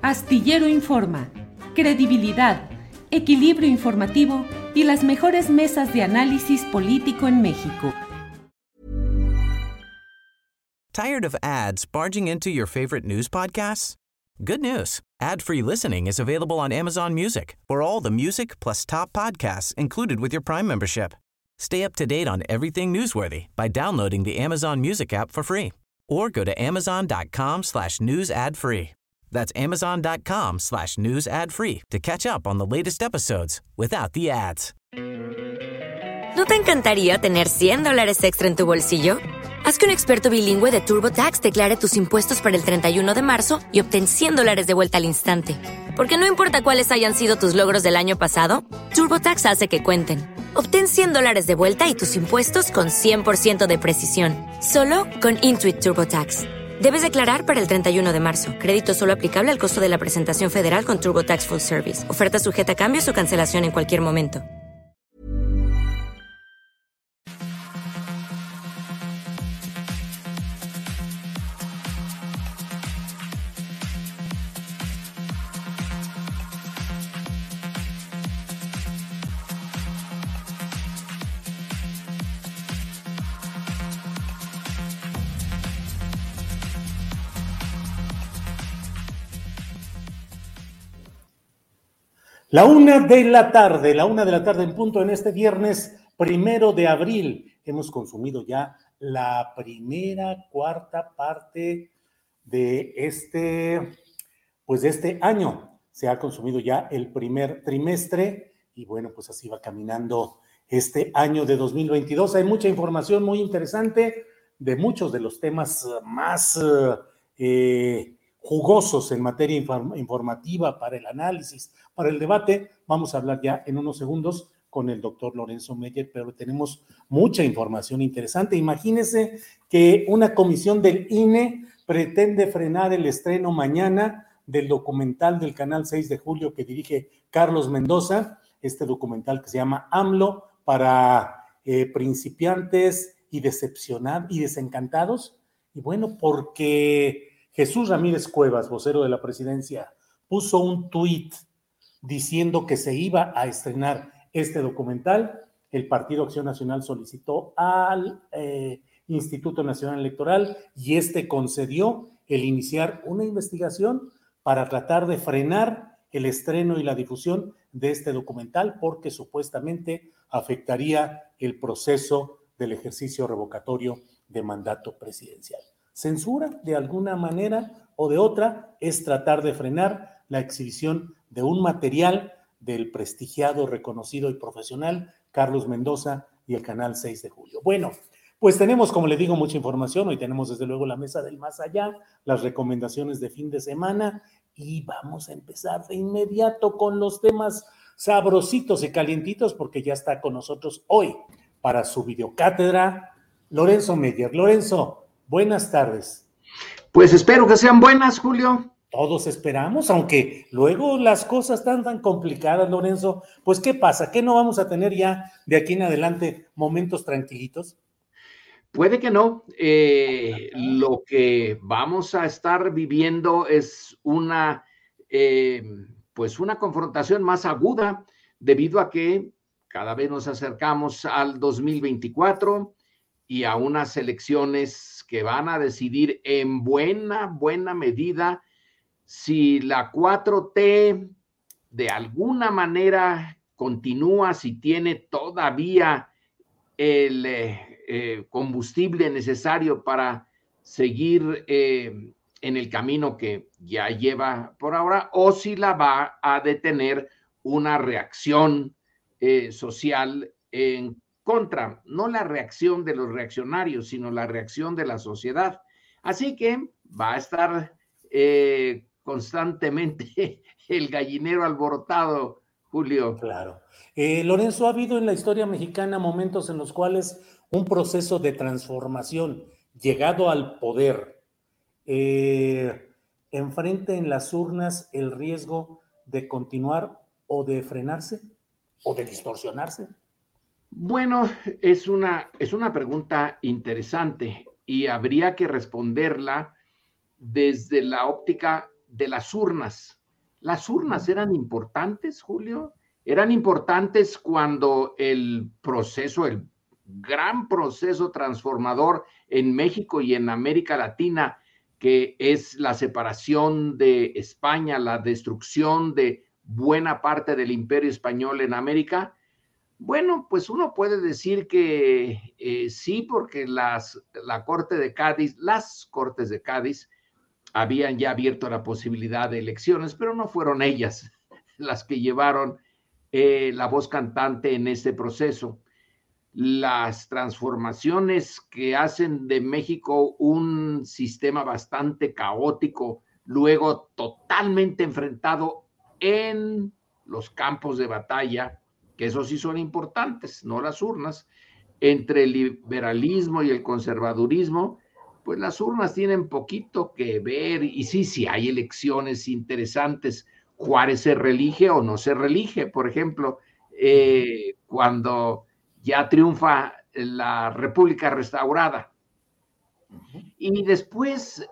Astillero Informa, credibilidad, equilibrio informativo y las mejores mesas de análisis político en México. Tired of ads barging into your favorite news podcasts? Good news. Ad-free listening is available on Amazon Music for all the music plus top podcasts included with your Prime membership. Stay up to date on everything newsworthy by downloading the Amazon Music app for free or go to amazon.com/news ad free. That's amazon.com/news ad free to catch up on the latest episodes without the ads. ¿No te encantaría tener $100 extra en tu bolsillo? Haz que un experto bilingüe de TurboTax declare tus impuestos para el 31 de marzo y obtén $100 de vuelta al instante. Porque no importa cuáles hayan sido tus logros del año pasado, TurboTax hace que cuenten. Obtén $100 de vuelta y tus impuestos con 100% de precisión. Solo con Intuit TurboTax. Debes declarar para el 31 de marzo. Crédito solo aplicable al costo de la presentación federal con TurboTax Full Service. Oferta sujeta a cambios o cancelación en cualquier momento. La una de la tarde en punto en este viernes 1 de abril. Hemos consumido ya la cuarta parte de este año. Se ha consumido ya el primer trimestre y bueno, pues así va caminando este año de 2022. Hay mucha información muy interesante de muchos de los temas más jugosos en materia informativa para el análisis, para el debate. Vamos a hablar ya en unos segundos con el doctor Lorenzo Meyer, pero tenemos mucha información interesante. Imagínense que una comisión del INE pretende frenar el estreno mañana del documental del Canal 6 de Julio que dirige Carlos Mendoza, este documental que se llama AMLO para principiantes y desencantados. Y bueno, porque Jesús Ramírez Cuevas, vocero de la presidencia, puso un tuit diciendo que se iba a estrenar este documental. El Partido Acción Nacional solicitó al Instituto Nacional Electoral y este concedió el iniciar una investigación para tratar de frenar el estreno y la difusión de este documental porque supuestamente afectaría el proceso del ejercicio revocatorio de mandato presidencial. Censura, de alguna manera o de otra, es tratar de frenar la exhibición de un material del prestigiado, reconocido y profesional Carlos Mendoza y el Canal 6 de Julio. Bueno, pues tenemos, como le digo, mucha información. Hoy tenemos desde luego la mesa del más allá, las recomendaciones de fin de semana y vamos a empezar de inmediato con los temas sabrositos y calientitos porque ya está con nosotros hoy para su videocátedra Lorenzo Meyer. Lorenzo, buenas tardes. Pues espero que sean buenas, Julio. Todos esperamos, aunque luego las cosas están tan complicadas, Lorenzo. Pues, ¿qué pasa? ¿Qué no vamos a tener ya de aquí en adelante momentos tranquilitos? Puede que no. Lo que vamos a estar viviendo es una confrontación más aguda debido a que cada vez nos acercamos al 2024 y a unas elecciones que van a decidir en buena medida si la 4T de alguna manera continúa, si tiene todavía el combustible necesario para seguir en el camino que ya lleva por ahora, o si la va a detener una reacción social en contra, no la reacción de los reaccionarios, sino la reacción de la sociedad. Así que va a estar constantemente el gallinero alborotado, Julio. Claro. Lorenzo, ha habido en la historia mexicana momentos en los cuales un proceso de transformación llegado al poder enfrenta en las urnas el riesgo de continuar o de frenarse o de distorsionarse. Bueno, es una pregunta interesante y habría que responderla desde la óptica de las urnas. Las urnas eran importantes, Julio. Eran importantes cuando el gran proceso transformador en México y en América Latina, que es la separación de España, la destrucción de buena parte del imperio español en América. Bueno, pues uno puede decir que sí, porque las Cortes de Cádiz habían ya abierto la posibilidad de elecciones, pero no fueron ellas las que llevaron la voz cantante en este proceso. Las transformaciones que hacen de México un sistema bastante caótico, luego totalmente enfrentado en los campos de batalla, que esos sí son importantes, no las urnas, entre el liberalismo y el conservadurismo, pues las urnas tienen poquito que ver, y sí hay elecciones interesantes. Juárez se reelige o no se reelige, por ejemplo, cuando ya triunfa la República restaurada. Y después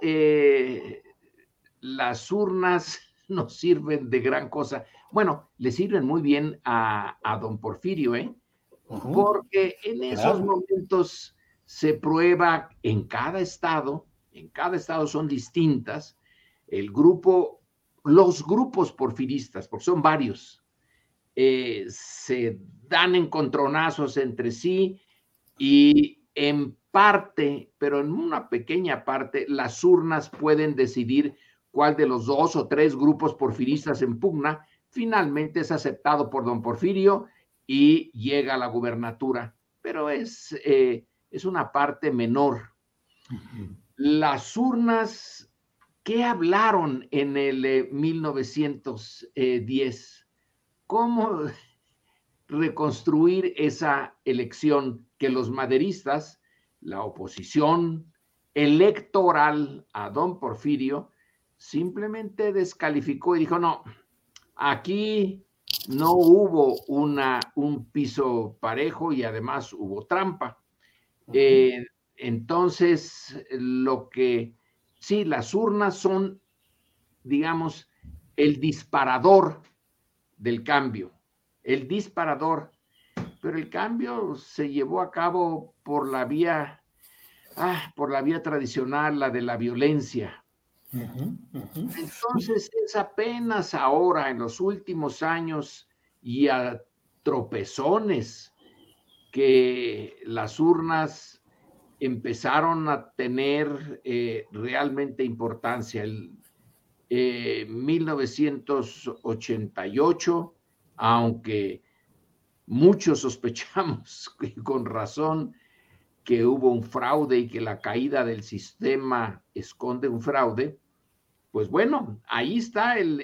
las urnas no sirven de gran cosa. Bueno, le sirven muy bien a don Porfirio, porque en esos momentos se prueba en cada estado son distintas, los grupos porfiristas, porque son varios, se dan encontronazos entre sí y en parte, pero en una pequeña parte, las urnas pueden decidir cuál de los 2 o 3 grupos porfiristas en pugna finalmente es aceptado por don Porfirio y llega a la gubernatura, pero es una parte menor. Las urnas, ¿qué hablaron en el 1910? ¿Cómo reconstruir esa elección que los maderistas, la oposición electoral a don Porfirio, simplemente descalificó y dijo, no, aquí no hubo un piso parejo y además hubo trampa. Entonces, las urnas son, digamos, el disparador del cambio, pero el cambio se llevó a cabo por la vía tradicional, la de la violencia. Entonces es apenas ahora, en los últimos años y a tropezones, que las urnas empezaron a tener realmente importancia. En 1988, aunque muchos sospechamos con razón que hubo un fraude y que la caída del sistema esconde un fraude, pues bueno, ahí está el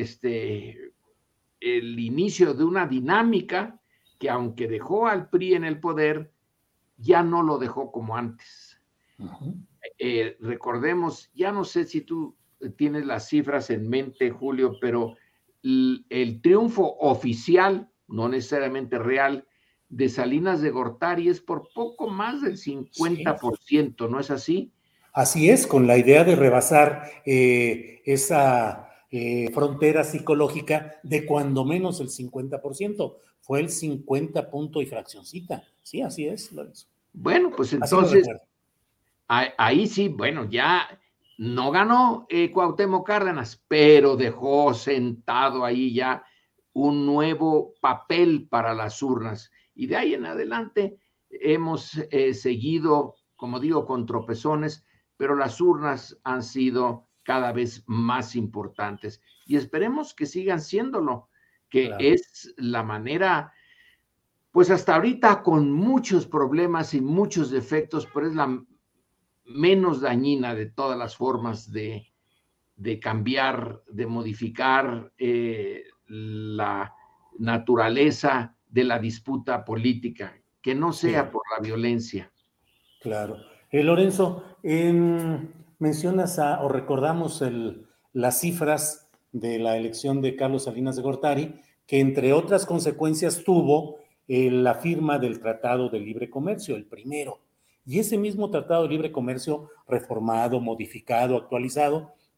inicio de una dinámica que, aunque dejó al PRI en el poder, ya no lo dejó como antes. Recordemos, ya no sé si tú tienes las cifras en mente, Julio, pero el triunfo oficial, no necesariamente real, de Salinas de Gortari es por poco más del 50%, ¿no es así? Así es, con la idea de rebasar esa frontera psicológica de cuando menos el 50%. Fue el 50 punto y fraccioncita. Sí, así es, Lorenzo. Bueno, pues entonces, ahí sí, bueno, ya no ganó Cuauhtémoc Cárdenas, pero dejó sentado ahí ya un nuevo papel para las urnas. Y de ahí en adelante hemos seguido, como digo, con tropezones, pero las urnas han sido cada vez más importantes. Y esperemos que sigan siéndolo, que es la manera, pues hasta ahorita con muchos problemas y muchos defectos, pero es la menos dañina de todas las formas de cambiar, de modificar la naturaleza de la disputa política, que no sea por la violencia. Claro. Lorenzo, mencionas o recordamos las cifras de la elección de Carlos Salinas de Gortari, que entre otras consecuencias tuvo la firma del Tratado de Libre Comercio, el primero. Y ese mismo Tratado de Libre Comercio, reformado, modificado, actualizado,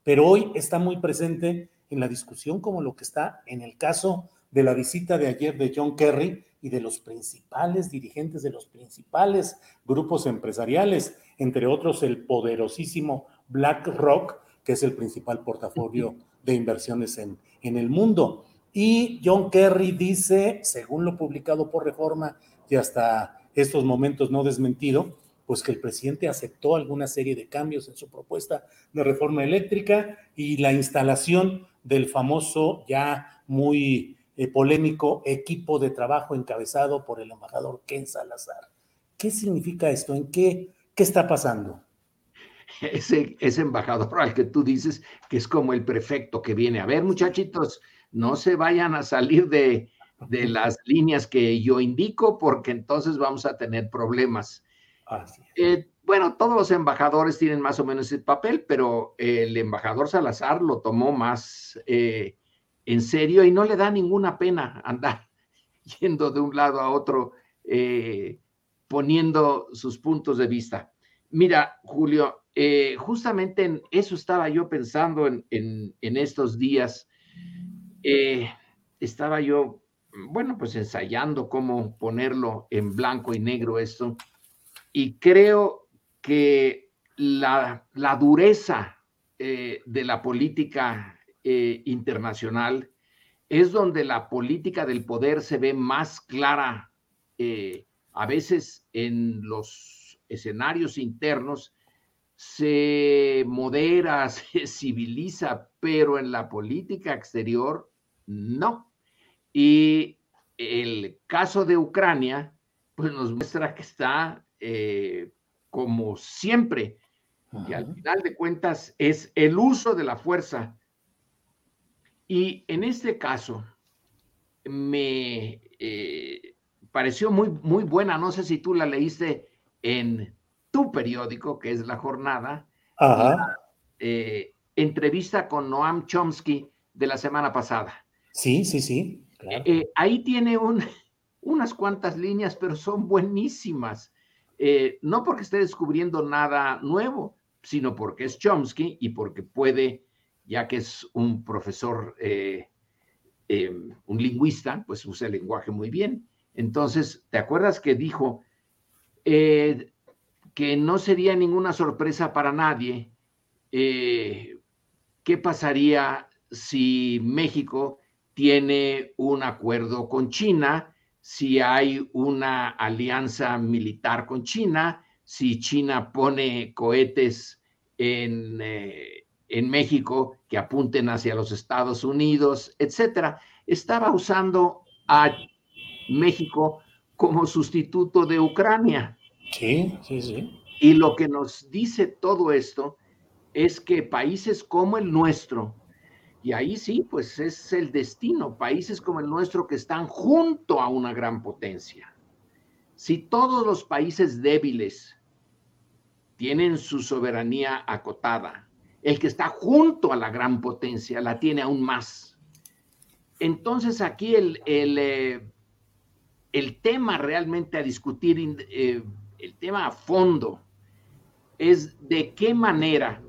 pero hoy está muy presente en la discusión como lo que está en el caso de la visita de ayer de John Kerry y de los principales dirigentes de los principales grupos empresariales, entre otros el poderosísimo BlackRock, que es el principal portafolio de inversiones en el mundo. Y John Kerry dice, según lo publicado por Reforma y hasta estos momentos no desmentido, pues que el presidente aceptó alguna serie de cambios en su propuesta de reforma eléctrica y la instalación del famoso, ya muy polémico equipo de trabajo encabezado por el embajador Ken Salazar. ¿Qué significa esto? ¿En qué está pasando? Ese embajador al que tú dices que es como el prefecto que viene a ver, muchachitos, no se vayan a salir de las líneas que yo indico, porque entonces vamos a tener problemas. Bueno, todos los embajadores tienen más o menos ese papel, pero el embajador Salazar lo tomó más en serio y no le da ninguna pena andar yendo de un lado a otro, poniendo sus puntos de vista. Mira, Julio, justamente en eso estaba yo pensando en estos días. Estaba yo, bueno, pues ensayando cómo ponerlo en blanco y negro esto, y creo que la dureza de la política internacional es donde la política del poder se ve más clara, a veces en los escenarios internos se modera, se civiliza, pero en la política exterior no. Y el caso de Ucrania pues nos muestra que está como siempre, que al final de cuentas es el uso de la fuerza. Y en este caso me pareció muy, muy buena, no sé si tú la leíste en tu periódico, que es La Jornada, la entrevista con Noam Chomsky de la semana pasada. Sí, claro. Ahí tiene unas cuantas líneas, pero son buenísimas. No porque esté descubriendo nada nuevo, sino porque es Chomsky y porque puede, ya que es un profesor, un lingüista, pues usa el lenguaje muy bien. Entonces, ¿te acuerdas que dijo que no sería ninguna sorpresa para nadie qué pasaría si México tiene un acuerdo con China, si hay una alianza militar con China, si China pone cohetes en México que apunten hacia los Estados Unidos, etcétera? Estaba usando a México como sustituto de Ucrania. Sí. Y lo que nos dice todo esto es que países como el nuestro, y ahí sí, pues es el destino, países como el nuestro que están junto a una gran potencia. Si todos los países débiles tienen su soberanía acotada, el que está junto a la gran potencia la tiene aún más. Entonces aquí el tema realmente a discutir, el tema a fondo, es de qué manera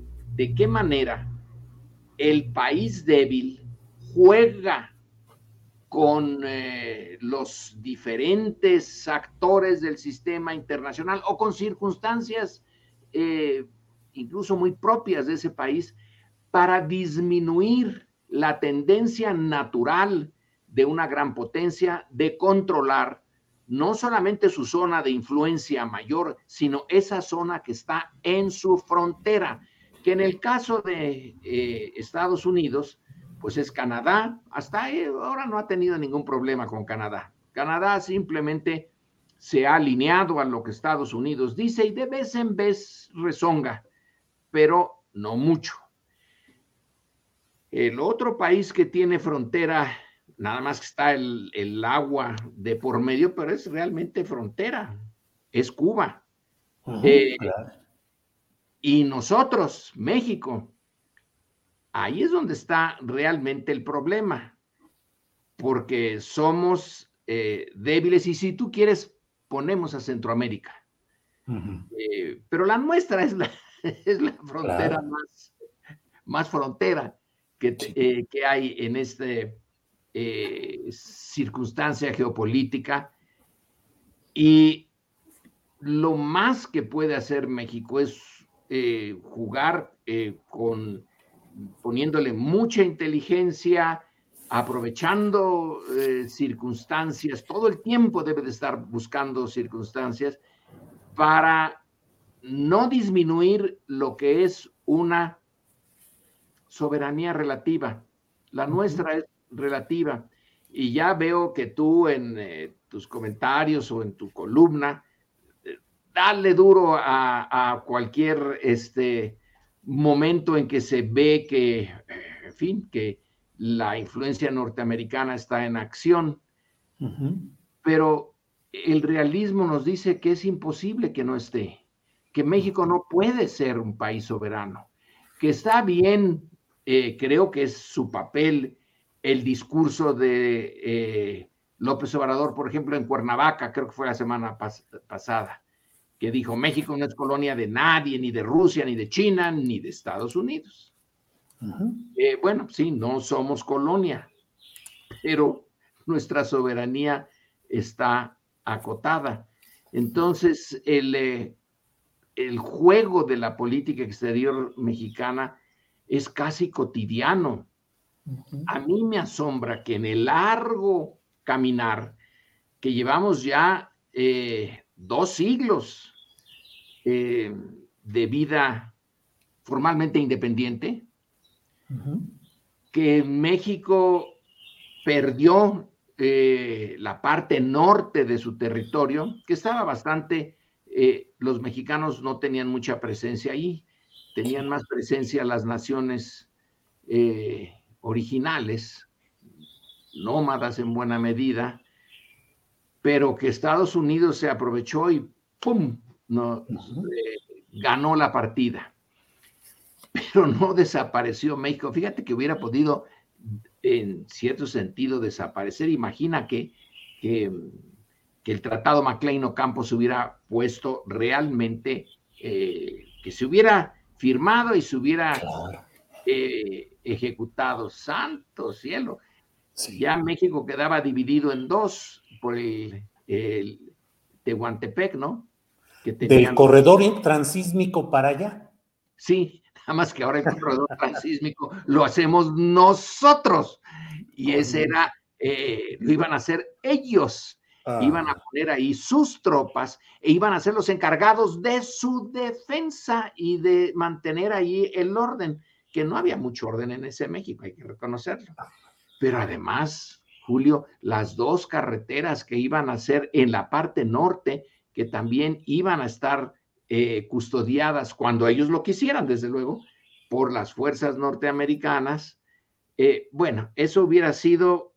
el país débil juega con los diferentes actores del sistema internacional o con circunstancias incluso muy propias de ese país para disminuir la tendencia natural de una gran potencia de controlar no solamente su zona de influencia mayor, sino esa zona que está en su frontera, que en el caso de Estados Unidos, pues es Canadá. Hasta ahora no ha tenido ningún problema con Canadá. Canadá simplemente se ha alineado a lo que Estados Unidos dice y de vez en vez rezonga, pero no mucho. El otro país que tiene frontera, nada más que está el agua de por medio, pero es realmente frontera, es Cuba. Claro. Y nosotros, México, ahí es donde está realmente el problema, porque somos débiles y si tú quieres, ponemos a Centroamérica. Pero la nuestra es la frontera más frontera que hay en esta circunstancia geopolítica. Y lo más que puede hacer México es jugar poniéndole mucha inteligencia, aprovechando circunstancias. Todo el tiempo debe de estar buscando circunstancias para no disminuir lo que es una soberanía relativa. La nuestra es relativa. Y ya veo que tú en tus comentarios o en tu columna, dale duro a cualquier momento en que se ve que, en fin, que la influencia norteamericana está en acción. Pero el realismo nos dice que es imposible que no esté, que México no puede ser un país soberano, que está bien, creo que es su papel el discurso de López Obrador, por ejemplo, en Cuernavaca, creo que fue la semana pasada, que dijo: México no es colonia de nadie, ni de Rusia, ni de China, ni de Estados Unidos. Bueno, sí, no somos colonia, pero nuestra soberanía está acotada. Entonces, el juego de la política exterior mexicana es casi cotidiano. A mí me asombra que en el largo caminar que llevamos ya 2 siglos de vida formalmente independiente, que México perdió la parte norte de su territorio, que estaba bastante, los mexicanos no tenían mucha presencia ahí, tenían más presencia las naciones originales, nómadas en buena medida, pero que Estados Unidos se aprovechó y ¡pum!, ganó la partida. Pero no desapareció México. Fíjate que hubiera podido, en cierto sentido, desaparecer. Imagina que el Tratado MacLean-Ocampo se hubiera puesto realmente, que se hubiera firmado y se hubiera ejecutado. ¡Santo cielo! Sí. Ya México quedaba dividido en 2 por el Tehuantepec, ¿no? Que del corredor transísmico para allá. Sí, nada más que ahora el corredor transísmico lo hacemos nosotros. Y ese era, lo iban a hacer ellos. Iban a poner ahí sus tropas e iban a ser los encargados de su defensa y de mantener ahí el orden, que no había mucho orden en ese México, hay que reconocerlo. Pero además, Julio, las 2 carreteras que iban a ser en la parte norte, que también iban a estar custodiadas cuando ellos lo quisieran, desde luego, por las fuerzas norteamericanas. Bueno, eso hubiera sido,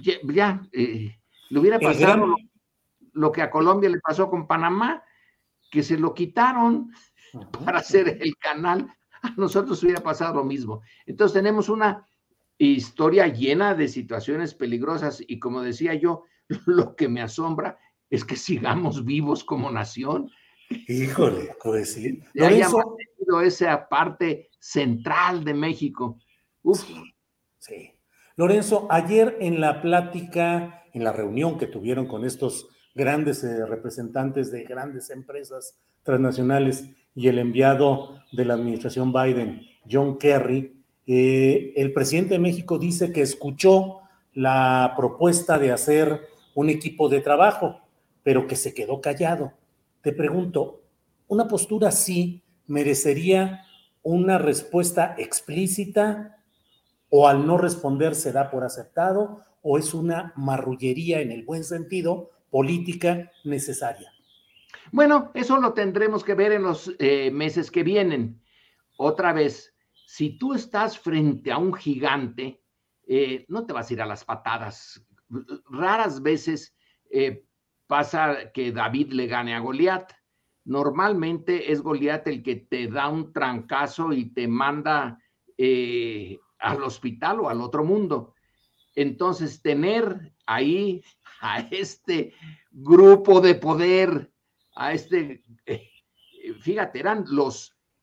le hubiera pasado lo que a Colombia le pasó con Panamá, que se lo quitaron para hacer el canal. A nosotros hubiera pasado lo mismo. Entonces tenemos una historia llena de situaciones peligrosas y, como decía yo, lo que me asombra es que sigamos vivos como nación. Híjole, pues sí. Que haya mantenido esa parte central de México. Uf. Sí. Lorenzo, ayer en la plática, en la reunión que tuvieron con estos grandes representantes de grandes empresas transnacionales y el enviado de la administración Biden, John Kerry, el presidente de México dice que escuchó la propuesta de hacer un equipo de trabajo, pero que se quedó callado. Te pregunto, ¿una postura así merecería una respuesta explícita o al no responder se da por aceptado o es una marrullería en el buen sentido política necesaria? Bueno, eso lo tendremos que ver en los meses que vienen. Otra vez, si tú estás frente a un gigante, no te vas a ir a las patadas. Raras veces pasa que David le gane a Goliat. Normalmente es Goliat el que te da un trancazo y te manda al hospital o al otro mundo. Entonces, tener ahí a este grupo de poder, a fíjate, eran los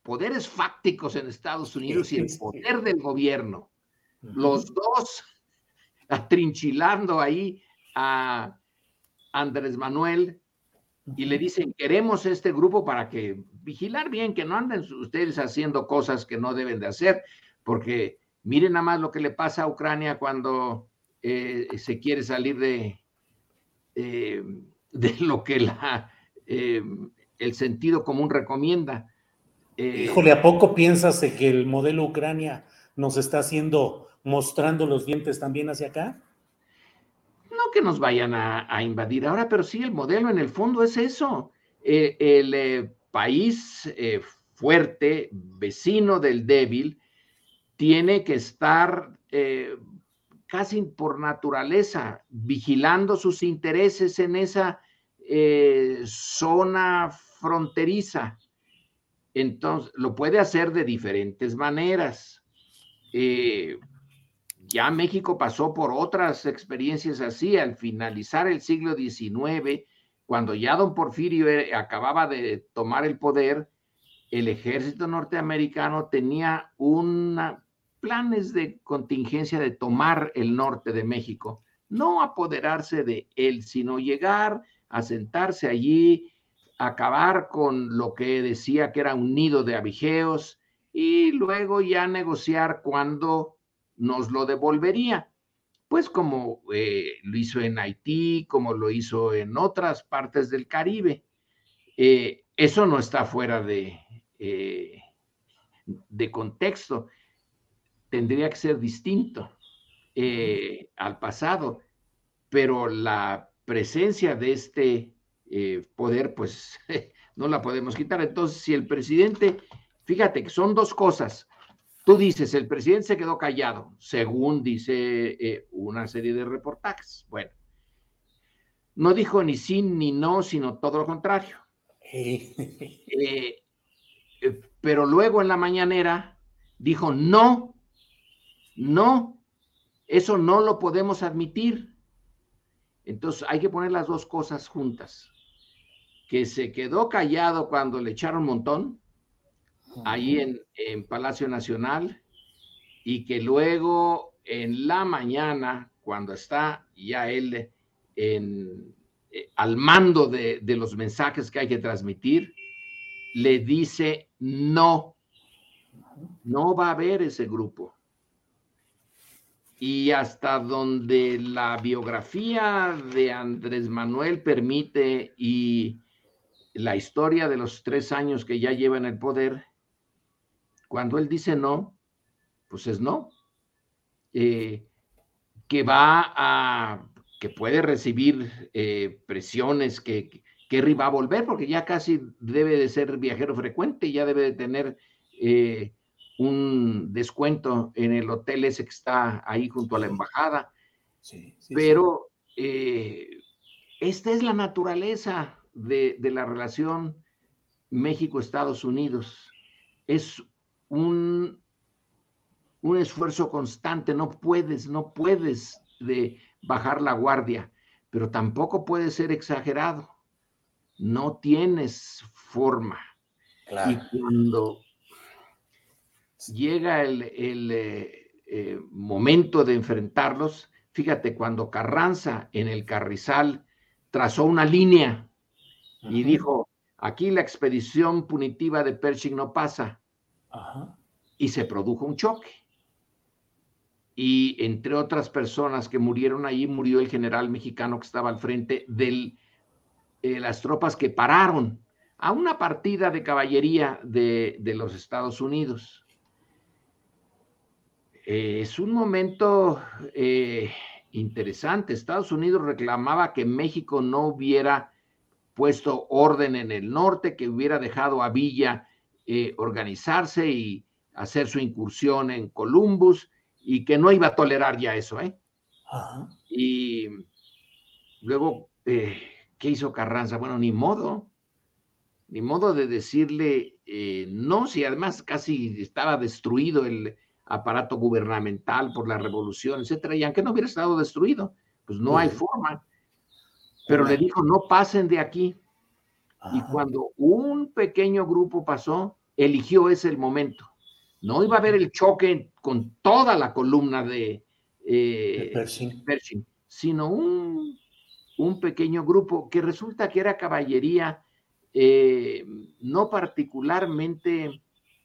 poderes fácticos en Estados Unidos y el poder del gobierno. Los dos atrinchilando ahí a Andrés Manuel y le dicen, queremos este grupo para que vigilar bien, que no anden ustedes haciendo cosas que no deben de hacer, porque miren nada más lo que le pasa a Ucrania cuando se quiere salir de lo que el sentido común recomienda. Híjole, ¿a poco piensas de que el modelo Ucrania nos está mostrando los dientes también hacia acá? No que nos vayan a invadir ahora, pero sí, el modelo en el fondo es eso. El país fuerte, vecino del débil, tiene que estar casi por naturaleza vigilando sus intereses en esa zona fronteriza. Entonces, lo puede hacer de diferentes maneras. Ya México pasó por otras experiencias así. Al finalizar el siglo XIX, cuando ya don Porfirio acababa de tomar el poder, el ejército norteamericano tenía planes de contingencia de tomar el norte de México, no apoderarse de él, sino llegar a sentarse allí, acabar con lo que decía que era un nido de abigeos y luego ya negociar cuándo nos lo devolvería, pues como lo hizo en Haití, como lo hizo en otras partes del Caribe. Eso no está fuera de contexto. Tendría que ser distinto al pasado, pero la presencia de este poder, pues no la podemos quitar. Entonces, si el presidente, fíjate que son dos cosas. Tú dices, el presidente se quedó callado, según dice una serie de reportajes. Bueno, no dijo ni sí ni no, sino todo lo contrario. Pero luego en la mañanera dijo, no, eso no lo podemos admitir. Entonces hay que poner las dos cosas juntas. Que se quedó callado cuando le echaron un montón, ahí en Palacio Nacional, y que luego en la mañana, cuando está ya él al mando de los mensajes que hay que transmitir, le dice no va a haber ese grupo. Y hasta donde la biografía de Andrés Manuel permite y la historia de los 3 años que ya lleva en el poder, cuando él dice no, pues es no. Que puede recibir presiones, que Kerry va a volver, porque ya casi debe de ser viajero frecuente, ya debe de tener un descuento en el hotel ese que está ahí junto a la embajada. Pero esta es la naturaleza de la relación México-Estados Unidos. Es un esfuerzo constante, no puedes de bajar la guardia, pero tampoco puedes ser exagerado. No tienes forma. Claro. Y cuando llega el momento de enfrentarlos, fíjate, cuando Carranza en el Carrizal trazó una línea y dijo, aquí la expedición punitiva de Pershing no pasa. Y se produjo un choque. Y entre otras personas que murieron ahí, murió el general mexicano que estaba al frente de las tropas que pararon a una partida de caballería de los Estados Unidos. Es un momento interesante. Estados Unidos reclamaba que México no hubiera puesto orden en el norte, que hubiera dejado a Villa organizarse y hacer su incursión en Columbus, y que no iba a tolerar ya eso, Y luego, ¿qué hizo Carranza? Bueno, ni modo de decirle no, si además casi estaba destruido el aparato gubernamental por la revolución, etcétera, y aunque no hubiera estado destruido, pues no hay forma. Pero le dijo, no pasen de aquí. Y cuando un pequeño grupo pasó, eligió ese el momento. No iba a haber el choque con toda la columna de Pershing, sino un pequeño grupo que resulta que era caballería no particularmente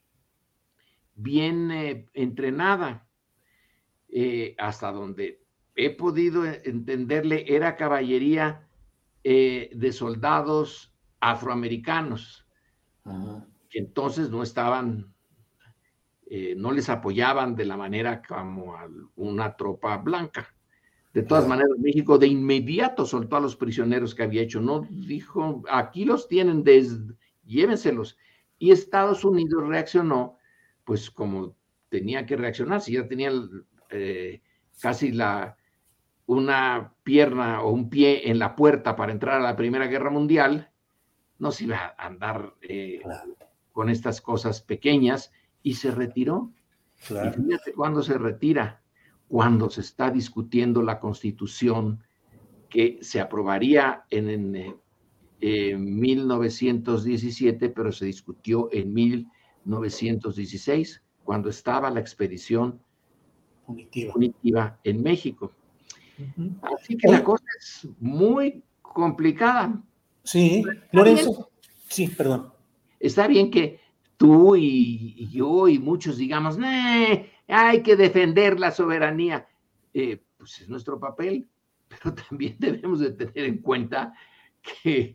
bien entrenada, hasta donde he podido entenderle, era caballería de soldados afroamericanos, que entonces no estaban, no les apoyaban de la manera como a una tropa blanca. De todas maneras, México de inmediato soltó a los prisioneros que había hecho, no dijo, aquí los tienen, llévenselos. Y Estados Unidos reaccionó, pues como tenía que reaccionar, si ya tenía casi una pierna o un pie en la puerta para entrar a la Primera Guerra Mundial, no se iba a andar con estas cosas pequeñas, y se retiró. Y fíjate cuándo se retira, cuando se está discutiendo la Constitución que se aprobaría en 1917, pero se discutió en 1916, cuando estaba la expedición punitiva en México. Así que la cosa es muy complicada. Sí, Lorenzo. Sí, perdón. Está bien que tú y yo y muchos digamos, hay que defender la soberanía. Pues es nuestro papel, pero también debemos de tener en cuenta que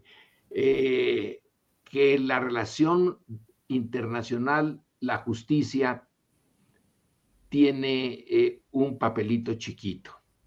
la relación internacional, la justicia, tiene un papelito chiquito.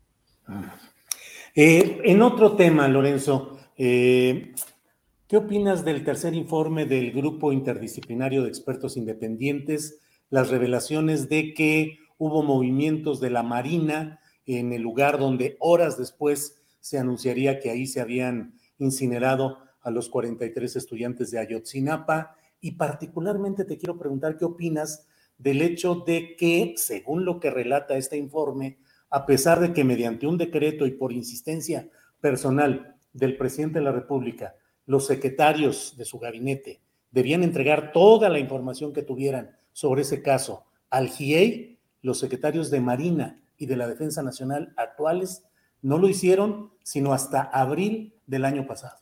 En otro tema, Lorenzo, ¿qué opinas del tercer informe del Grupo Interdisciplinario de Expertos Independientes? Las revelaciones de que hubo movimientos de la Marina en el lugar donde horas después se anunciaría que ahí se habían incinerado a los 43 estudiantes de Ayotzinapa. Y particularmente te quiero preguntar qué opinas del hecho de que, según lo que relata este informe, a pesar de que mediante un decreto y por insistencia personal del presidente de la República, los secretarios de su gabinete debían entregar toda la información que tuvieran sobre ese caso al GIEI, los secretarios de Marina y de la Defensa Nacional actuales no lo hicieron sino hasta abril del año pasado.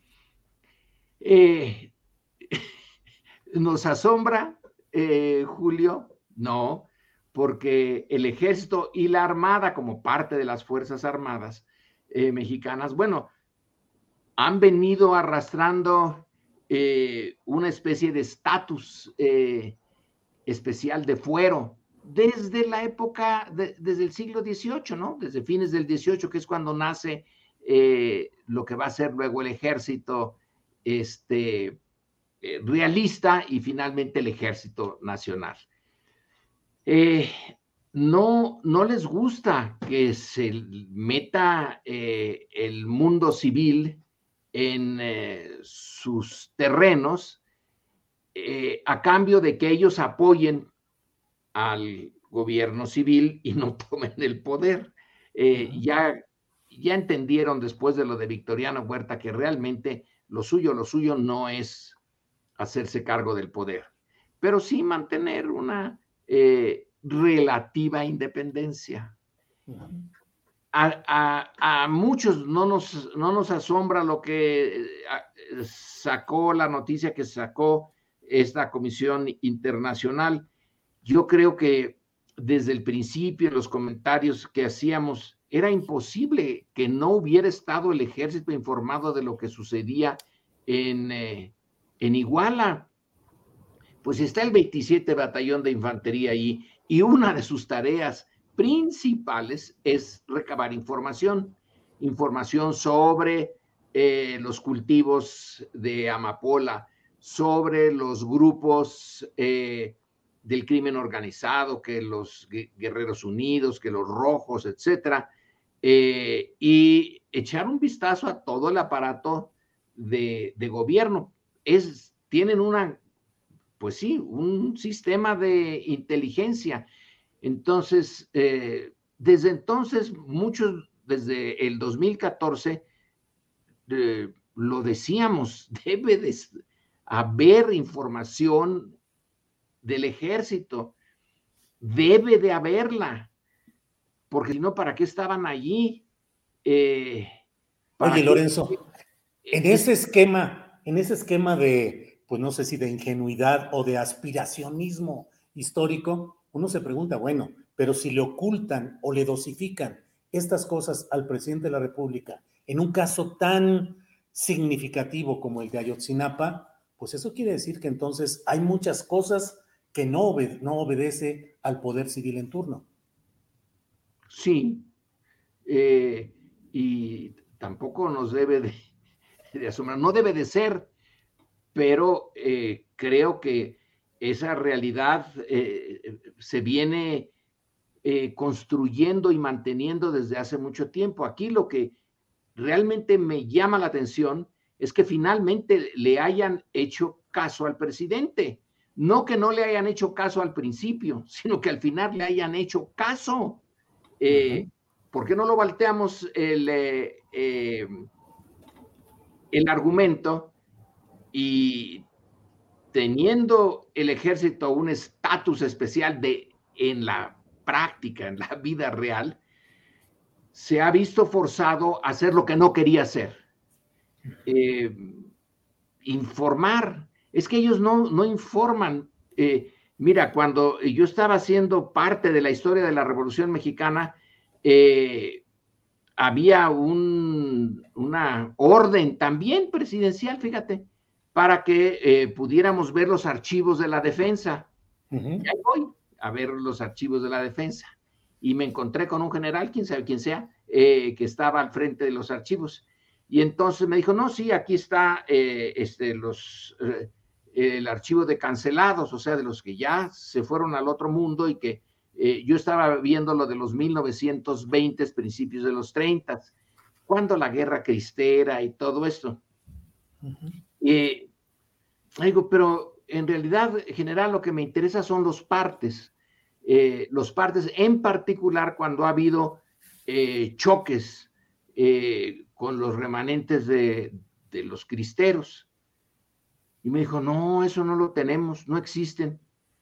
¿Nos asombra, Julio? No, porque el Ejército y la Armada, como parte de las Fuerzas Armadas mexicanas, bueno, han venido arrastrando una especie de estatus especial de fuero desde la época, desde el siglo XVIII, ¿no? Desde fines del XVIII, que es cuando nace lo que va a ser luego el ejército realista y finalmente el Ejército Nacional. No les gusta que se meta el mundo civil en sus terrenos a cambio de que ellos apoyen al gobierno civil y no tomen el poder. Ya entendieron después de lo de Victoriano Huerta que realmente lo suyo no es hacerse cargo del poder, pero sí mantener una relativa independencia. A muchos no nos asombra lo que sacó la noticia que sacó esta comisión internacional. Yo creo que desde el principio, los comentarios que hacíamos, era imposible que no hubiera estado el ejército informado de lo que sucedía en Iguala. Pues está el 27 Batallón de Infantería ahí, y una de sus tareas principales es recabar información sobre los cultivos de amapola, sobre los grupos del crimen organizado, que los Guerreros Unidos, que los Rojos, etcétera, y echar un vistazo a todo el aparato de gobierno. Tienen un sistema de inteligencia. Entonces, desde entonces, muchos, desde el 2014, lo decíamos, debe de haber información del ejército. Debe de haberla, porque si no, ¿para qué estaban allí? Oye, Lorenzo, en ese esquema de, pues no sé si de ingenuidad o de aspiracionismo histórico, uno se pregunta, bueno, pero si le ocultan o le dosifican estas cosas al presidente de la República en un caso tan significativo como el de Ayotzinapa, pues eso quiere decir que entonces hay muchas cosas que no obedece al poder civil en turno. Sí, y tampoco nos debe de asombrar, no debe de ser, pero creo que esa realidad se viene construyendo y manteniendo desde hace mucho tiempo. Aquí lo que realmente me llama la atención es que finalmente le hayan hecho caso al presidente. No que no le hayan hecho caso al principio, sino que al final le hayan hecho caso. ¿Por qué no lo volteamos el argumento? Y teniendo el ejército un estatus especial en la práctica, en la vida real, se ha visto forzado a hacer lo que no quería hacer. Informar. Es que ellos no informan. Mira, cuando yo estaba siendo parte de la historia de la Revolución Mexicana, había una orden también presidencial, fíjate, para que pudiéramos ver los archivos de la defensa. Y ahí voy a ver los archivos de la defensa. Y me encontré con un general, quién sabe quién sea, que estaba al frente de los archivos. Y entonces me dijo, no, sí, aquí está el archivo de cancelados, o sea, de los que ya se fueron al otro mundo y que yo estaba viendo lo de los 1920, principios de los 30, cuando la guerra cristera y todo esto. Digo, pero en realidad, general, lo que me interesa son los partes en particular cuando ha habido choques con los remanentes de los cristeros. Y me dijo, no, eso no lo tenemos, no existen.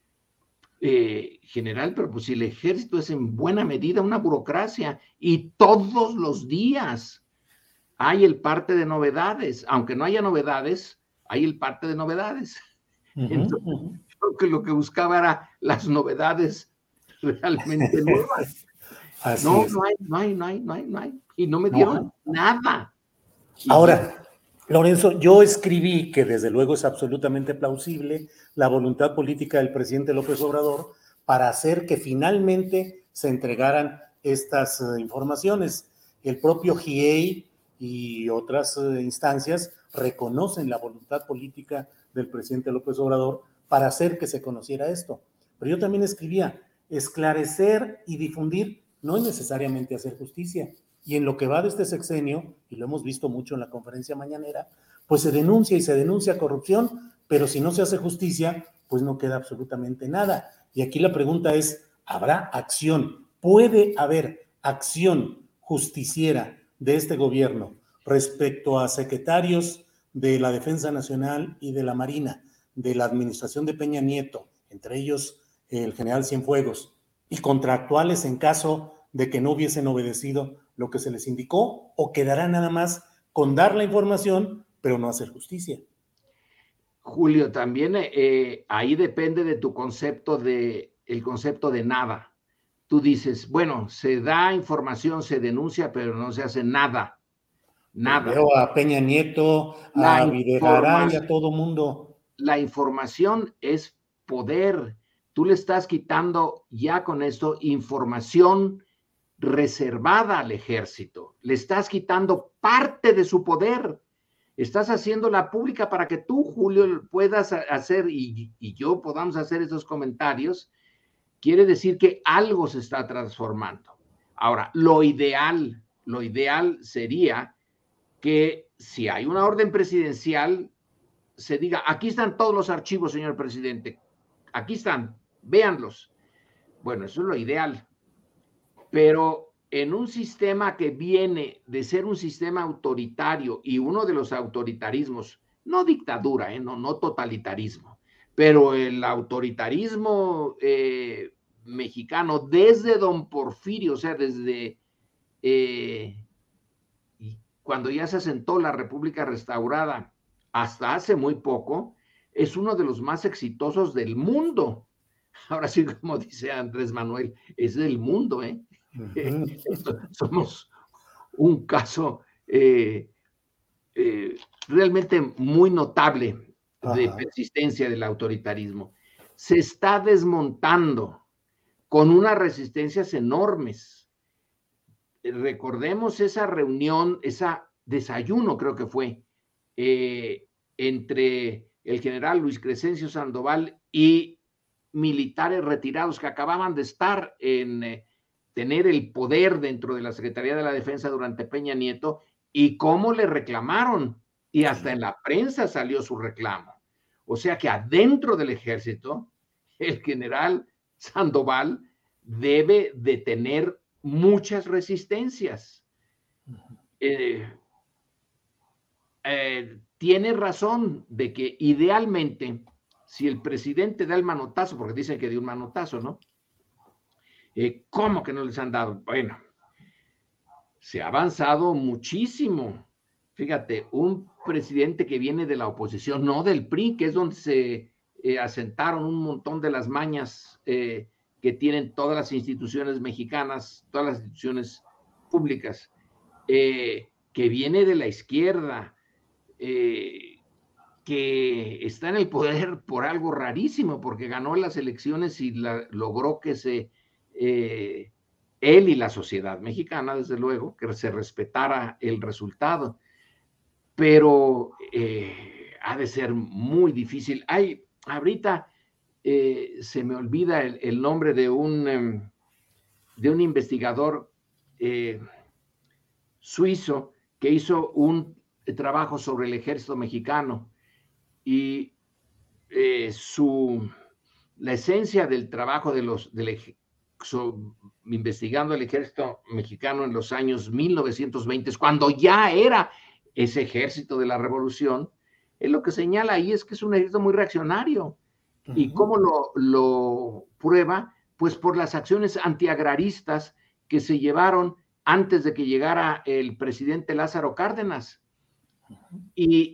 General, pero pues si el ejército es en buena medida una burocracia y todos los días hay el parte de novedades, aunque no haya novedades, hay el parte de novedades. Entonces, creo que lo que buscaba era las novedades realmente nuevas. No hay. Y no me dieron nada. Ahora, Lorenzo, yo escribí que desde luego es absolutamente plausible la voluntad política del presidente López Obrador para hacer que finalmente se entregaran estas informaciones. El propio GIEI y otras instancias reconocen la voluntad política del presidente López Obrador para hacer que se conociera esto. Pero yo también escribía, esclarecer y difundir no es necesariamente hacer justicia. Y en lo que va de este sexenio, y lo hemos visto mucho en la conferencia mañanera, pues se denuncia corrupción, pero si no se hace justicia, pues no queda absolutamente nada. Y aquí la pregunta es, ¿habrá acción? ¿Puede haber acción justiciera de este gobierno respecto a secretarios de la Defensa Nacional y de la Marina, de la administración de Peña Nieto, entre ellos el general Cienfuegos, y contractuales en caso de que no hubiesen obedecido lo que se les indicó, o quedará nada más con dar la información, pero no hacer justicia? Julio, también ahí depende de tu concepto el concepto de nada. Tú dices, bueno, se da información, se denuncia, pero no se hace nada. Nada. Veo a Peña Nieto, a Videgaray, a todo mundo. La información es poder. Tú le estás quitando ya con esto información reservada al ejército. Le estás quitando parte de su poder. Estás haciéndola pública para que tú, Julio, puedas hacer y yo podamos hacer esos comentarios. Quiere decir que algo se está transformando. Ahora, lo ideal sería que si hay una orden presidencial, se diga, aquí están todos los archivos, señor presidente, aquí están, véanlos. Bueno, eso es lo ideal. Pero en un sistema que viene de ser un sistema autoritario y uno de los autoritarismos, no dictadura, no totalitarismo, pero el autoritarismo mexicano desde don Porfirio, o sea, desde cuando ya se asentó la República Restaurada hasta hace muy poco, es uno de los más exitosos del mundo. Ahora sí, como dice Andrés Manuel, es del mundo, ¿eh? Somos un caso realmente muy notable de persistencia del autoritarismo. Se está desmontando con unas resistencias enormes. Recordemos esa reunión, ese desayuno creo que fue, entre el general Luis Crescencio Sandoval y militares retirados que acababan de estar en tener el poder dentro de la Secretaría de la Defensa durante Peña Nieto, y cómo le reclamaron, y hasta en la prensa salió su reclamo. O sea que adentro del ejército, el general Sandoval debe de tener muchas resistencias. Tiene razón de que idealmente, si el presidente da el manotazo, porque dicen que dio un manotazo, ¿no? ¿Cómo que no les han dado? Bueno, se ha avanzado muchísimo. Fíjate, un presidente que viene de la oposición, no del PRI, que es donde se asentaron un montón de las mañas que tienen todas las instituciones mexicanas, todas las instituciones públicas, que viene de la izquierda, que está en el poder por algo rarísimo, porque ganó las elecciones y logró que él y la sociedad mexicana, desde luego, que se respetara el resultado. Pero ha de ser muy difícil. Ahorita se me olvida el nombre de un investigador suizo que hizo un trabajo sobre el ejército mexicano, y la esencia del trabajo investigando el ejército mexicano en los años 1920, cuando ya era ese ejército de la revolución, lo que señala ahí es que es un ejército muy reaccionario. ¿Y cómo lo prueba? Pues por las acciones antiagraristas que se llevaron antes de que llegara el presidente Lázaro Cárdenas. Y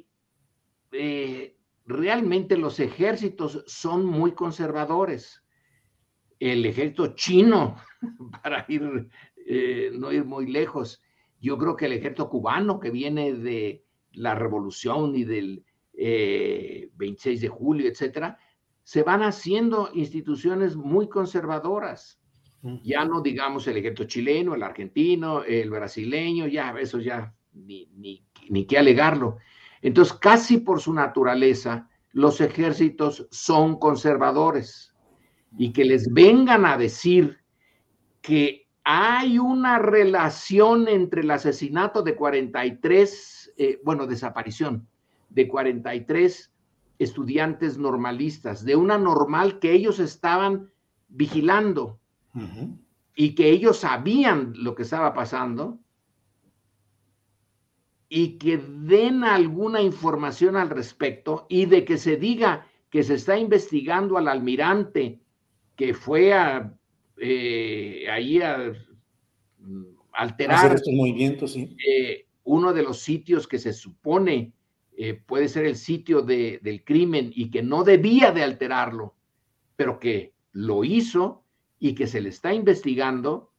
realmente los ejércitos son muy conservadores. El ejército chino, para no ir muy lejos, yo creo que el ejército cubano, que viene de la revolución y del 26 de julio, etcétera, se van haciendo instituciones muy conservadoras. Ya no digamos el ejército chileno, el argentino, el brasileño, ya eso ya ni qué alegarlo. Entonces, casi por su naturaleza, los ejércitos son conservadores, y que les vengan a decir que hay una relación entre el asesinato de 43, desaparición de 43 estudiantes normalistas, de una normal que ellos estaban vigilando, y que ellos sabían lo que estaba pasando, y que den alguna información al respecto, y de que se diga que se está investigando al almirante que fue ahí a alterar hacer estos movimientos, sí. Uno de los sitios que se supone puede ser el sitio del crimen, y que no debía de alterarlo, pero que lo hizo y que se le está investigando.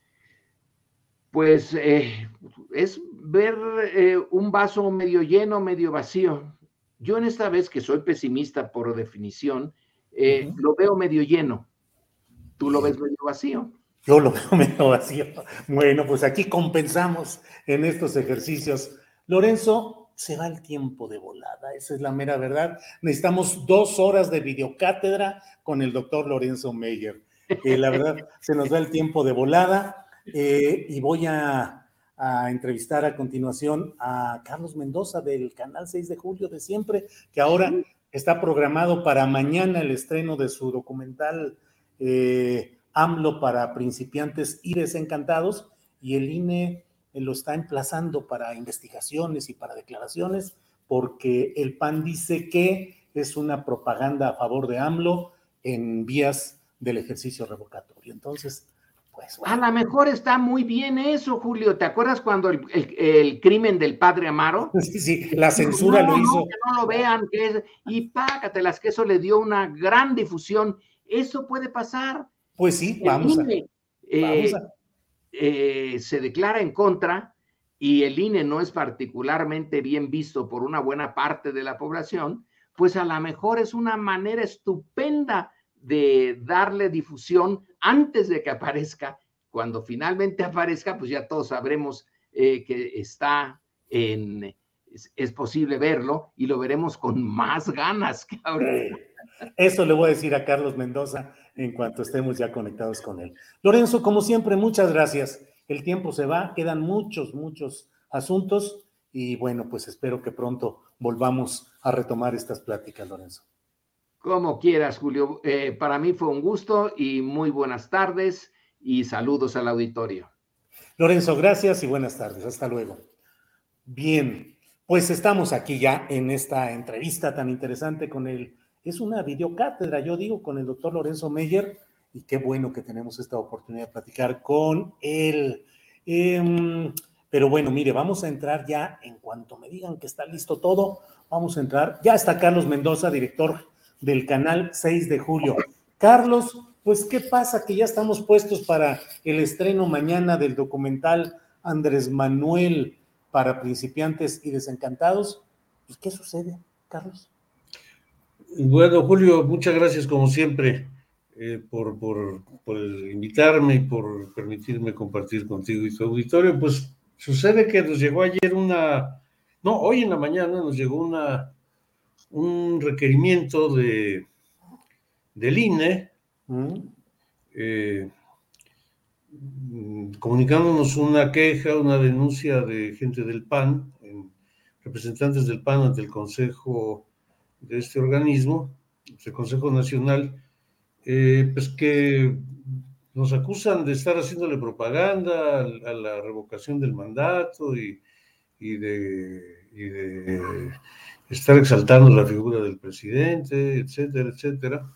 Pues es ver un vaso medio lleno, medio vacío. Yo en esta vez, que soy pesimista por definición, lo veo medio lleno. ¿Tú lo ves medio vacío? Yo lo veo medio vacío. Bueno, pues aquí compensamos en estos ejercicios. Lorenzo, se va el tiempo de volada, esa es la mera verdad. Necesitamos 2 horas de videocátedra con el doctor Lorenzo Meyer. La verdad, se nos va el tiempo de volada. Y voy a entrevistar a continuación a Carlos Mendoza del canal 6 de julio de siempre, que ahora está programado para mañana el estreno de su documental AMLO para principiantes y desencantados, y el INE lo está emplazando para investigaciones y para declaraciones, porque el PAN dice que es una propaganda a favor de AMLO en vías del ejercicio revocatorio. Entonces, pues bueno. A lo mejor está muy bien eso, Julio. ¿Te acuerdas cuando el crimen del padre Amaro? Sí, la censura lo hizo. Que no lo vean, y págatelas, que eso le dio una gran difusión. Eso puede pasar. Pues sí, vamos a. Se declara en contra y el INE no es particularmente bien visto por una buena parte de la población, pues a lo mejor es una manera estupenda de darle difusión antes de que aparezca. Cuando finalmente aparezca, pues ya todos sabremos que está es posible verlo y lo veremos con más ganas que ahora. Eso le voy a decir a Carlos Mendoza en cuanto estemos ya conectados con él. Lorenzo, como siempre, muchas gracias. El tiempo se va, quedan muchos asuntos y bueno, pues espero que pronto volvamos a retomar estas pláticas, Lorenzo. Como quieras, Julio. Para mí fue un gusto y muy buenas tardes y saludos al auditorio. Lorenzo, gracias y buenas tardes. Hasta luego. Bien, pues estamos aquí ya en esta entrevista tan interesante con él. Es una videocátedra, yo digo, con el doctor Lorenzo Meyer, y qué bueno que tenemos esta oportunidad de platicar con él. Pero bueno, mire, vamos a entrar ya, en cuanto me digan que está listo todo, vamos a entrar. Ya está Carlos Mendoza, director del canal 6 de Julio. Carlos, pues, ¿qué pasa? Que ya estamos puestos para el estreno mañana del documental Andrés Manuel para principiantes y desencantados. Pues, ¿qué sucede, Carlos? Bueno, Julio, muchas gracias como siempre por invitarme y por permitirme compartir contigo y tu auditorio. Pues sucede que nos llegó ayer hoy en la mañana nos llegó un requerimiento del INE comunicándonos una queja, una denuncia de gente del PAN, representantes del PAN ante el Consejo de este organismo, el Consejo Nacional, pues que nos acusan de estar haciéndole propaganda a la revocación del mandato y de estar exaltando la figura del presidente, etcétera, etcétera.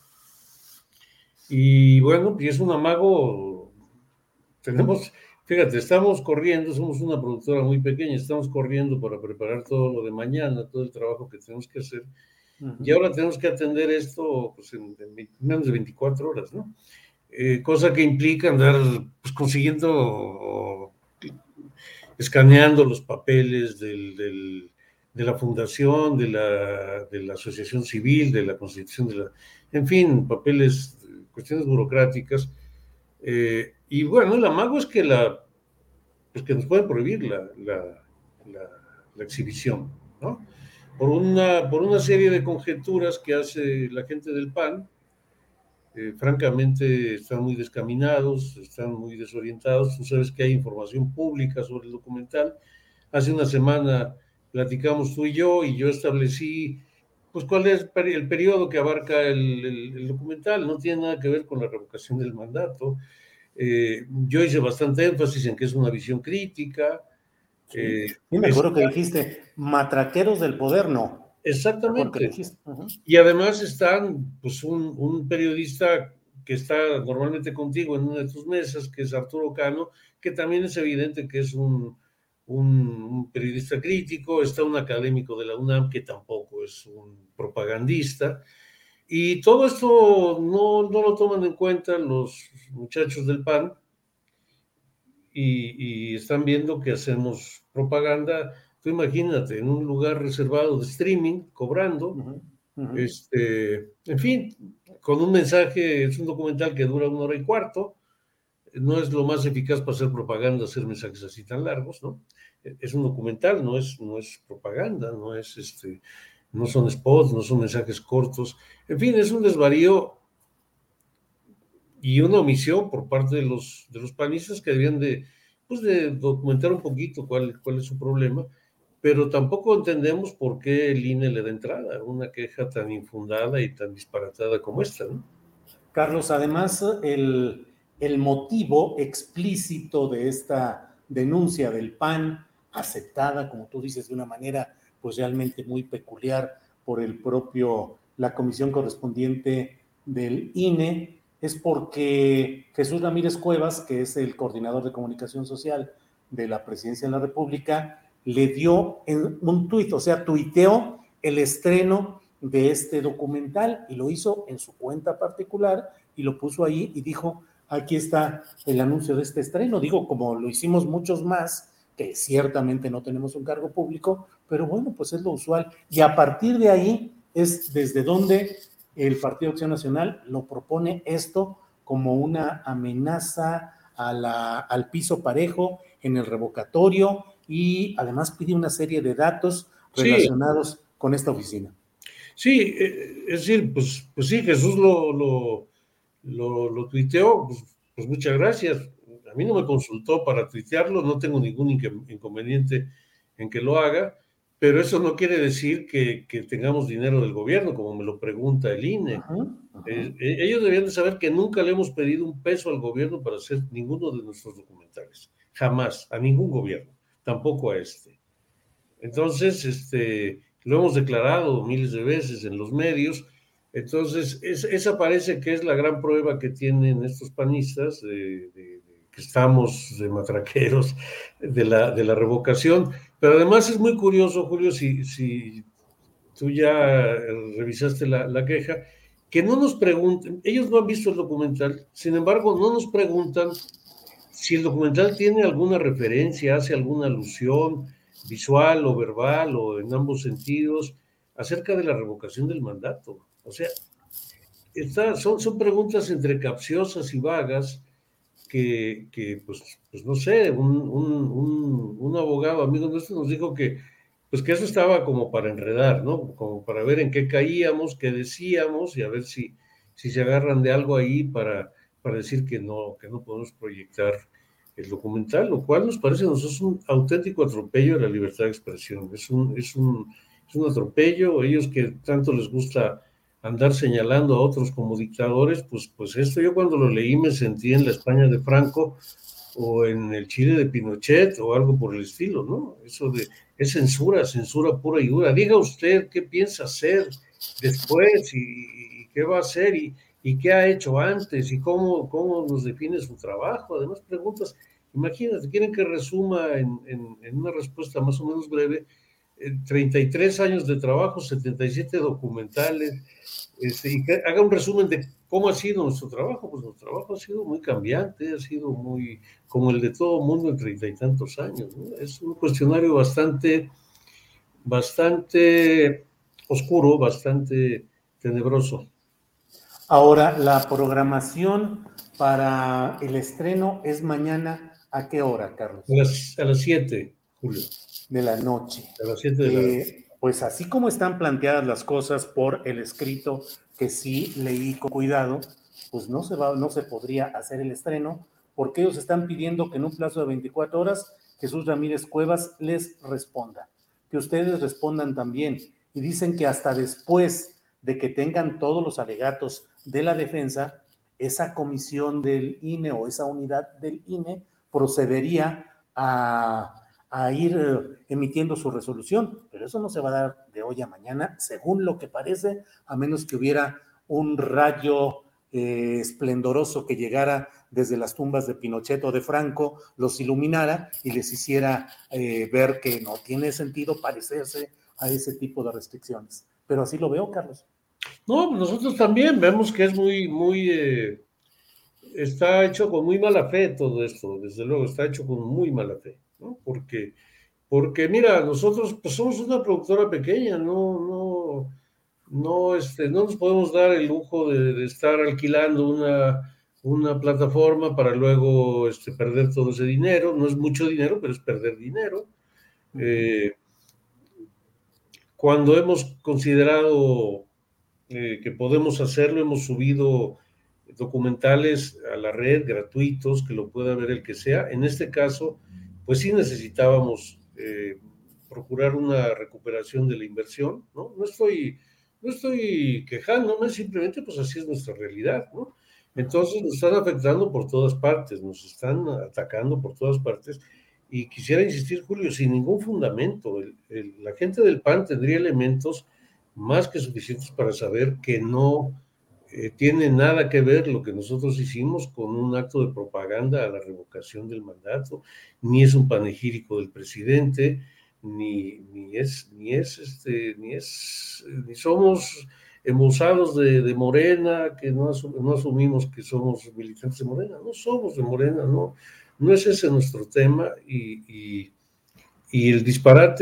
Y bueno, pues es un amago. Fíjate, estamos corriendo, somos una productora muy pequeña, estamos corriendo para preparar todo lo de mañana, todo el trabajo que tenemos que hacer. Y ahora tenemos que atender esto pues, en menos de 24 horas, ¿no? Cosa que implica andar pues, consiguiendo, escaneando los papeles de la fundación, de la asociación civil, de la constitución, en fin, papeles, cuestiones burocráticas. Y bueno, el amago es que nos pueden prohibir la exhibición, ¿no? Por una serie de conjeturas que hace la gente del PAN, francamente están muy descaminados, están muy desorientados. Tú sabes que hay información pública sobre el documental. Hace una semana platicamos tú y yo establecí pues cuál es el periodo que abarca el documental. No tiene nada que ver con la revocación del mandato. Yo hice bastante énfasis en que es una visión crítica. Sí, me acuerdo que dijiste, matraqueros del poder, no. Exactamente. Y además están, pues, un periodista que está normalmente contigo en una de tus mesas, que es Arturo Cano, que también es evidente que es un periodista crítico. Está un académico de la UNAM que tampoco es un propagandista. Y todo esto no lo toman en cuenta los muchachos del PAN y están viendo que hacemos propaganda. Tú imagínate, en un lugar reservado de streaming, cobrando, en fin, con un mensaje. Es un documental que dura 1 hora y cuarto. No es lo más eficaz para hacer propaganda, hacer mensajes así tan largos, ¿no? Es un documental, no es propaganda, no son spots, no son mensajes cortos. En fin, es un desvarío y una omisión por parte de los panistas, que debían de documentar un poquito cuál es su problema, pero tampoco entendemos por qué el INE le da entrada a una queja tan infundada y tan disparatada como esta, ¿no? Carlos, además, el motivo explícito de esta denuncia del PAN, aceptada, como tú dices, de una manera pues realmente muy peculiar por el propio la comisión correspondiente del INE es porque Jesús Ramírez Cuevas, que es el coordinador de comunicación social de la Presidencia de la República, le dio en un tuit, o sea, tuiteó el estreno de este documental y lo hizo en su cuenta particular y lo puso ahí y dijo, aquí está el anuncio de este estreno. Digo, como lo hicimos muchos más, que ciertamente no tenemos un cargo público, pero bueno, pues es lo usual. Y a partir de ahí es desde donde el Partido Acción Nacional lo propone esto como una amenaza al piso parejo en el revocatorio y además pide una serie de datos relacionados con esta oficina. Sí, es decir, pues sí, Jesús lo tuiteó, pues muchas gracias. A mí no me consultó para tuitearlo, no tengo ningún inconveniente en que lo haga, pero eso no quiere decir que tengamos dinero del gobierno, como me lo pregunta el INE. Ellos debían de saber que nunca le hemos pedido un peso al gobierno para hacer ninguno de nuestros documentales. Jamás, a ningún gobierno, tampoco a este. Entonces, lo hemos declarado miles de veces en los medios. Entonces, esa parece que es la gran prueba que tienen estos panistas, que estamos de matraqueros de la revocación. Pero además es muy curioso, Julio, si tú ya revisaste la queja, que no nos pregunten, ellos no han visto el documental, sin embargo, no nos preguntan si el documental tiene alguna referencia, hace alguna alusión visual o verbal o en ambos sentidos acerca de la revocación del mandato. O sea, son preguntas entre capciosas y vagas que pues no sé, un abogado amigo nuestro nos dijo que eso estaba como para enredar, ¿no? Como para ver en qué caíamos, qué decíamos y a ver si se agarran de algo ahí para decir que no podemos proyectar el documental, lo cual nos parece a nosotros un auténtico atropello de la libertad de expresión. Es un atropello. Ellos que tanto les gusta andar señalando a otros como dictadores, pues esto yo cuando lo leí me sentí en la España de Franco o en el Chile de Pinochet o algo por el estilo, ¿no? Eso es censura pura y dura. Diga usted qué piensa hacer después y qué va a hacer y qué ha hecho antes y cómo nos define su trabajo. Además, preguntas, imagínate, quieren que resuma en una respuesta más o menos breve 33 años de trabajo, 77 documentales, y que haga un resumen de cómo ha sido nuestro trabajo. Pues nuestro trabajo ha sido muy cambiante, ha sido muy como el de todo mundo en 30 y tantos años, ¿no? Es un cuestionario bastante oscuro, bastante tenebroso. Ahora, la programación para el estreno es mañana, ¿a qué hora, Carlos? A las 7, Julio. De la noche. A las 7 de la noche. Pues así como están planteadas las cosas por el escrito que sí leí con cuidado, pues no se podría hacer el estreno porque ellos están pidiendo que en un plazo de 24 horas Jesús Ramírez Cuevas les responda, que ustedes respondan también y dicen que hasta después de que tengan todos los alegatos de la defensa, esa comisión del INE o esa unidad del INE procedería a ir emitiendo su resolución, pero eso no se va a dar de hoy a mañana, según lo que parece, a menos que hubiera un rayo esplendoroso que llegara desde las tumbas de Pinochet o de Franco, los iluminara y les hiciera ver que no tiene sentido parecerse a ese tipo de restricciones. Pero así lo veo, Carlos. No, nosotros también vemos que es está hecho con muy mala fe todo esto, desde luego, está hecho con muy mala fe, ¿no? Porque mira, nosotros pues somos una productora pequeña, no nos podemos dar el lujo de estar alquilando una plataforma para luego perder todo ese dinero. No es mucho dinero, pero es perder dinero. Cuando hemos considerado que podemos hacerlo, hemos subido documentales a la red gratuitos, que lo pueda ver el que sea. En este caso, pues sí necesitábamos procurar una recuperación de la inversión, ¿no? No estoy quejándome, simplemente pues así es nuestra realidad, ¿no? Entonces nos están afectando por todas partes, nos están atacando por todas partes, y quisiera insistir, Julio, sin ningún fundamento. La gente del PAN tendría elementos más que suficientes para saber que no tiene nada que ver lo que nosotros hicimos con un acto de propaganda a la revocación del mandato, ni es un panegírico del presidente, ni somos embolsados de Morena, que no asumimos que somos militantes de Morena, no somos de Morena, no es ese nuestro tema, y el disparate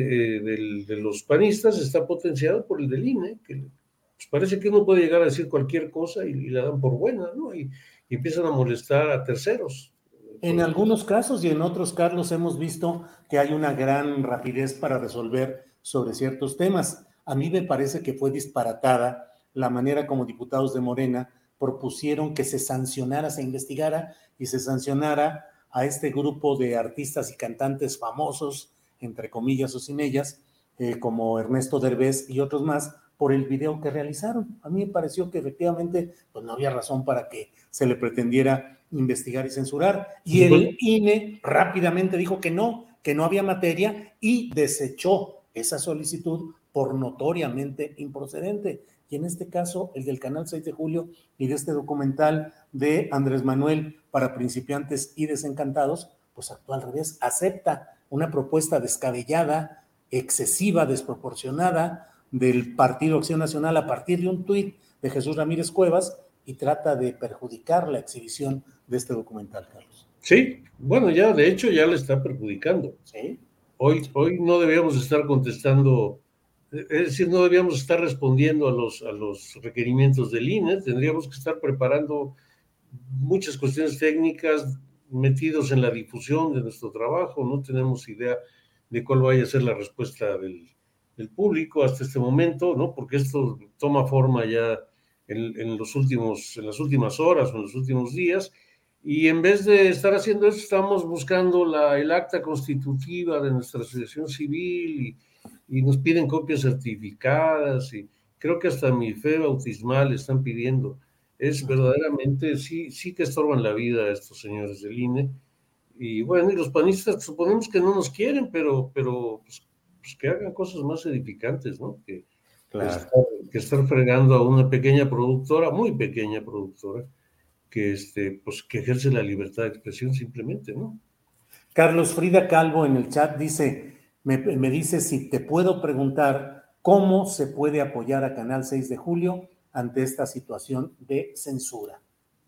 de los panistas está potenciado por el del INE, que pues parece que uno puede llegar a decir cualquier cosa y la dan por buena, ¿no? Y empiezan a molestar a terceros. En algunos casos y en otros, Carlos, hemos visto que hay una gran rapidez para resolver sobre ciertos temas. A mí me parece que fue disparatada la manera como diputados de Morena propusieron que se sancionara, se investigara y se sancionara a este grupo de artistas y cantantes famosos, entre comillas o sin ellas, como Ernesto Derbez y otros más, por el video que realizaron. A mí me pareció que efectivamente pues no había razón para que se le pretendiera investigar y censurar. Y el INE rápidamente dijo que no había materia y desechó esa solicitud por notoriamente improcedente. Y en este caso, el del Canal 6 de Julio y de este documental de Andrés Manuel para principiantes y desencantados, pues actúa al revés, acepta una propuesta descabellada, excesiva, desproporcionada del Partido Acción Nacional a partir de un tuit de Jesús Ramírez Cuevas y trata de perjudicar la exhibición de este documental, Carlos. Sí, bueno, ya de hecho ya le está perjudicando. ¿Sí? Hoy no debíamos estar contestando, es decir, no debíamos estar respondiendo a los requerimientos del INE, tendríamos que estar preparando muchas cuestiones técnicas, metidos en la difusión de nuestro trabajo, no tenemos idea de cuál vaya a ser la respuesta del público hasta este momento, ¿no? Porque esto toma forma ya en las últimas horas o en los últimos días, y en vez de estar haciendo eso, estamos buscando el acta constitutiva de nuestra asociación civil y nos piden copias certificadas, y creo que hasta mi fe bautismal están pidiendo. Es verdaderamente, sí que estorban la vida a estos señores del INE. Y bueno, y los panistas suponemos que no nos quieren, pero pues que hagan cosas más edificantes, ¿no? Claro. Que estar fregando a una pequeña productora, muy pequeña productora, pues que ejerce la libertad de expresión simplemente, ¿no? Carlos Frida Calvo en el chat dice, me dice si te puedo preguntar cómo se puede apoyar a Canal 6 de Julio ante esta situación de censura.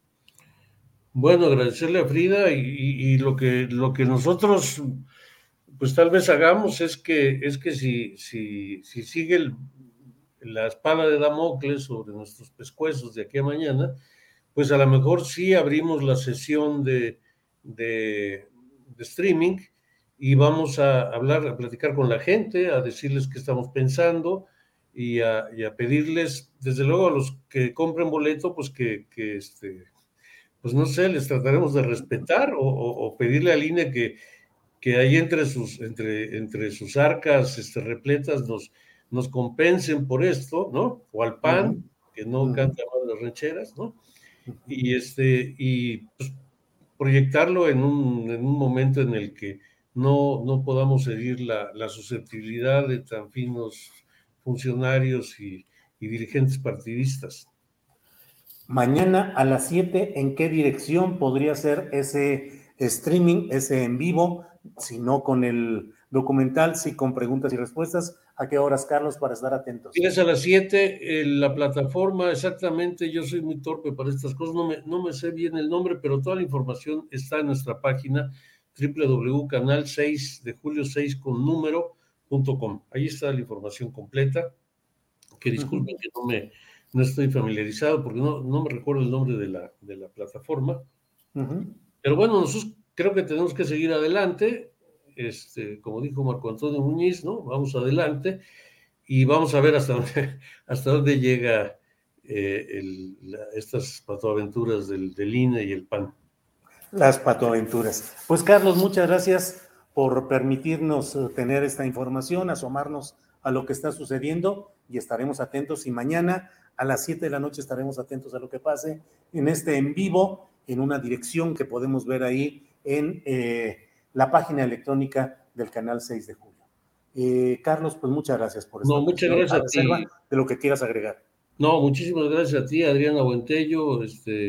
Bueno, agradecerle a Frida y lo que nosotros pues tal vez hagamos es que si sigue la espada de Damocles sobre nuestros pescuezos de aquí a mañana, pues a lo mejor sí abrimos la sesión de streaming y vamos a platicar con la gente, a decirles qué estamos pensando y a pedirles, desde luego a los que compren boleto, pues pues no sé, les trataremos de respetar o pedirle al INE que ahí entre sus arcas repletas nos compensen por esto, ¿no? O al PAN, que no canta mal las rancheras, ¿no? Y pues proyectarlo en un momento en el que no podamos herir la susceptibilidad de tan finos funcionarios y dirigentes partidistas. Mañana a las 7, ¿en qué dirección podría ser ese streaming, ese en vivo? Si no con el documental, si con preguntas y respuestas. ¿A qué horas, Carlos, para estar atentos? Es a las 7, la plataforma, exactamente, yo soy muy torpe para estas cosas, no me sé bien el nombre, pero toda la información está en nuestra página www.canal6dejulio6con número.com. Ahí está la información completa, que disculpen que no estoy familiarizado porque no me recuerdo el nombre de la plataforma. Pero bueno, nosotros creo que tenemos que seguir adelante, como dijo Marco Antonio Muñiz, ¿no? Vamos adelante y vamos a ver hasta dónde llega estas patoaventuras del INE y el PAN. Las patoaventuras. Pues Carlos, muchas gracias por permitirnos tener esta información, asomarnos a lo que está sucediendo y estaremos atentos, y mañana a las 7 de la noche estaremos atentos a lo que pase en este en vivo, en una dirección que podemos ver ahí en la página electrónica del Canal 6 de Julio. Carlos, pues muchas gracias por esta muchas gracias a ti. De lo que quieras agregar. No, muchísimas gracias a ti, Adriana Buentello.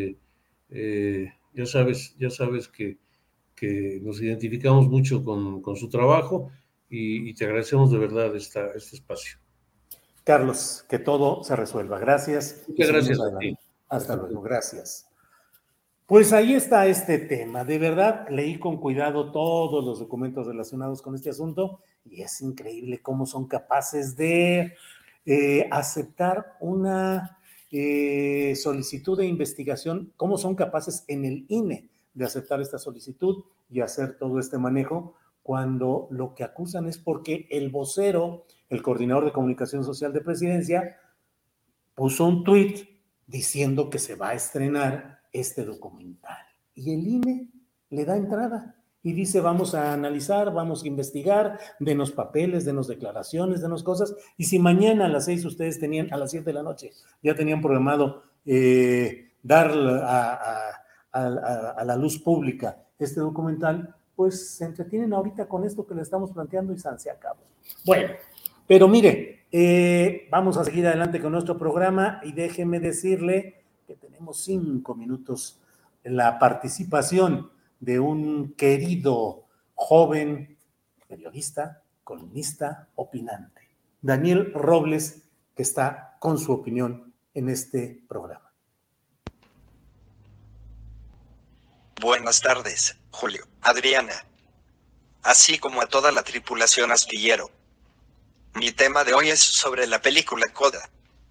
Ya sabes que nos identificamos mucho con su trabajo y te agradecemos de verdad este espacio. Carlos, que todo se resuelva. Gracias. Muchas gracias a ti. Hasta luego, gracias. Pues ahí está este tema. De verdad, leí con cuidado todos los documentos relacionados con este asunto y es increíble cómo son capaces de aceptar una solicitud de investigación, cómo son capaces en el INE de aceptar esta solicitud y hacer todo este manejo, cuando lo que acusan es porque el vocero, el coordinador de comunicación social de Presidencia, puso un tuit diciendo que se va a estrenar este documental. Y el INE le da entrada y dice, vamos a analizar, vamos a investigar, denos papeles, denos declaraciones, denos cosas. Y si mañana a las 6 ustedes tenían, a las 7 de la noche, ya tenían programado dar a la luz pública este documental, pues se entretienen ahorita con esto que le estamos planteando y se acabó. Bueno, pero mire, vamos a seguir adelante con nuestro programa y déjeme decirle que tenemos 5 minutos en la participación de un querido joven periodista, columnista, opinante, Daniel Robles, que está con su opinión en este programa. Buenas tardes, Julio, Adriana, así como a toda la tripulación astillero. Mi tema de hoy es sobre la película Coda.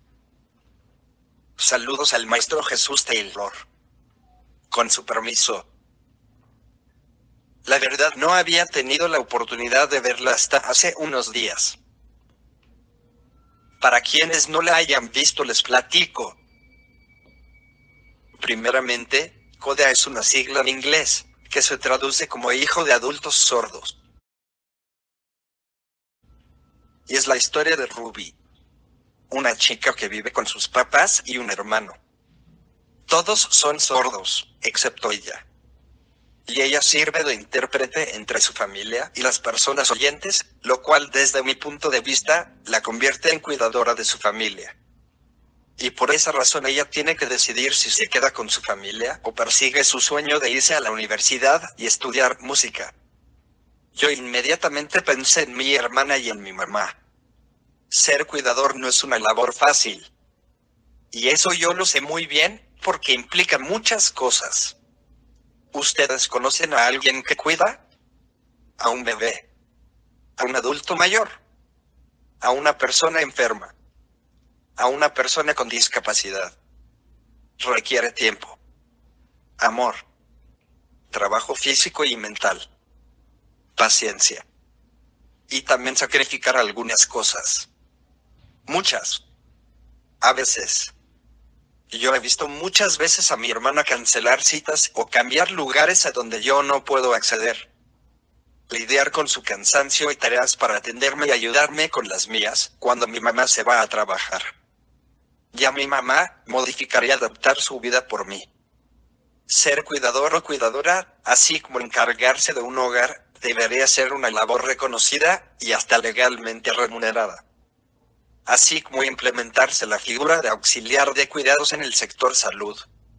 Saludos al maestro Jesús Taylor. Con su permiso. La verdad no había tenido la oportunidad de verla hasta hace unos días. Para quienes no la hayan visto les platico. Primeramente, Coda es una sigla en inglés, que se traduce como hijo de adultos sordos. Y es la historia de Ruby, una chica que vive con sus papás y un hermano. Todos son sordos, excepto ella. Y ella sirve de intérprete entre su familia y las personas oyentes, lo cual desde mi punto de vista, la convierte en cuidadora de su familia. Y por esa razón ella tiene que decidir si se queda con su familia o persigue su sueño de irse a la universidad y estudiar música. Yo inmediatamente pensé en mi hermana y en mi mamá. Ser cuidador no es una labor fácil. Y eso yo lo sé muy bien, porque implica muchas cosas. ¿Ustedes conocen a alguien que cuida? A un bebé. A un adulto mayor. A una persona enferma. A una persona con discapacidad. Requiere tiempo. Amor. Trabajo físico y mental. Paciencia. Y también sacrificar algunas cosas. Muchas. A veces. Yo he visto muchas veces a mi hermana cancelar citas o cambiar lugares a donde yo no puedo acceder. Lidiar con su cansancio y tareas para atenderme y ayudarme con las mías cuando mi mamá se va a trabajar. Ya mi mamá modificar y adaptar su vida por mí. Ser cuidador o cuidadora, así como encargarse de un hogar, debería ser una labor reconocida y hasta legalmente remunerada. Así como implementarse la figura de auxiliar de cuidados en el sector salud.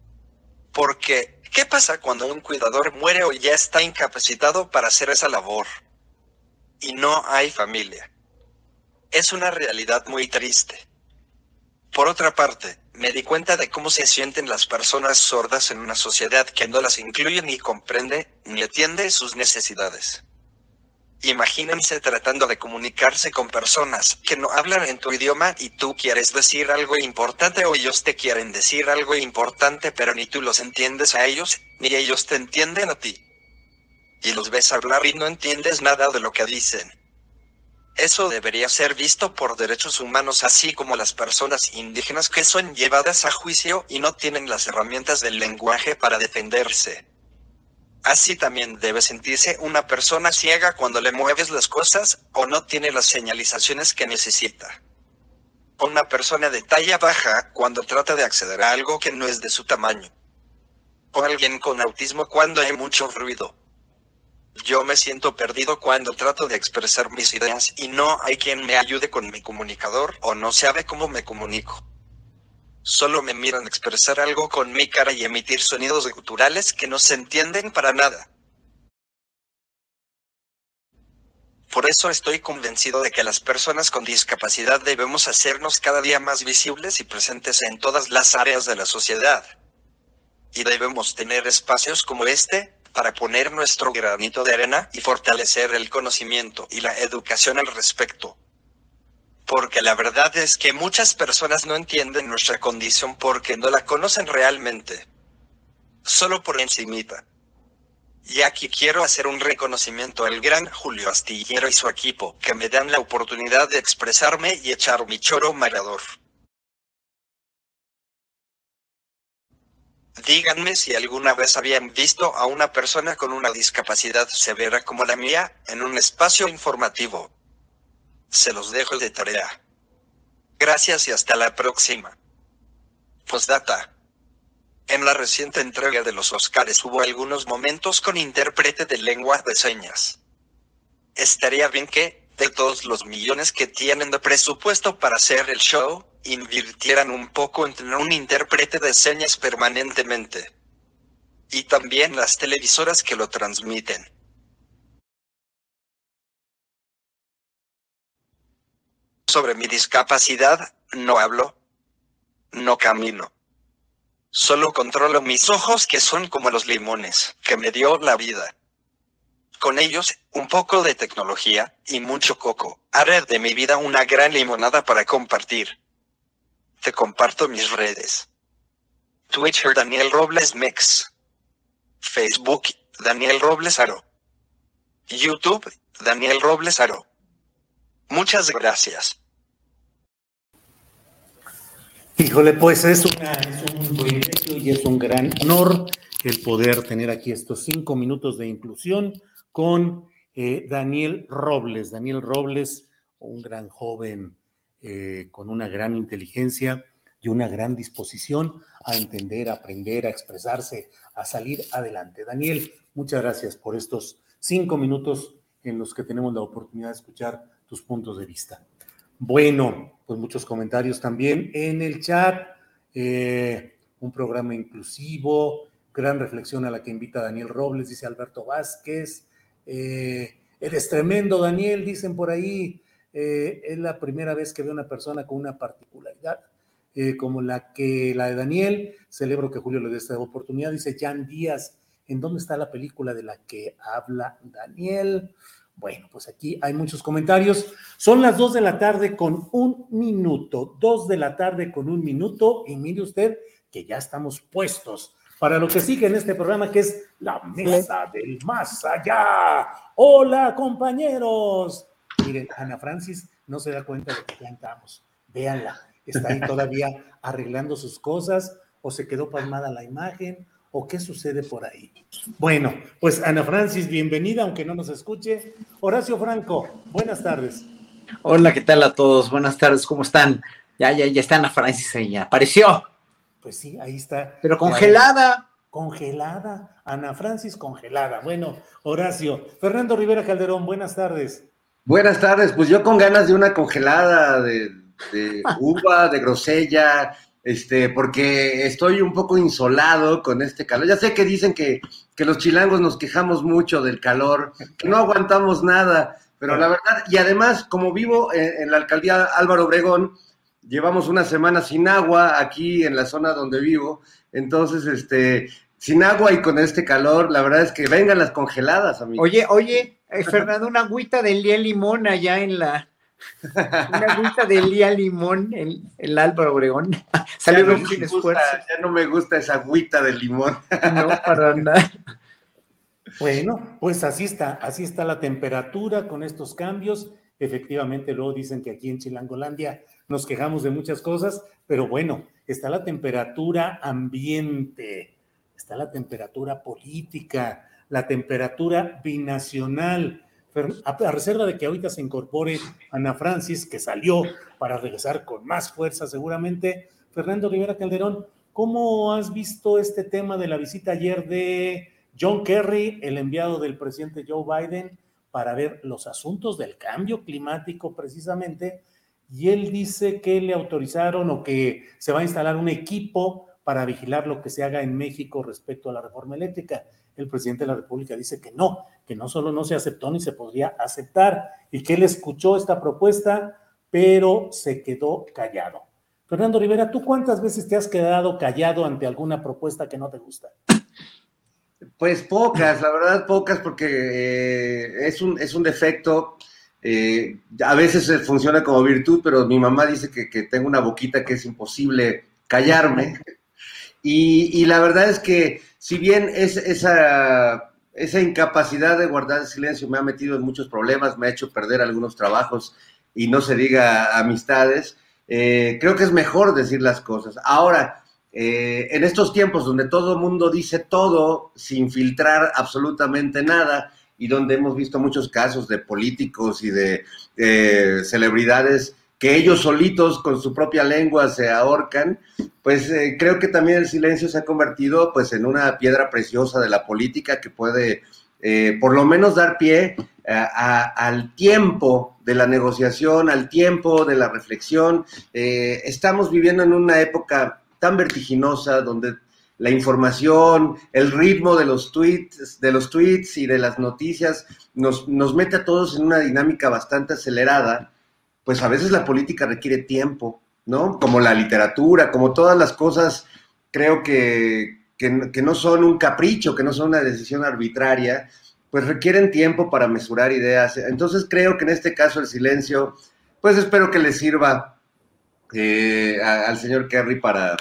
Porque, ¿qué pasa cuando un cuidador muere o ya está incapacitado para hacer esa labor? Y no hay familia. Es una realidad muy triste. Por otra parte, me di cuenta de cómo se sienten las personas sordas en una sociedad que no las incluye ni comprende, ni atiende sus necesidades. Imagínense tratando de comunicarse con personas que no hablan en tu idioma y tú quieres decir algo importante o ellos te quieren decir algo importante pero ni tú los entiendes a ellos, ni ellos te entienden a ti. Y los ves hablar y no entiendes nada de lo que dicen. Eso debería ser visto por derechos humanos así como las personas indígenas que son llevadas a juicio y no tienen las herramientas del lenguaje para defenderse. Así también debe sentirse una persona ciega cuando le mueves las cosas, o no tiene las señalizaciones que necesita. O una persona de talla baja cuando trata de acceder a algo que no es de su tamaño. O alguien con autismo cuando hay mucho ruido. Yo me siento perdido cuando trato de expresar mis ideas y no hay quien me ayude con mi comunicador o no sabe cómo me comunico. Solo me miran expresar algo con mi cara y emitir sonidos guturales que no se entienden para nada. Por eso estoy convencido de que las personas con discapacidad debemos hacernos cada día más visibles y presentes en todas las áreas de la sociedad. Y debemos tener espacios como este, para poner nuestro granito de arena y fortalecer el conocimiento y la educación al respecto. Porque la verdad es que muchas personas no entienden nuestra condición porque no la conocen realmente. Solo por encimita. Y aquí quiero hacer un reconocimiento al gran Julio Astillero y su equipo, que me dan la oportunidad de expresarme y echar mi choro mareador. Díganme si alguna vez habían visto a una persona con una discapacidad severa como la mía, en un espacio informativo. Se los dejo de tarea. Gracias y hasta la próxima. Postdata. En la reciente entrega de los Óscares hubo algunos momentos con intérprete de lengua de señas. Estaría bien que, de todos los millones que tienen de presupuesto para hacer el show, invirtieran un poco en tener un intérprete de señas permanentemente. Y también las televisoras que lo transmiten. Sobre mi discapacidad, no hablo. No camino. Solo controlo mis ojos que son como los limones, que me dio la vida. Con ellos, un poco de tecnología, y mucho coco, haré de mi vida una gran limonada para compartir. Te comparto mis redes. Twitter Daniel Robles Mix. Facebook Daniel Robles Aro. YouTube Daniel Robles Aro. Muchas gracias. Híjole, pues es un privilegio y es un gran honor el poder tener aquí estos 5 minutos de inclusión con Daniel Robles. Daniel Robles, un gran joven con una gran inteligencia y una gran disposición a entender, a aprender, a expresarse, a salir adelante. Daniel, muchas gracias por estos 5 minutos en los que tenemos la oportunidad de escuchar tus puntos de vista. Bueno, pues muchos comentarios también en el chat. Un programa inclusivo, gran reflexión a la que invita Daniel Robles, dice Alberto Vázquez. Eres tremendo, Daniel, dicen por ahí. Es la primera vez que veo una persona con una particularidad como la de Daniel. Celebro que Julio le dé esta oportunidad. Dice Jan Díaz, ¿en dónde está la película de la que habla Daniel? Bueno, pues aquí hay muchos comentarios. Son las 2 de la tarde con 1 minuto. 2 de la tarde con 1 minuto. Y mire usted que ya estamos puestos para lo que sigue en este programa, que es la mesa del más allá. Hola, compañeros. Miren, Ana Francis no se da cuenta de que ya entramos. Véanla, está ahí todavía arreglando sus cosas, o se quedó pasmada la imagen, o qué sucede por ahí. Bueno, pues Ana Francis, bienvenida, aunque no nos escuche. Horacio Franco, buenas tardes. Hola, ¿qué tal a todos? Buenas tardes, ¿cómo están? Ya está Ana Francis ahí, ya apareció. Pues sí, ahí está. Pero congelada. Congelada, Ana Francis congelada. Bueno, Horacio. Fernando Rivera Calderón, buenas tardes. Buenas tardes, pues yo con ganas de una congelada de uva, de grosella, porque estoy un poco insolado con este calor. Ya sé que dicen que los chilangos nos quejamos mucho del calor, que no aguantamos nada, pero la verdad, y además, como vivo en la alcaldía Álvaro Obregón, llevamos una semana sin agua aquí en la zona donde vivo, entonces, sin agua y con este calor, la verdad es que vengan las congeladas, amigos. Oye, Fernando, una agüita de Lía Limón allá en la... Una agüita de Lía Limón en el Álvaro Obregón. Saludos sin esfuerzo. Ya no me gusta esa agüita de limón. No, para nada. Bueno, pues así está la temperatura con estos cambios. Efectivamente, luego dicen que aquí en Chilangolandia nos quejamos de muchas cosas, pero bueno, está la temperatura ambiente, está la temperatura política, la temperatura binacional. A reserva de que ahorita se incorpore Ana Francis, que salió para regresar con más fuerza seguramente. Fernando Rivera Calderón, ¿cómo has visto este tema de la visita ayer de John Kerry, el enviado del presidente Joe Biden para ver los asuntos del cambio climático precisamente, y él dice que le autorizaron o que se va a instalar un equipo para vigilar lo que se haga en México respecto a la reforma eléctrica. El presidente de la República dice que no solo no se aceptó ni se podría aceptar, y que él escuchó esta propuesta, pero se quedó callado. Fernando Rivera, ¿tú cuántas veces te has quedado callado ante alguna propuesta que no te gusta? Pues pocas, la verdad pocas, porque es un defecto. A veces funciona como virtud, pero mi mamá dice que tengo una boquita que es imposible callarme. Y la verdad es que si bien esa incapacidad de guardar silencio me ha metido en muchos problemas, me ha hecho perder algunos trabajos y no se diga amistades, creo que es mejor decir las cosas. Ahora, en estos tiempos donde todo el mundo dice todo sin filtrar absolutamente nada, y donde hemos visto muchos casos de políticos y de celebridades que ellos solitos con su propia lengua se ahorcan, pues creo que también el silencio se ha convertido pues en una piedra preciosa de la política que puede por lo menos dar pie al tiempo de la negociación, al tiempo de la reflexión. Estamos viviendo en una época tan vertiginosa donde la información, el ritmo de los tweets y de las noticias nos mete a todos en una dinámica bastante acelerada. Pues a veces la política requiere tiempo, ¿no? Como la literatura, como todas las cosas, creo que no son un capricho, que no son una decisión arbitraria, pues requieren tiempo para mesurar ideas. Entonces creo que en este caso el silencio, pues espero que le sirva al señor Kerry para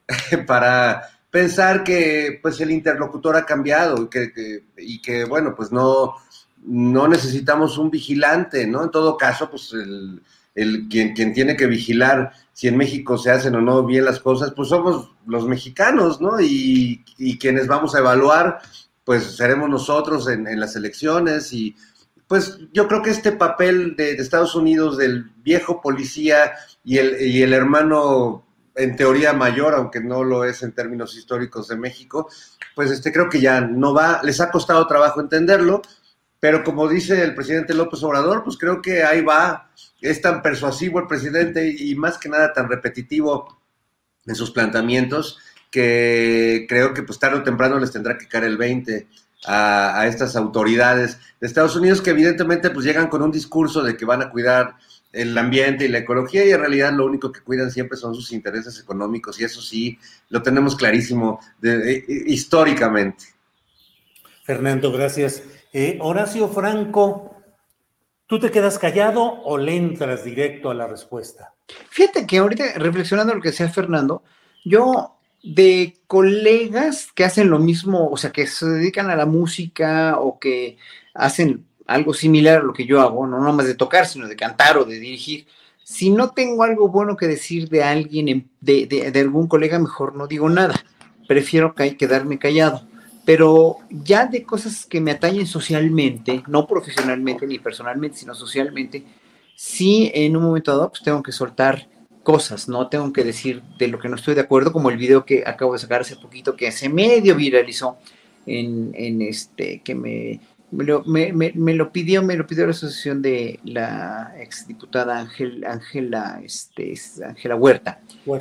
pensar que pues el interlocutor ha cambiado y que bueno, pues no necesitamos un vigilante, ¿no? En todo caso, pues quien tiene que vigilar si en México se hacen o no bien las cosas, pues somos los mexicanos, ¿no? Y quienes vamos a evaluar, pues seremos nosotros en las elecciones. Y pues yo creo que este papel de Estados Unidos, del viejo policía y el hermano en teoría mayor, aunque no lo es en términos históricos de México, pues creo que ya no va, les ha costado trabajo entenderlo, pero como dice el presidente López Obrador, pues creo que ahí va, es tan persuasivo el presidente y más que nada tan repetitivo en sus planteamientos, que creo que pues tarde o temprano les tendrá que caer el 20 a estas autoridades de Estados Unidos, que evidentemente pues llegan con un discurso de que van a cuidar el ambiente y la ecología, y en realidad lo único que cuidan siempre son sus intereses económicos, y eso sí lo tenemos clarísimo históricamente. Fernando, gracias. Horacio Franco, ¿tú te quedas callado o le entras directo a la respuesta? Fíjate que ahorita, reflexionando lo que decía Fernando, yo de colegas que hacen lo mismo, o sea, que se dedican a la música o que hacen algo similar a lo que yo hago, no más de tocar, sino de cantar o de dirigir, si no tengo algo bueno que decir de alguien, de algún colega, mejor no digo nada, prefiero quedarme callado. Pero ya de cosas que me atañen socialmente, no profesionalmente ni personalmente, sino socialmente, sí en un momento dado pues tengo que soltar cosas, ¿no? Tengo que decir de lo que no estoy de acuerdo, como el video que acabo de sacar hace poquito, que se medio viralizó que me lo pidió la asociación de la exdiputada Ángela Huerta.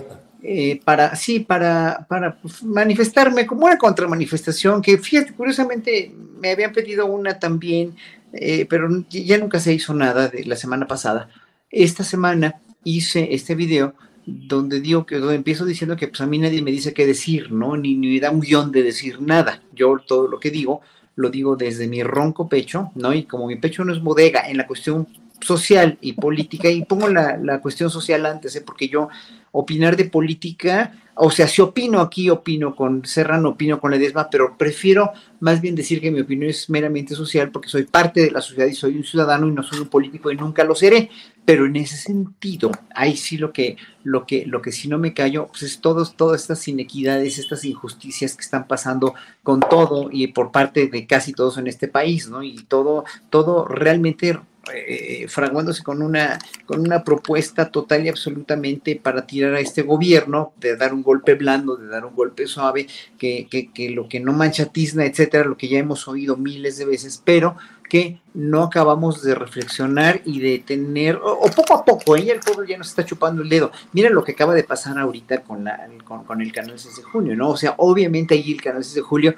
Para manifestarme como una contramanifestación, que fíjate, curiosamente me habían pedido una también, pero ya nunca se hizo nada de la semana pasada. Esta semana hice este video donde empiezo diciendo que pues a mí nadie me dice qué decir, ¿no? Ni me da un guión de decir nada. Yo todo lo que digo, lo digo desde mi ronco pecho, ¿no? Y como mi pecho no es bodega en la cuestión social y política, y pongo la cuestión social antes, porque yo opinar de política, o sea, si opino aquí, opino con Serrano, opino con Ledesma, pero prefiero más bien decir que mi opinión es meramente social, porque soy parte de la sociedad y soy un ciudadano y no soy un político y nunca lo seré. Pero en ese sentido, ahí sí lo que sí no me callo, pues es todas estas inequidades, estas injusticias que están pasando con todo y por parte de casi todos en este país, ¿no? Y todo realmente fraguándose con una propuesta total y absolutamente para tirar a este gobierno, de dar un golpe blando, de dar un golpe suave, que lo que no mancha tizna, etcétera, lo que ya hemos oído miles de veces, pero que no acabamos de reflexionar y de tener, o poco a poco, el pueblo ya nos está chupando el dedo. Mira lo que acaba de pasar ahorita con el canal 6 de junio, ¿no? O sea, obviamente ahí el canal 6 de julio,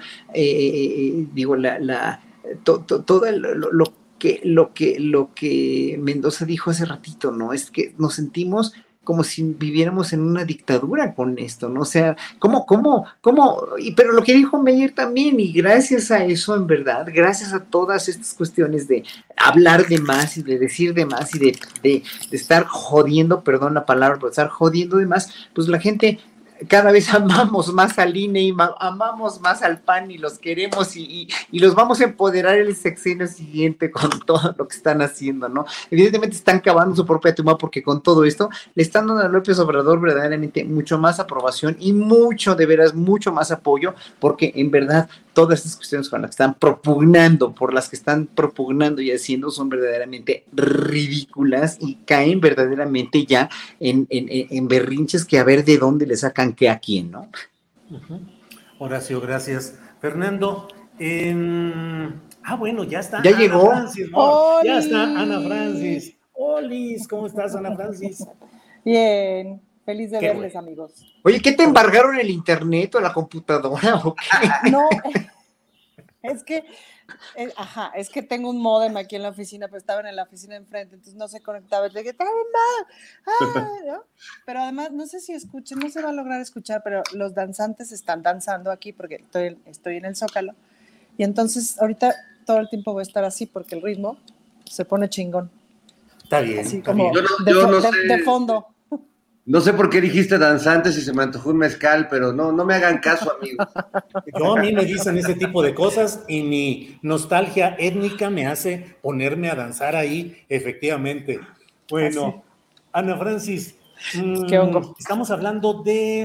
todo lo que Mendoza dijo hace ratito, ¿no? Es que nos sentimos como si viviéramos en una dictadura con esto, ¿no? O sea, pero lo que dijo Meyer también, y gracias a eso, en verdad, gracias a todas estas cuestiones de hablar de más y de decir de más y de estar jodiendo, perdón la palabra, pero estar jodiendo de más, pues la gente cada vez amamos más al INE y amamos más al PAN y los queremos y los vamos a empoderar el sexenio siguiente con todo lo que están haciendo, ¿no? Evidentemente están cavando su propia tumba porque con todo esto le están dando a López Obrador verdaderamente mucho más aprobación y mucho, de veras, mucho más apoyo, porque en verdad todas estas cuestiones con las que están propugnando, por las que están propugnando y haciendo son verdaderamente ridículas y caen verdaderamente ya en berrinches que a ver de dónde le sacan qué a quién, ¿no? Horacio, gracias. Fernando, bueno, ya está. Ya llegó. Francis, ¿no? Ya está Ana Francis. Olis, ¿cómo estás, Ana Francis? Bien, feliz de verles, amigos. Oye, ¿qué te embargaron el internet o la computadora o qué? No, es que tengo un módem aquí en la oficina, pero estaban en la oficina enfrente, entonces no se conectaba. Dije, ¿no? Pero además, no sé si escuchen, no se va a lograr escuchar, pero los danzantes están danzando aquí porque estoy en el Zócalo. Y entonces ahorita todo el tiempo voy a estar así porque el ritmo se pone chingón. Está bien. Así está como bien. de fondo. No sé por qué dijiste danzantes y se me antojó un mezcal, pero no me hagan caso, amigos. A mí me dicen ese tipo de cosas y mi nostalgia étnica me hace ponerme a danzar ahí, efectivamente. Bueno, así. Ana Francis, ¿qué hongo? Estamos hablando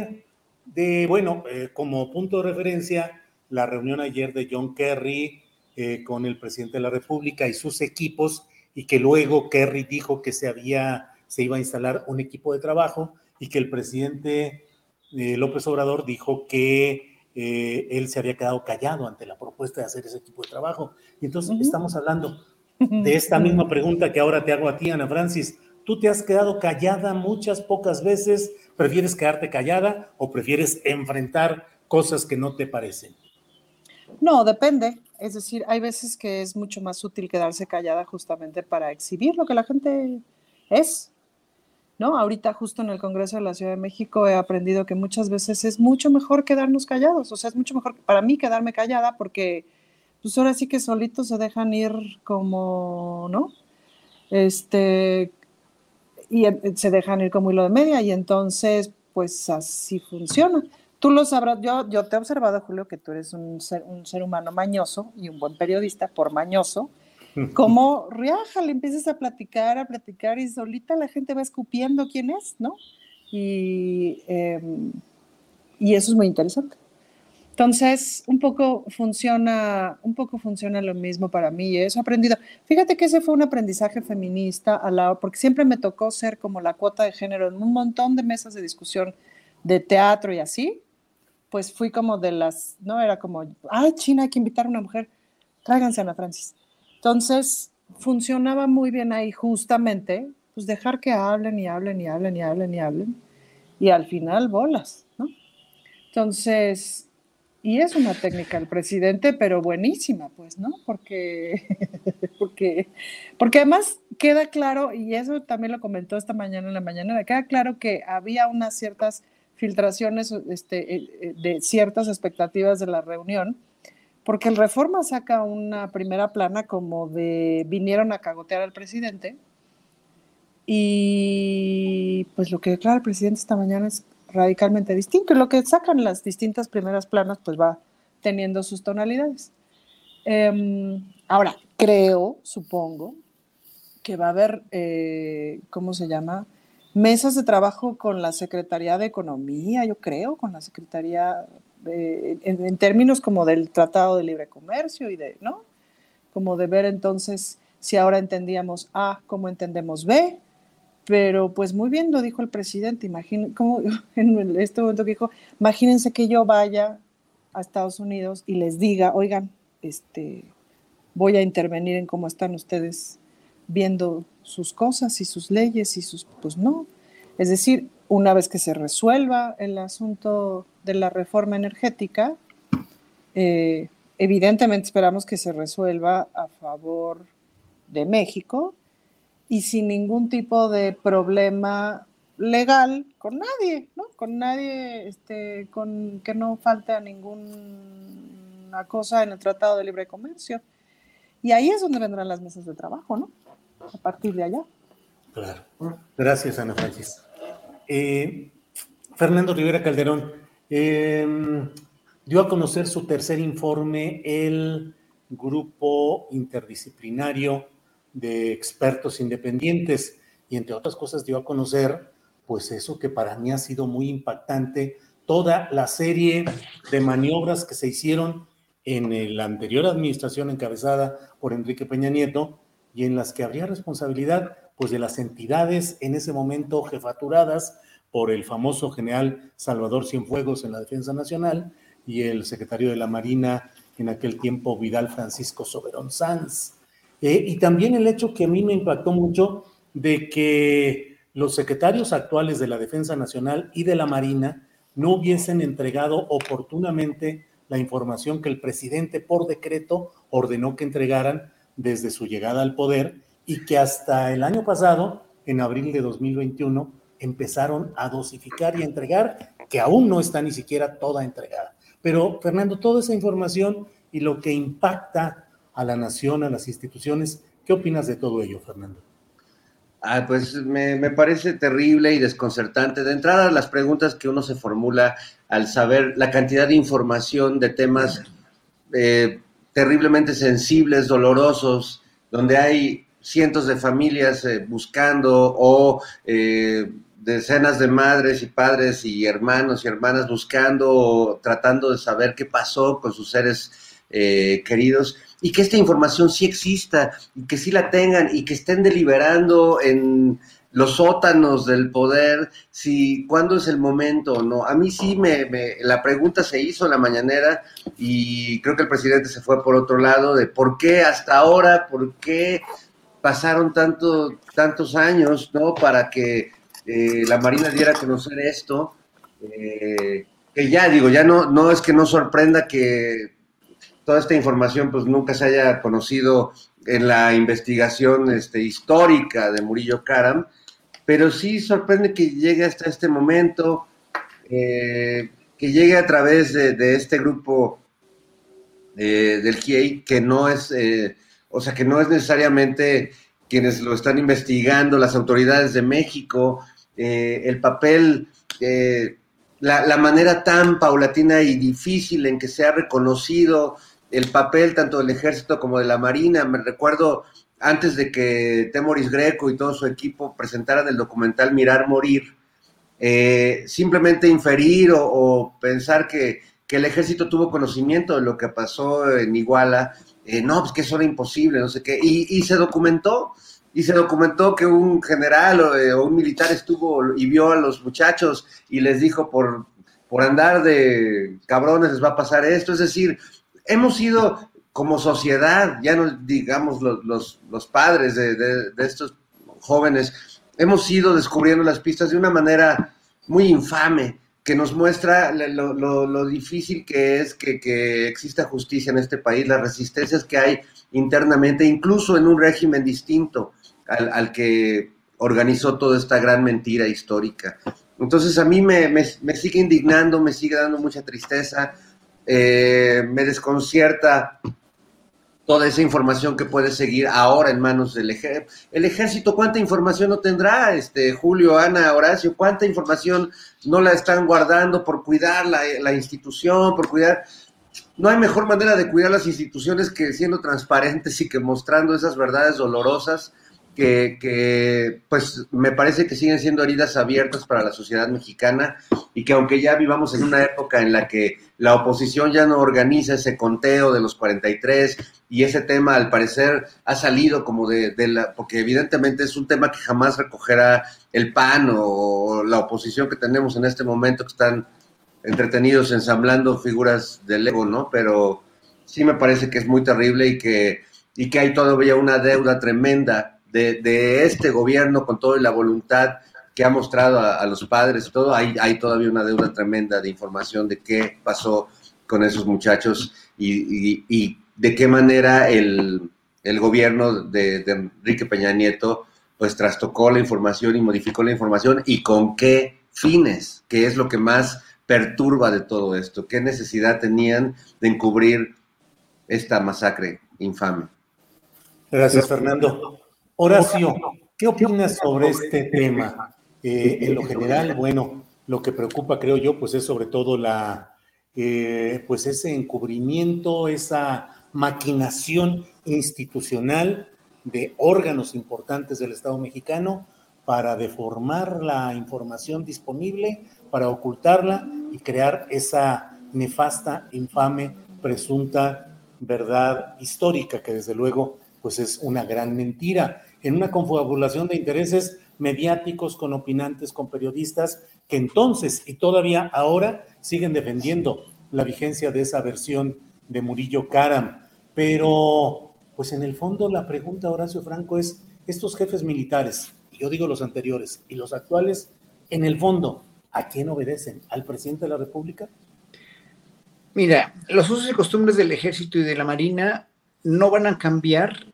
como punto de referencia, la reunión ayer de John Kerry con el presidente de la República y sus equipos, y que luego Kerry dijo que se iba a instalar un equipo de trabajo y que el presidente López Obrador dijo que él se había quedado callado ante la propuesta de hacer ese equipo de trabajo. Y entonces estamos hablando de esta misma pregunta que ahora te hago a ti, Ana Francis. ¿Tú te has quedado callada pocas veces? ¿Prefieres quedarte callada o prefieres enfrentar cosas que no te parecen? No, depende. Es decir, hay veces que es mucho más útil quedarse callada justamente para exhibir lo que la gente es, ¿no? Ahorita justo en el Congreso de la Ciudad de México he aprendido que muchas veces es mucho mejor quedarnos callados, o sea, es mucho mejor para mí quedarme callada porque pues ahora sí que solitos se dejan ir como, ¿no? Y se dejan ir como hilo de media y entonces pues así funciona. Tú lo sabrás, yo te he observado, Julio, que tú eres un ser humano mañoso y un buen periodista por mañoso. Como riaja, le empiezas a platicar y solita la gente va escupiendo quién es, ¿no? Y eso es muy interesante. Entonces, un poco funciona lo mismo para mí y eso he aprendido. Fíjate que ese fue un aprendizaje feminista porque siempre me tocó ser como la cuota de género en un montón de mesas de discusión de teatro y así. Pues fui como ¿no? Era como, China, hay que invitar a una mujer, tráiganse a Ana Francis. Entonces, funcionaba muy bien ahí justamente, pues dejar que hablen y al final bolas, ¿no? Entonces, y es una técnica del presidente, pero buenísima, pues, ¿no? Porque además queda claro, y eso también lo comentó esta mañana en la mañana, queda claro que había unas ciertas filtraciones de ciertas expectativas de la reunión, porque el Reforma saca una primera plana como de vinieron a cagotear al presidente y pues lo que declara el presidente esta mañana es radicalmente distinto y lo que sacan las distintas primeras planas pues va teniendo sus tonalidades. Ahora, supongo que va a haber, ¿cómo se llama?, mesas de trabajo con la Secretaría de Economía, yo creo, con la Secretaría, en términos como del Tratado de Libre Comercio y ¿no? Como de ver entonces si ahora entendíamos A, ¿cómo entendemos B? Pero pues muy bien lo dijo el presidente, como en este momento que dijo, imagínense que yo vaya a Estados Unidos y les diga, oigan, voy a intervenir en cómo están ustedes viendo sus cosas y sus leyes pues no. Es decir, una vez que se resuelva el asunto de la reforma energética, evidentemente esperamos que se resuelva a favor de México y sin ningún tipo de problema legal con nadie, ¿no? Con nadie, con que no falte a ninguna cosa en el Tratado de Libre Comercio. Y ahí es donde vendrán las mesas de trabajo, ¿no? A partir de allá. Claro. Gracias, Ana Francis. Fernando Rivera Calderón, dio a conocer su tercer informe el grupo interdisciplinario de expertos independientes y entre otras cosas dio a conocer pues eso que para mí ha sido muy impactante, toda la serie de maniobras que se hicieron en la anterior administración encabezada por Enrique Peña Nieto y en las que habría responsabilidad pues de las entidades en ese momento jefaturadas por el famoso general Salvador Cienfuegos en la Defensa Nacional y el secretario de la Marina en aquel tiempo Vidal Francisco Soberón Sanz. Y también el hecho que a mí me impactó mucho de que los secretarios actuales de la Defensa Nacional y de la Marina no hubiesen entregado oportunamente la información que el presidente por decreto ordenó que entregaran desde su llegada al poder y que hasta el año pasado, en abril de 2021, empezaron a dosificar y a entregar, que aún no está ni siquiera toda entregada. Pero, Fernando, toda esa información y lo que impacta a la nación, a las instituciones, ¿qué opinas de todo ello, Fernando? Pues me parece terrible y desconcertante. De entrada, las preguntas que uno se formula al saber la cantidad de información de temas terriblemente sensibles, dolorosos, donde hay cientos de familias buscando o decenas de madres y padres y hermanos y hermanas buscando o tratando de saber qué pasó con sus seres queridos, y que esta información sí exista y que sí la tengan y que estén deliberando en los sótanos del poder, si cuándo es el momento o no. A mí sí la pregunta se hizo en la mañanera y creo que el presidente se fue por otro lado de por qué hasta ahora, por qué pasaron tantos años, ¿no? Para que la Marina diera a conocer esto, que ya digo, ya no es que no sorprenda que toda esta información pues nunca se haya conocido en la investigación histórica de Murillo Karam, pero sí sorprende que llegue hasta este momento, que llegue a través de este grupo del GIEI, que no es, que no es necesariamente quienes lo están investigando, las autoridades de México, el papel, la manera tan paulatina y difícil en que se ha reconocido el papel tanto del Ejército como de la Marina. Me recuerdo antes de que Temoris Greco y todo su equipo presentaran el documental Mirar Morir, simplemente inferir o pensar que el Ejército tuvo conocimiento de lo que pasó en Iguala, no, pues que eso era imposible, no sé qué, y se documentó que un general o un militar estuvo y vio a los muchachos y les dijo por andar de cabrones les va a pasar esto. Es decir, hemos sido como sociedad, ya no digamos los padres de estos jóvenes, hemos ido descubriendo las pistas de una manera muy infame, que nos muestra lo difícil que es que exista justicia en este país, las resistencias que hay internamente, incluso en un régimen distinto al que organizó toda esta gran mentira histórica. Entonces a mí me sigue indignando, me sigue dando mucha tristeza, me desconcierta toda esa información que puede seguir ahora en manos del ejército. El ejército, ¿cuánta información no tendrá? Julio, Ana, Horacio, ¿cuánta información no la están guardando por cuidar la institución, por cuidar? No hay mejor manera de cuidar las instituciones que siendo transparentes y que mostrando esas verdades dolorosas que pues me parece que siguen siendo heridas abiertas para la sociedad mexicana y que aunque ya vivamos en una época en la que la oposición ya no organiza ese conteo de los 43 y ese tema al parecer ha salido como porque evidentemente es un tema que jamás recogerá el PAN o la oposición que tenemos en este momento, que están entretenidos ensamblando figuras de Lego, ¿no? Pero sí me parece que es muy terrible y que hay todavía una deuda tremenda de este gobierno con toda la voluntad que ha mostrado a los padres y todo. Hay todavía una deuda tremenda de información de qué pasó con esos muchachos y de qué manera el gobierno de Enrique Peña Nieto pues trastocó la información y modificó la información y con qué fines, que es lo que más perturba de todo esto. ¿Qué necesidad tenían de encubrir esta masacre infame? Gracias, Fernando. Horacio, ¿qué opinas sobre este tema? En lo general, bueno, lo que preocupa, creo yo, pues es sobre todo pues ese encubrimiento, esa maquinación institucional de órganos importantes del Estado mexicano para deformar la información disponible, para ocultarla y crear esa nefasta, infame, presunta verdad histórica, que desde luego pues es una gran mentira, en una confabulación de intereses mediáticos con opinantes, con periodistas, que entonces y todavía ahora siguen defendiendo la vigencia de esa versión de Murillo Karam. Pero, pues en el fondo la pregunta, Horacio Franco, es, estos jefes militares, y yo digo los anteriores y los actuales, en el fondo, ¿a quién obedecen? ¿Al presidente de la República? Mira, los usos y costumbres del Ejército y de la Marina no van a cambiar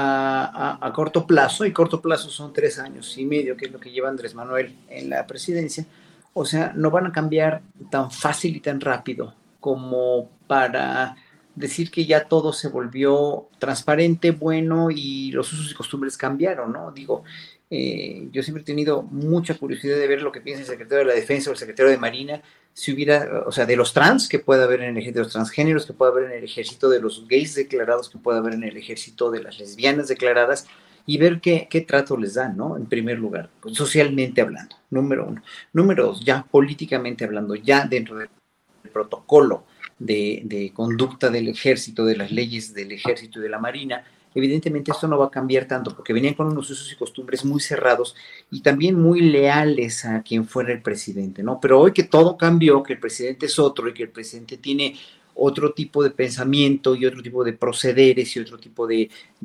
a corto plazo, y corto plazo son 3 años y medio, que es lo que lleva Andrés Manuel en la presidencia. O sea, no van a cambiar tan fácil y tan rápido como para decir que ya todo se volvió transparente, bueno, y los usos y costumbres cambiaron, ¿no? Digo, yo siempre he tenido mucha curiosidad de ver lo que piensa el secretario de la Defensa o el secretario de Marina, si hubiera, o sea, de los trans que puede haber en el ejército, de los transgéneros que puede haber en el ejército, de los gays declarados que puede haber en el ejército, de las lesbianas declaradas, y ver qué trato les dan, ¿no? En primer lugar, pues, socialmente hablando, número 1. Número 2, ya políticamente hablando, ya dentro del protocolo de conducta del ejército, de las leyes del ejército y de la Marina. Evidentemente esto no va a cambiar tanto porque venían con unos usos y costumbres muy cerrados y también muy leales a quien fuera el presidente, ¿no? Pero hoy que todo cambió, que el presidente es otro y que el presidente tiene otro tipo de pensamiento y otro tipo de procederes y otro tipo de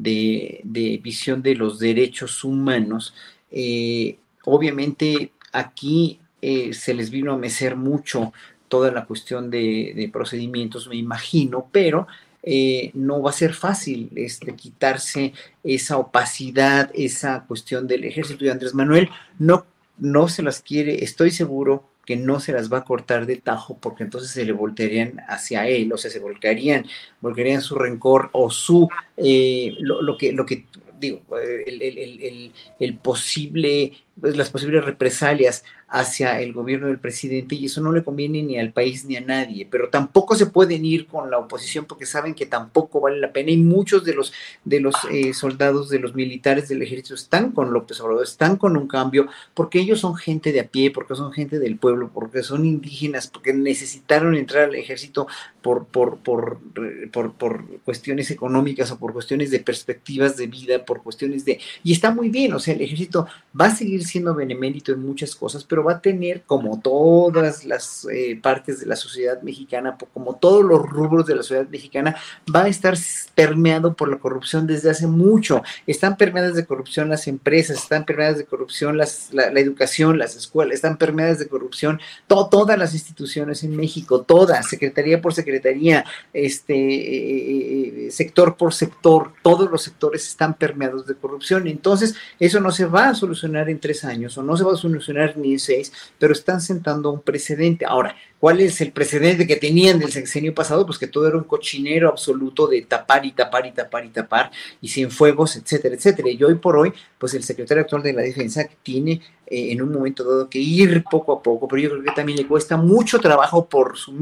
visión de los derechos humanos, obviamente aquí se les vino a mecer mucho toda la cuestión de procedimientos, me imagino, pero no va a ser fácil quitarse esa opacidad, esa cuestión del ejército de Andrés Manuel. No se las quiere, estoy seguro que no se las va a cortar de tajo, porque entonces se le voltearían hacia él, o sea, se volcarían su rencor o su, lo que digo, el posible, pues, las posibles represalias hacia el gobierno del presidente, y eso no le conviene ni al país ni a nadie, pero tampoco se pueden ir con la oposición porque saben que tampoco vale la pena, y muchos de los soldados, de los militares del ejército están con López Obrador, están con un cambio, porque ellos son gente de a pie, porque son gente del pueblo, porque son indígenas, porque necesitaron entrar al ejército por cuestiones económicas o por cuestiones de perspectivas de vida, por cuestiones y está muy bien, o sea, el ejército va a seguir siendo benemérito en muchas cosas, pero va a tener, como todas las partes de la sociedad mexicana, como todos los rubros de la sociedad mexicana, va a estar permeado por la corrupción desde hace mucho. Están permeadas de corrupción las empresas, están permeadas de corrupción la educación, las escuelas, están permeadas de corrupción todas las instituciones en México, todas, secretaría por secretaría, sector por sector, todos los sectores están permeados de corrupción. Entonces, eso no se va a solucionar en 3 años, o no se va a solucionar ni en 6, pero están sentando un precedente. Ahora, ¿Cuál es el precedente que tenían del sexenio pasado? Pues que todo era un cochinero absoluto de tapar y tapar y tapar y tapar, y Cienfuegos, etcétera, etcétera. Y hoy por hoy, pues el secretario actual de la Defensa tiene en un momento dado que ir poco a poco, pero yo creo que también le cuesta mucho trabajo por sus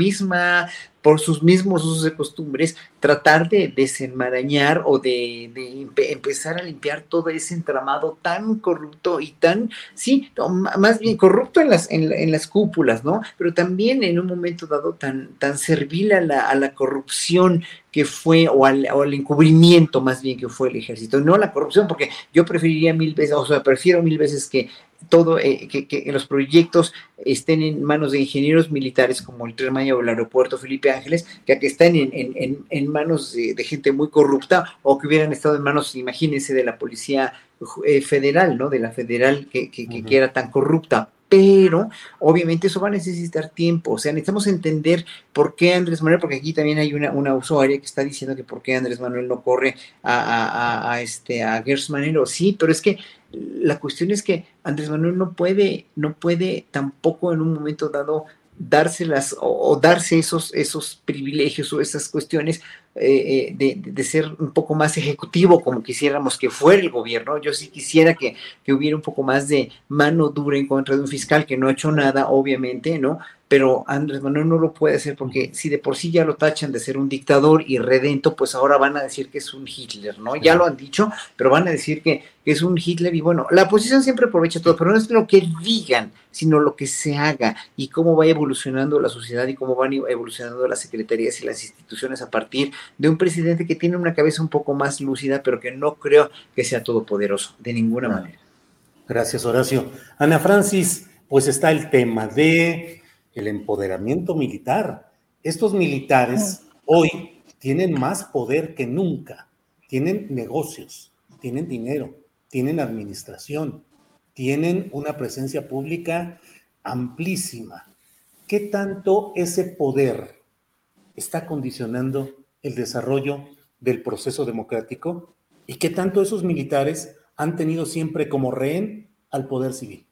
mismos usos y costumbres, tratar de desenmarañar o de empezar a limpiar todo ese entramado tan corrupto y tan, sí, más bien corrupto en las cúpulas, ¿no? Pero también en un momento dado tan servil a la corrupción que fue, o al encubrimiento más bien que fue el ejército, no la corrupción, porque yo preferiría prefiero mil veces que todo, que los proyectos estén en manos de ingenieros militares como el Tren Maya o el aeropuerto Felipe Ángeles, que estén en manos de gente muy corrupta, o que hubieran estado en manos, imagínense, de la policía federal, ¿no? De la federal que era tan corrupta. Pero obviamente eso va a necesitar tiempo. O sea, necesitamos entender por qué Andrés Manuel, porque aquí también hay una usuaria que está diciendo que por qué Andrés Manuel no corre a Gertz Manero. Sí, pero es que la cuestión es que Andrés Manuel no puede tampoco en un momento dado dárselas o darse esos privilegios o esas cuestiones de ser un poco más ejecutivo, como quisiéramos que fuera el gobierno. Yo sí quisiera que hubiera un poco más de mano dura en contra de un fiscal que no ha hecho nada, obviamente, ¿no? Pero Andrés Manuel no lo puede hacer, porque si de por sí ya lo tachan de ser un dictador irredento, pues ahora van a decir que es un Hitler, ¿no? Ya lo han dicho, pero van a decir que es un Hitler. Y bueno, la oposición siempre aprovecha todo, pero no es lo que digan, sino lo que se haga y cómo va evolucionando la sociedad y cómo van evolucionando las secretarías y las instituciones a partir de un presidente que tiene una cabeza un poco más lúcida, pero que no creo que sea todopoderoso, de ninguna manera. Gracias, Horacio. Ana Francis, pues está el tema de el empoderamiento militar. Estos militares hoy tienen más poder que nunca. Tienen negocios, tienen dinero, tienen administración, tienen una presencia pública amplísima. ¿Qué tanto ese poder está condicionando el desarrollo del proceso democrático? ¿Y qué tanto esos militares han tenido siempre como rehén al poder civil?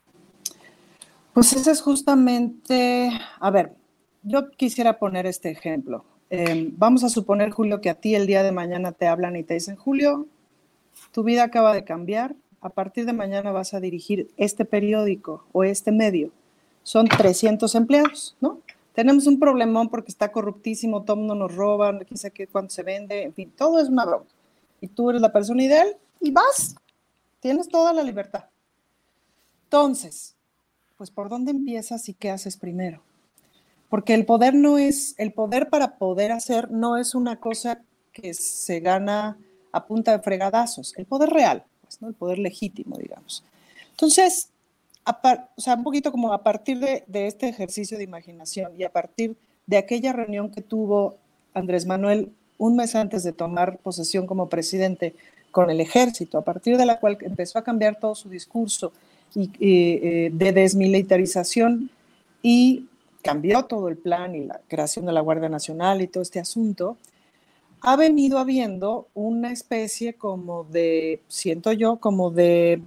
Pues ese es justamente, a ver, yo quisiera poner este ejemplo. Vamos a suponer, Julio, que a ti el día de mañana te hablan y te dicen: Julio, tu vida acaba de cambiar, a partir de mañana vas a dirigir este periódico o este medio. Son 300 empleados, ¿no? Tenemos un problemón porque está corruptísimo, todo el mundo nos roba, quién sabe qué, cuánto se vende, en fin, todo es una broma. Y tú eres la persona ideal y vas, tienes toda la libertad. Entonces, pues ¿por dónde empiezas y qué haces primero? Porque el poder para poder hacer no es una cosa que se gana a punta de fregadazos, el poder real, pues, ¿no? El poder legítimo, digamos. Entonces, un poquito como a partir de este ejercicio de imaginación y a partir de aquella reunión que tuvo Andrés Manuel un mes antes de tomar posesión como presidente con el ejército, a partir de la cual empezó a cambiar todo su discurso de desmilitarización, y cambió todo el plan y la creación de la Guardia Nacional y todo este asunto, ha venido habiendo una especie como de, siento yo, como de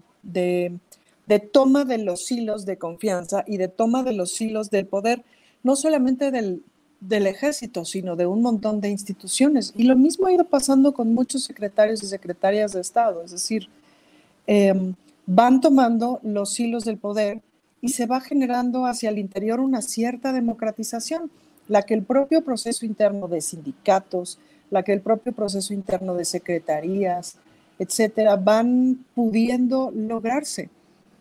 toma de los hilos de confianza y de toma de los hilos del poder, no solamente del ejército, sino de un montón de instituciones. Y lo mismo ha ido pasando con muchos secretarios y secretarias de Estado, es decir, van tomando los hilos del poder y se va generando hacia el interior una cierta democratización, la que el propio proceso interno de sindicatos, la que el propio proceso interno de secretarías, etcétera, van pudiendo lograrse.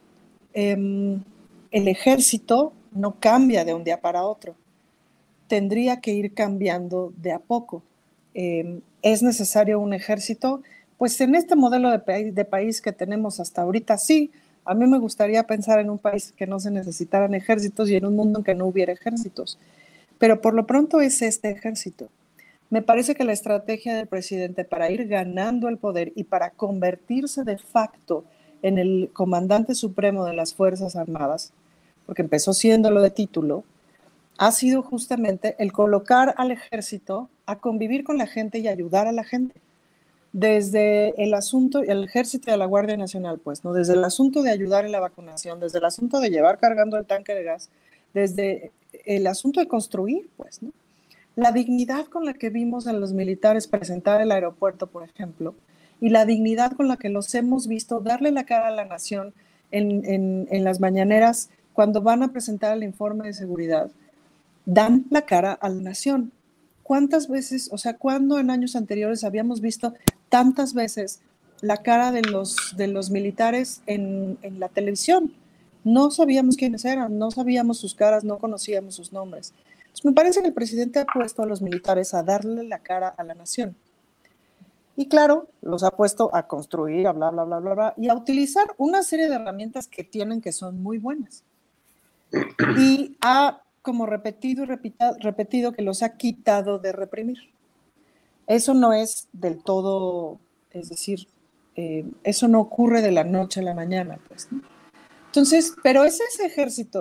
El ejército no cambia de un día para otro, tendría que ir cambiando de a poco. ¿Es necesario un ejército? Pues en este modelo de país que tenemos hasta ahorita, sí. A mí me gustaría pensar en un país que no se necesitaran ejércitos y en un mundo en que no hubiera ejércitos. Pero por lo pronto es este ejército. Me parece que la estrategia del presidente para ir ganando el poder y para convertirse de facto en el comandante supremo de las Fuerzas Armadas, porque empezó siéndolo de título, ha sido justamente el colocar al ejército a convivir con la gente y ayudar a la gente. Desde el asunto, el ejército y la Guardia Nacional, pues, ¿no? Desde el asunto de ayudar en la vacunación, desde el asunto de llevar cargando el tanque de gas, desde el asunto de construir, pues, ¿no? La dignidad con la que vimos a los militares presentar el aeropuerto, por ejemplo, y la dignidad con la que los hemos visto darle la cara a la nación en las mañaneras cuando van a presentar el informe de seguridad, dan la cara a la nación. ¿Cuántas veces, o sea, cuándo en años anteriores habíamos visto tantas veces la cara de los militares en la televisión? No sabíamos quiénes eran, no sabíamos sus caras, no conocíamos sus nombres. Pues me parece que el presidente ha puesto a los militares a darle la cara a la nación. Y claro, los ha puesto a construir, a bla, bla, bla, bla, bla, y a utilizar una serie de herramientas que tienen que son muy buenas. Y ha como repetido y repetido que los ha quitado de reprimir. Eso no es del todo, es decir, eso no ocurre de la noche a la mañana, pues, ¿no? Entonces, pero es ese ejército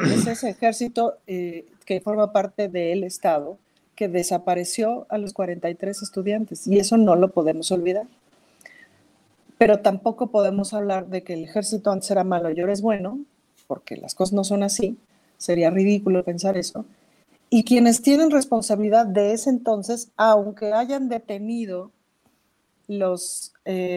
que forma parte del Estado que desapareció a los 43 estudiantes, y eso no lo podemos olvidar. Pero tampoco podemos hablar de que el ejército antes era malo y ahora es bueno, porque las cosas no son así, sería ridículo pensar eso. Y quienes tienen responsabilidad de ese entonces, aunque hayan detenido los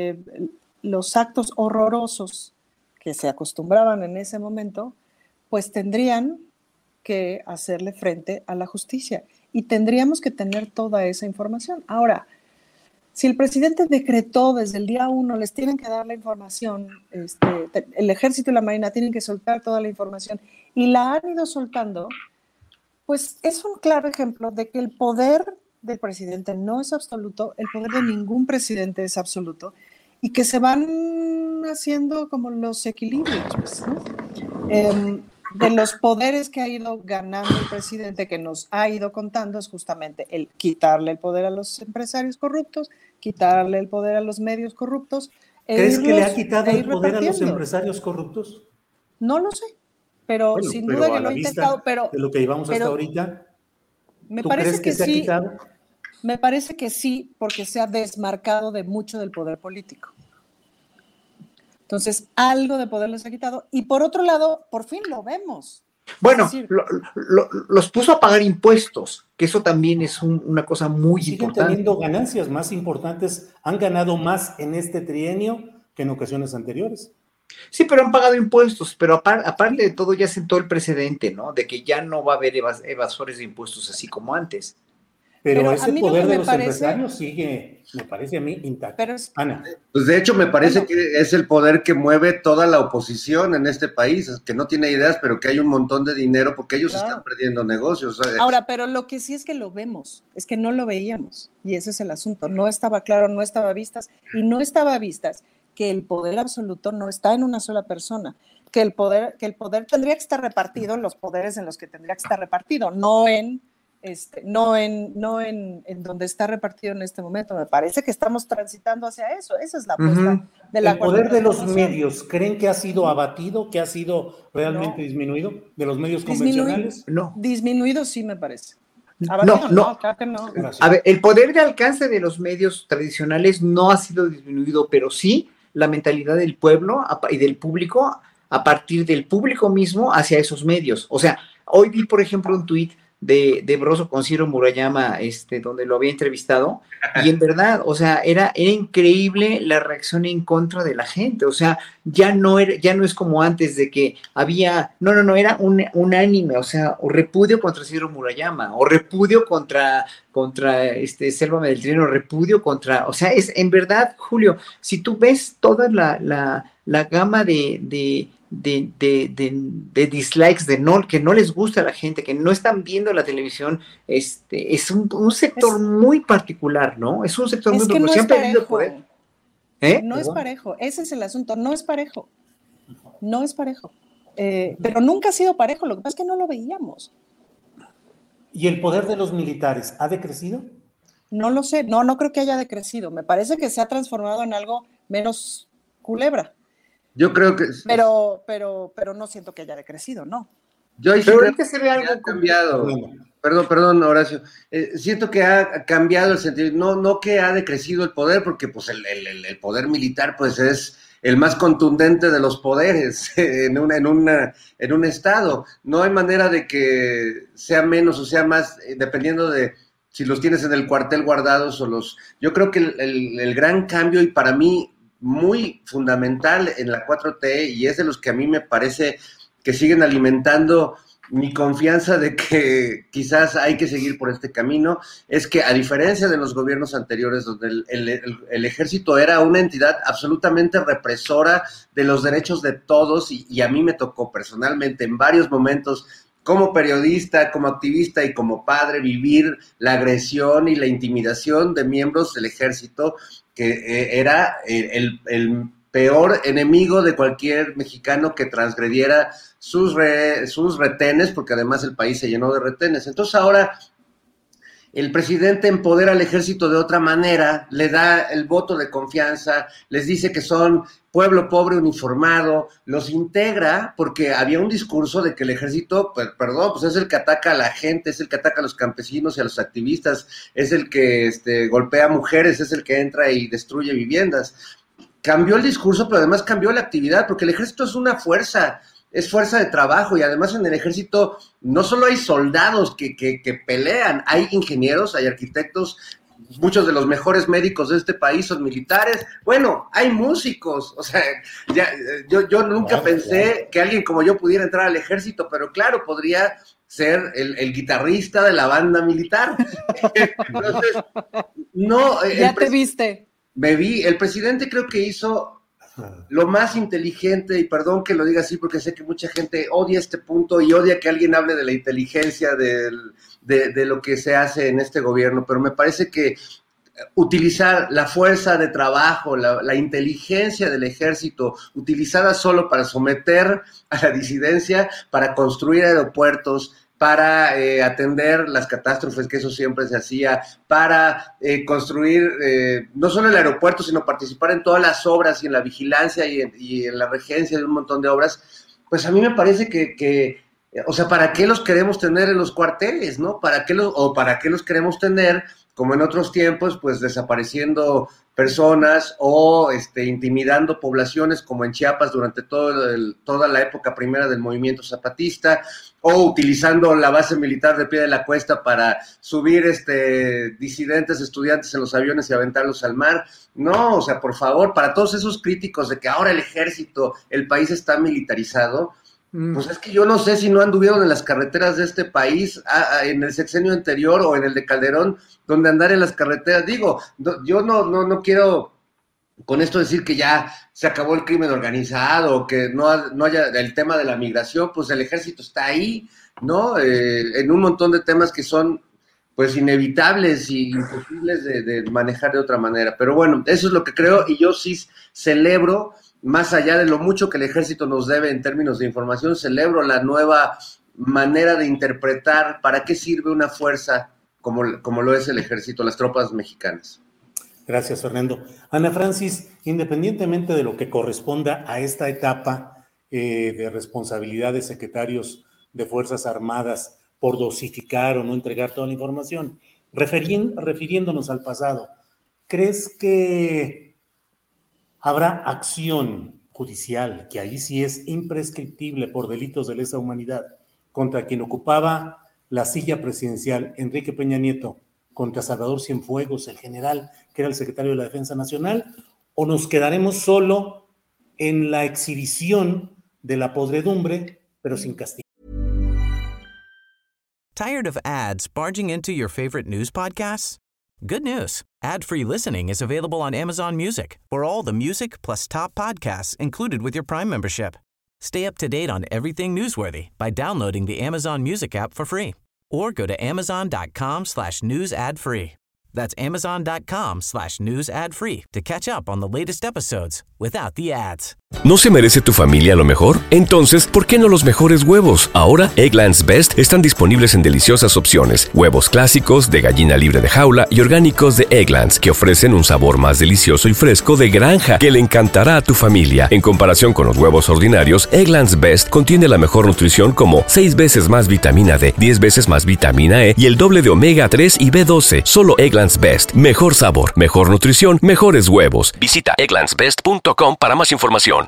actos horrorosos que se acostumbraban en ese momento, pues tendrían que hacerle frente a la justicia y tendríamos que tener toda esa información. Ahora, si el presidente decretó desde el día 1, les tienen que dar la información, el ejército y la marina tienen que soltar toda la información y la han ido soltando, pues es un claro ejemplo de que el poder del presidente no es absoluto, el poder de ningún presidente es absoluto y que se van haciendo como los equilibrios, pues, ¿no? De los poderes que ha ido ganando el presidente, que nos ha ido contando, es justamente el quitarle el poder a los empresarios corruptos, quitarle el poder a los medios corruptos. ¿Crees que le ha quitado el poder a los empresarios corruptos? No lo sé, pero bueno, sin duda que lo ha intentado. Pero de lo que llevamos hasta ahorita, me ¿tú parece crees que se sí, ha quitado? Me parece que sí, porque se ha desmarcado de mucho del poder político. Entonces, algo de poder les ha quitado. Y por otro lado, por fin lo vemos. Bueno, es decir, los puso a pagar impuestos, que eso también es una cosa muy importante. Siguen teniendo ganancias más importantes, han ganado más en este trienio que en ocasiones anteriores. Sí, pero han pagado impuestos, pero aparte de todo ya sentó el precedente, ¿no? De que ya no va a haber evasores de impuestos así como antes. Pero ese poder de los empresarios sigue, me parece a mí, intacto. Ana. Pues de hecho me parece que es el poder que mueve toda la oposición en este país, que no tiene ideas, pero que hay un montón de dinero porque ellos están perdiendo negocios. Ahora, pero lo que sí es que lo vemos, es que no lo veíamos, y ese es el asunto. No estaba claro, no estaba vistas, y no estaba vistas que el poder absoluto no está en una sola persona, que el poder tendría que estar repartido en los poderes en los que tendría que estar repartido, no en donde está repartido en este momento. Me parece que estamos transitando hacia eso. Esa es la apuesta de la ¿El poder de los medios creen que ha sido abatido, que ha sido realmente disminuido de los medios convencionales? No. Disminuido sí me parece. Abatido, no, claro que no. A ver, el poder de alcance de los medios tradicionales no ha sido disminuido, pero sí la mentalidad del pueblo y del público a partir del público mismo hacia esos medios. O sea, hoy vi, por ejemplo, un tuit de Broso con Ciro Murayama, donde lo había entrevistado, y en verdad, o sea, era increíble la reacción en contra de la gente. O sea, ya no es como antes de que había, era unánime, o sea, o repudio contra Ciro Murayama, o repudio contra Selva Medeltrino, repudio contra, o sea, es en verdad, Julio, si tú ves toda la gama de dislikes, que no les gusta a la gente, que no están viendo la televisión, es un sector muy particular, ¿no? Es un sector muy particular. No es parejo. Poder. No es parejo, ese es el asunto, no es parejo. Pero nunca ha sido parejo, lo que pasa es que no lo veíamos. ¿Y el poder de los militares ha decrecido? No lo sé, no creo que haya decrecido, me parece que se ha transformado en algo menos culebra. Yo creo que... Pero no siento que haya decrecido, ¿no. Yo ahí creo que se ve algo cambiado. Perdón, Horacio. Siento que ha cambiado el sentido. No que ha decrecido el poder, porque pues el poder militar pues es el más contundente de los poderes en un estado. No hay manera de que sea menos o sea más, dependiendo de si los tienes en el cuartel guardados o los... Yo creo que el gran cambio, y para mí muy fundamental en la 4T, y es de los que a mí me parece que siguen alimentando mi confianza de que quizás hay que seguir por este camino, es que a diferencia de los gobiernos anteriores, donde el ejército era una entidad absolutamente represora de los derechos de todos, y a mí me tocó personalmente en varios momentos, como periodista, como activista y como padre, vivir la agresión y la intimidación de miembros del ejército, que era el peor enemigo de cualquier mexicano que transgrediera sus retenes, porque además el país se llenó de retenes. Entonces ahora el presidente empodera al ejército de otra manera, le da el voto de confianza, les dice que son pueblo pobre uniformado, los integra, porque había un discurso de que el ejército, pues es el que ataca a la gente, es el que ataca a los campesinos y a los activistas, es el que golpea a mujeres, es el que entra y destruye viviendas. Cambió el discurso, pero además cambió la actividad, porque el ejército es una fuerza, es fuerza de trabajo, y además en el ejército no solo hay soldados que pelean, hay ingenieros, hay arquitectos, muchos de los mejores médicos de este país son militares, bueno, hay músicos, o sea, yo nunca pensé que alguien como yo pudiera entrar al ejército, pero claro, podría ser el guitarrista de la banda militar. Entonces, no... Ya te viste. Me vi, el presidente creo que hizo lo más inteligente, y perdón que lo diga así porque sé que mucha gente odia este punto y odia que alguien hable de la inteligencia de lo que se hace en este gobierno, pero me parece que utilizar la fuerza de trabajo, la inteligencia del ejército, utilizada solo para someter a la disidencia, para construir aeropuertos, para atender las catástrofes, que eso siempre se hacía, para construir no solo el aeropuerto, sino participar en todas las obras y en la vigilancia y en la regencia de un montón de obras, pues a mí me parece que o sea, ¿para qué los queremos tener en los cuarteles, no? ¿Para qué los queremos tener, como en otros tiempos, pues desapareciendo personas o intimidando poblaciones, como en Chiapas durante toda la época primera del movimiento zapatista, o utilizando la base militar de Pie de la Cuesta para subir disidentes, estudiantes en los aviones y aventarlos al mar? No, o sea, por favor, para todos esos críticos de que ahora el ejército, el país está militarizado, pues es que yo no sé si no anduvieron en las carreteras de este país en el sexenio anterior o en el de Calderón, donde andar en las carreteras. Digo, yo no quiero con esto decir que ya se acabó el crimen organizado, o que no haya el tema de la migración. Pues el ejército está ahí, ¿no? En un montón de temas que son pues inevitables y imposibles de manejar de otra manera. Pero bueno, eso es lo que creo, y yo sí celebro, más allá de lo mucho que el ejército nos debe en términos de información, celebro la nueva manera de interpretar para qué sirve una fuerza como lo es el ejército, las tropas mexicanas. Gracias, Fernando. Ana Francis, independientemente de lo que corresponda a esta etapa de responsabilidad de secretarios de Fuerzas Armadas por dosificar o no entregar toda la información, refiriéndonos al pasado, ¿crees que habrá acción judicial, que ahí sí es imprescriptible por delitos de lesa humanidad, contra quien ocupaba la silla presidencial, Enrique Peña Nieto, contra Salvador Cienfuegos, el general, que era el secretario de la Defensa Nacional, o nos quedaremos solo en la exhibición de la podredumbre, pero sin castigo? Tired of ads barging into your favorite news podcasts? Good news. Ad-free listening is available on Amazon Music for all the music plus top podcasts included with your Prime membership. Stay up to date on everything newsworthy by downloading the Amazon Music app for free or go to amazon.com/news ad free. That's amazon.com/news ad free to catch up on the latest episodes without the ads. ¿No se merece tu familia lo mejor? Entonces, ¿por qué no los mejores huevos? Ahora, Eggland's Best están disponibles en deliciosas opciones. Huevos clásicos, de gallina libre de jaula y orgánicos de Eggland's, que ofrecen un sabor más delicioso y fresco de granja que le encantará a tu familia. En comparación con los huevos ordinarios, Eggland's Best contiene la mejor nutrición, como 6 veces más vitamina D, 10 veces más vitamina E y el doble de omega 3 y B12. Solo Eggland's Best. Mejor sabor, mejor nutrición, mejores huevos. Visita egglandsbest.com. Boostmobile.com para más información.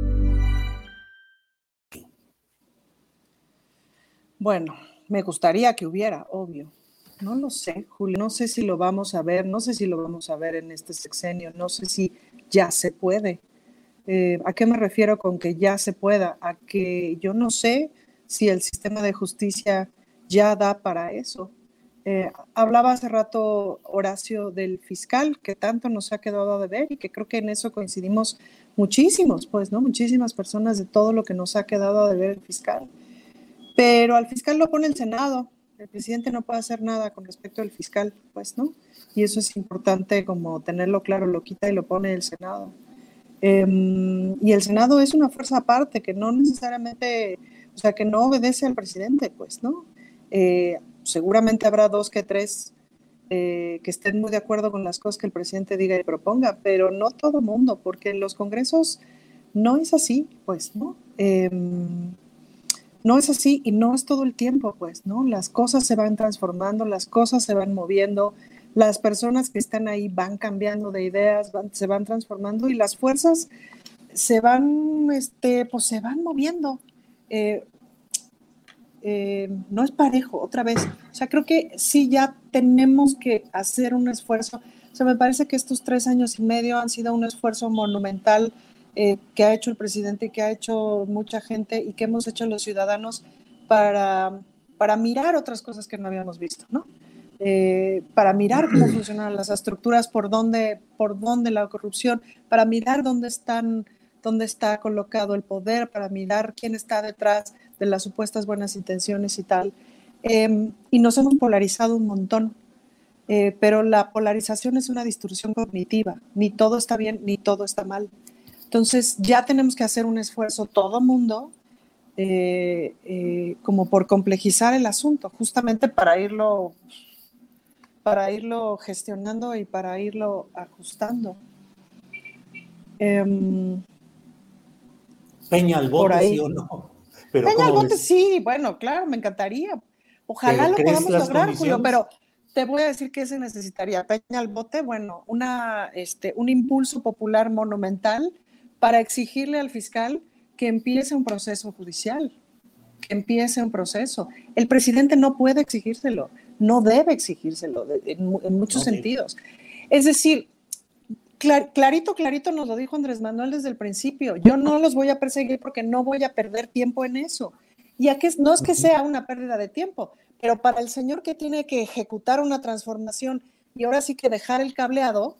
Bueno, me gustaría que hubiera, obvio. No lo sé, Julio, no sé si lo vamos a ver, no sé si lo vamos a ver en este sexenio, no sé si ya se puede. ¿A qué me refiero con que ya se pueda? A que yo no sé si el sistema de justicia ya da para eso. Hablaba hace rato Horacio del fiscal, que tanto nos ha quedado de ver y que creo que en eso coincidimos muchísimos, pues, ¿no? Muchísimas personas de todo lo que nos ha quedado de ver el fiscal. Pero al fiscal lo pone el Senado. El presidente no puede hacer nada con respecto al fiscal, pues, ¿no? Y eso es importante como tenerlo claro, lo quita y lo pone el Senado. Y el Senado es una fuerza aparte que no necesariamente, o sea, que no obedece al presidente, pues, ¿no? Seguramente habrá 2 que 3 que estén muy de acuerdo con las cosas que el presidente diga y proponga, pero no todo mundo, porque en los congresos no es así, pues, ¿no? No es así y no es todo el tiempo, pues, ¿no? Las cosas se van transformando, las cosas se van moviendo, las personas que están ahí van cambiando de ideas, se van transformando y las fuerzas se van, pues se van moviendo. No es parejo, otra vez. O sea, creo que sí ya tenemos que hacer un esfuerzo. O sea, me parece que estos 3 años y medio han sido un esfuerzo monumental que ha hecho el presidente y que ha hecho mucha gente y que hemos hecho los ciudadanos para mirar otras cosas que no habíamos visto, ¿no? Para mirar cómo funcionan las estructuras, por dónde la corrupción, para mirar dónde está colocado el poder, para mirar quién está detrás de las supuestas buenas intenciones y tal. Y nos hemos polarizado un montón, pero la polarización es una distorsión cognitiva, ni todo está bien ni todo está mal. Entonces ya tenemos que hacer un esfuerzo todo mundo como por complejizar el asunto, justamente para irlo gestionando y para irlo ajustando. Peña al bote, ¿sí o no? Pero Peña al bote, sí, bueno, claro, me encantaría. Ojalá lo podamos lograr, Julio, pero te voy a decir que se necesitaría. Peña al bote, bueno, un impulso popular monumental para exigirle al fiscal que empiece un proceso judicial, que empiece un proceso. El presidente no puede exigírselo, no debe exigírselo en muchos sentidos. Es decir, clarito nos lo dijo Andrés Manuel desde el principio. Yo no los voy a perseguir porque no voy a perder tiempo en eso. Y aquí no es que sea una pérdida de tiempo, pero para el señor que tiene que ejecutar una transformación y ahora sí que dejar el cableado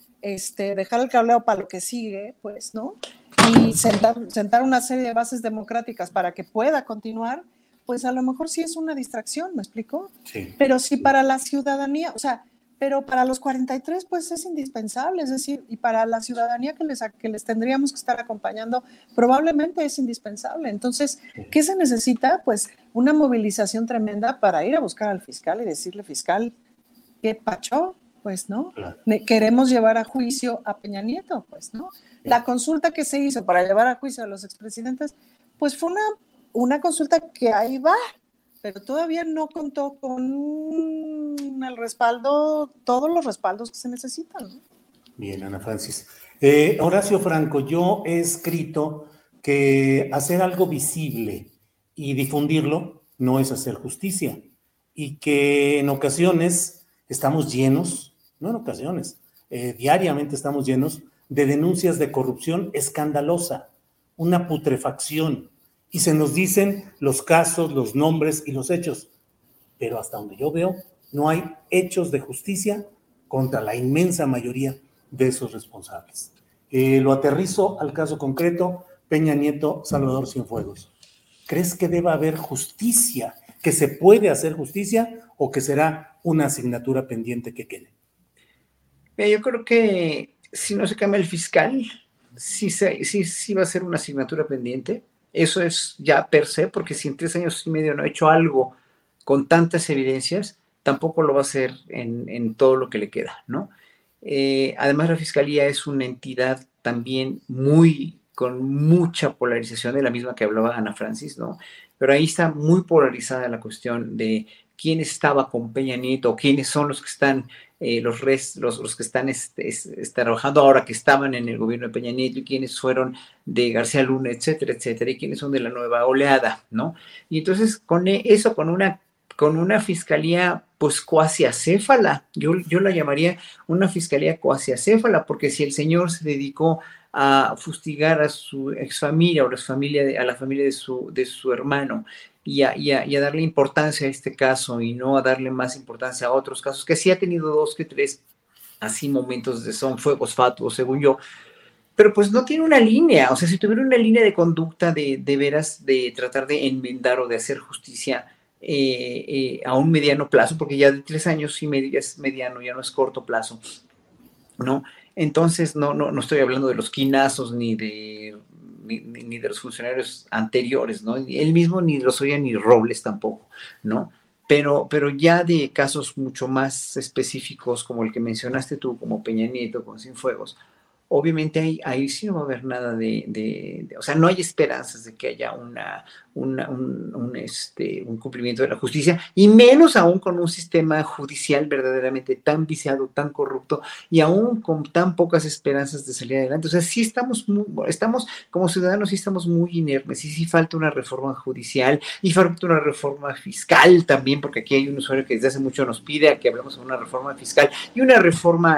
para lo que sigue, pues, ¿no? Y sentar una serie de bases democráticas para que pueda continuar, pues a lo mejor sí es una distracción, ¿me explico? Sí. Pero sí para la ciudadanía, o sea, pero para los 43 pues es indispensable, es decir, y para la ciudadanía que les tendríamos que estar acompañando probablemente es indispensable. Entonces, ¿qué se necesita? Pues una movilización tremenda para ir a buscar al fiscal y decirle, fiscal, ¿qué pacho? Pues, ¿no? Claro. Queremos llevar a juicio a Peña Nieto, pues, ¿no? La consulta que se hizo para llevar a juicio a los expresidentes, pues fue una consulta que ahí va, pero todavía no contó con el respaldo, todos los respaldos que se necesitan, ¿no? Bien, Ana Francis. Horacio Franco, yo he escrito que hacer algo visible y difundirlo no es hacer justicia y que en ocasiones estamos llenos, no en ocasiones, diariamente estamos llenos de denuncias de corrupción escandalosa, una putrefacción, y se nos dicen los casos, los nombres y los hechos, pero hasta donde yo veo no hay hechos de justicia contra la inmensa mayoría de esos responsables. Lo aterrizo al caso concreto, Peña Nieto, Salvador Cienfuegos. ¿Crees que deba haber justicia, que se puede hacer justicia o que será una asignatura pendiente que quede? Yo creo que si no se cambia el fiscal, sí va a ser una asignatura pendiente. Eso es ya per se, porque si en 3 años y medio no ha hecho algo con tantas evidencias, tampoco lo va a hacer en todo lo que le queda, ¿no? Además, la Fiscalía es una entidad también con mucha polarización, de la misma que hablaba Ana Francis, ¿no? Pero ahí está muy polarizada la cuestión de quién estaba con Peña Nieto, quiénes son los que están, los que están trabajando ahora, que estaban en el gobierno de Peña Nieto, y quiénes fueron de García Luna, etcétera, etcétera, y quiénes son de la nueva oleada, ¿no? Y entonces con eso, con una fiscalía pues cuasi acéfala, yo la llamaría una fiscalía cuasi acéfala, porque si el señor se dedicó a fustigar a su exfamilia o a la familia de su hermano y a darle importancia a este caso y no a darle más importancia a otros casos, que sí ha tenido 2 que 3 así momentos son fuegos fatuos, según yo, pero pues no tiene una línea. O sea, si tuviera una línea de conducta de veras de tratar de enmendar o de hacer justicia a un mediano plazo, porque ya de 3 años y medio ya es mediano, ya no es corto plazo, ¿no? Entonces no estoy hablando de los quinazos ni de los funcionarios anteriores, ¿no? Él mismo ni Lozoya ni Robles tampoco, ¿no? Pero ya de casos mucho más específicos, como el que mencionaste tú, como Peña Nieto con Cienfuegos, obviamente ahí sí no va a haber nada o sea, no hay esperanzas de que haya un cumplimiento de la justicia, y menos aún con un sistema judicial verdaderamente tan viciado, tan corrupto, y aún con tan pocas esperanzas de salir adelante. O sea, sí estamos como ciudadanos, sí estamos muy inermes, y sí falta una reforma judicial, y falta una reforma fiscal también, porque aquí hay un usuario que desde hace mucho nos pide a que hablemos de una reforma fiscal, y una reforma,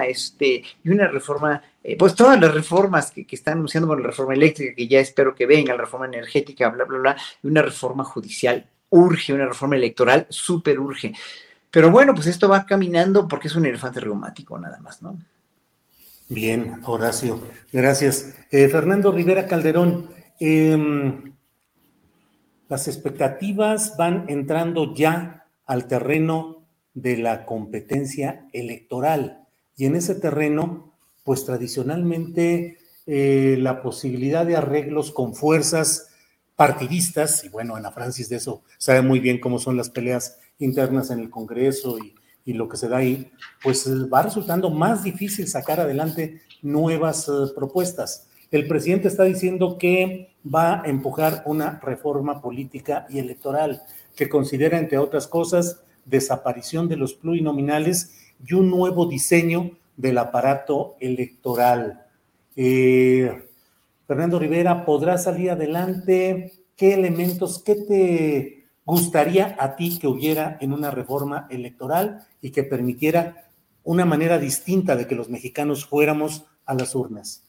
pues todas las reformas que están anunciando, bueno, la reforma eléctrica, que ya espero que venga, la reforma energética, bla, bla, bla, y una reforma judicial urge, una reforma electoral súper urge. Pero bueno, pues esto va caminando porque es un elefante reumático nada más, ¿no? Bien, Horacio, gracias. Fernando Rivera Calderón, las expectativas van entrando ya al terreno de la competencia electoral, y en ese terreno pues tradicionalmente la posibilidad de arreglos con fuerzas partidistas, y bueno, Ana Francis de eso sabe muy bien cómo son las peleas internas en el Congreso y lo que se da ahí, pues va resultando más difícil sacar adelante nuevas propuestas. El presidente está diciendo que va a empujar una reforma política y electoral que considera, entre otras cosas, desaparición de los plurinominales y un nuevo diseño del aparato electoral. Fernando Rivera, ¿podrá salir adelante? ¿Qué elementos, qué te gustaría a ti que hubiera en una reforma electoral y que permitiera una manera distinta de que los mexicanos fuéramos a las urnas?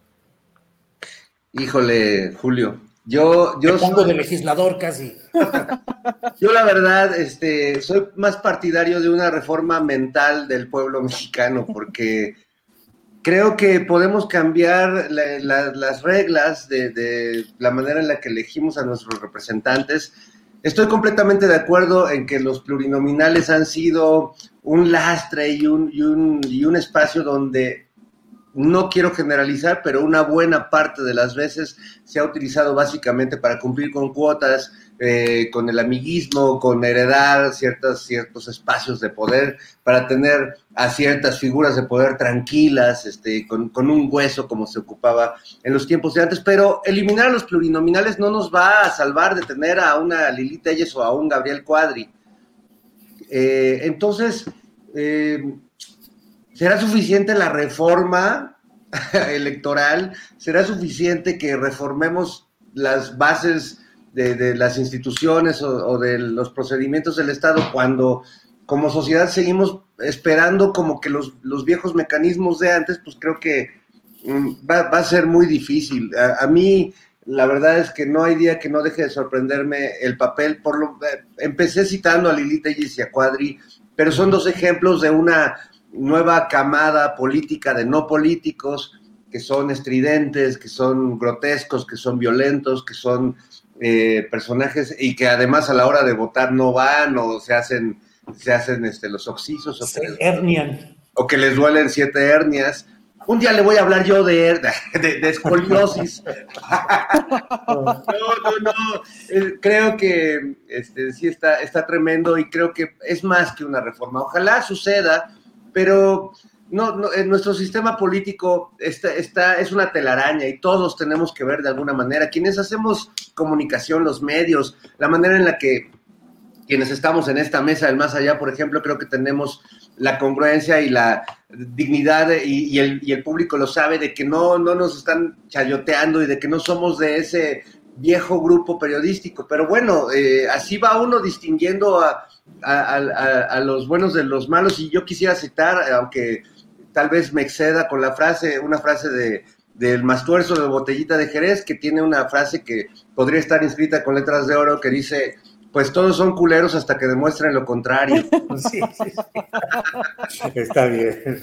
Híjole, Julio, yo me pongo de legislador casi. Yo la verdad, soy más partidario de una reforma mental del pueblo mexicano, porque creo que podemos cambiar las reglas de la manera en la que elegimos a nuestros representantes. Estoy completamente de acuerdo en que los plurinominales han sido un lastre y un espacio donde, no quiero generalizar, pero una buena parte de las veces se ha utilizado básicamente para cumplir con cuotas, con el amiguismo, con heredar ciertos espacios de poder, para tener a ciertas figuras de poder tranquilas, con un hueso como se ocupaba en los tiempos de antes. Pero eliminar a los plurinominales no nos va a salvar de tener a una Lili Telles o a un Gabriel Cuadri. Entonces, ¿será suficiente la reforma electoral? ¿Será suficiente que reformemos las bases de las instituciones o de los procedimientos del Estado cuando como sociedad seguimos esperando como que los viejos mecanismos de antes? Pues creo que va a ser muy difícil. A mí la verdad es que no hay día que no deje de sorprenderme el papel. Empecé citando a Lili Telles y a Cuadri, pero son 2 ejemplos de una nueva camada política de no políticos que son estridentes, que son grotescos, que son violentos, que son personajes y que además a la hora de votar no van o se hacen los oxisos o que les duelen 7 hernias. Un día le voy a hablar yo de escoliosis. No. Creo que sí está tremendo, y creo que es más que una reforma. Ojalá suceda, pero no, en nuestro sistema político es una telaraña y todos tenemos que ver de alguna manera. Quienes hacemos comunicación, los medios, la manera en la que quienes estamos en esta mesa del más allá, por ejemplo, creo que tenemos la congruencia y la dignidad y el público lo sabe, de que no nos están chayoteando y de que no somos de ese viejo grupo periodístico. Pero bueno, así va uno distinguiendo a los buenos de los malos. Y yo quisiera citar, aunque tal vez me exceda con una frase del Mastuerzo de Botellita de Jerez, que tiene una frase que podría estar inscrita con letras de oro, que dice: pues todos son culeros hasta que demuestren lo contrario. Sí. Está bien.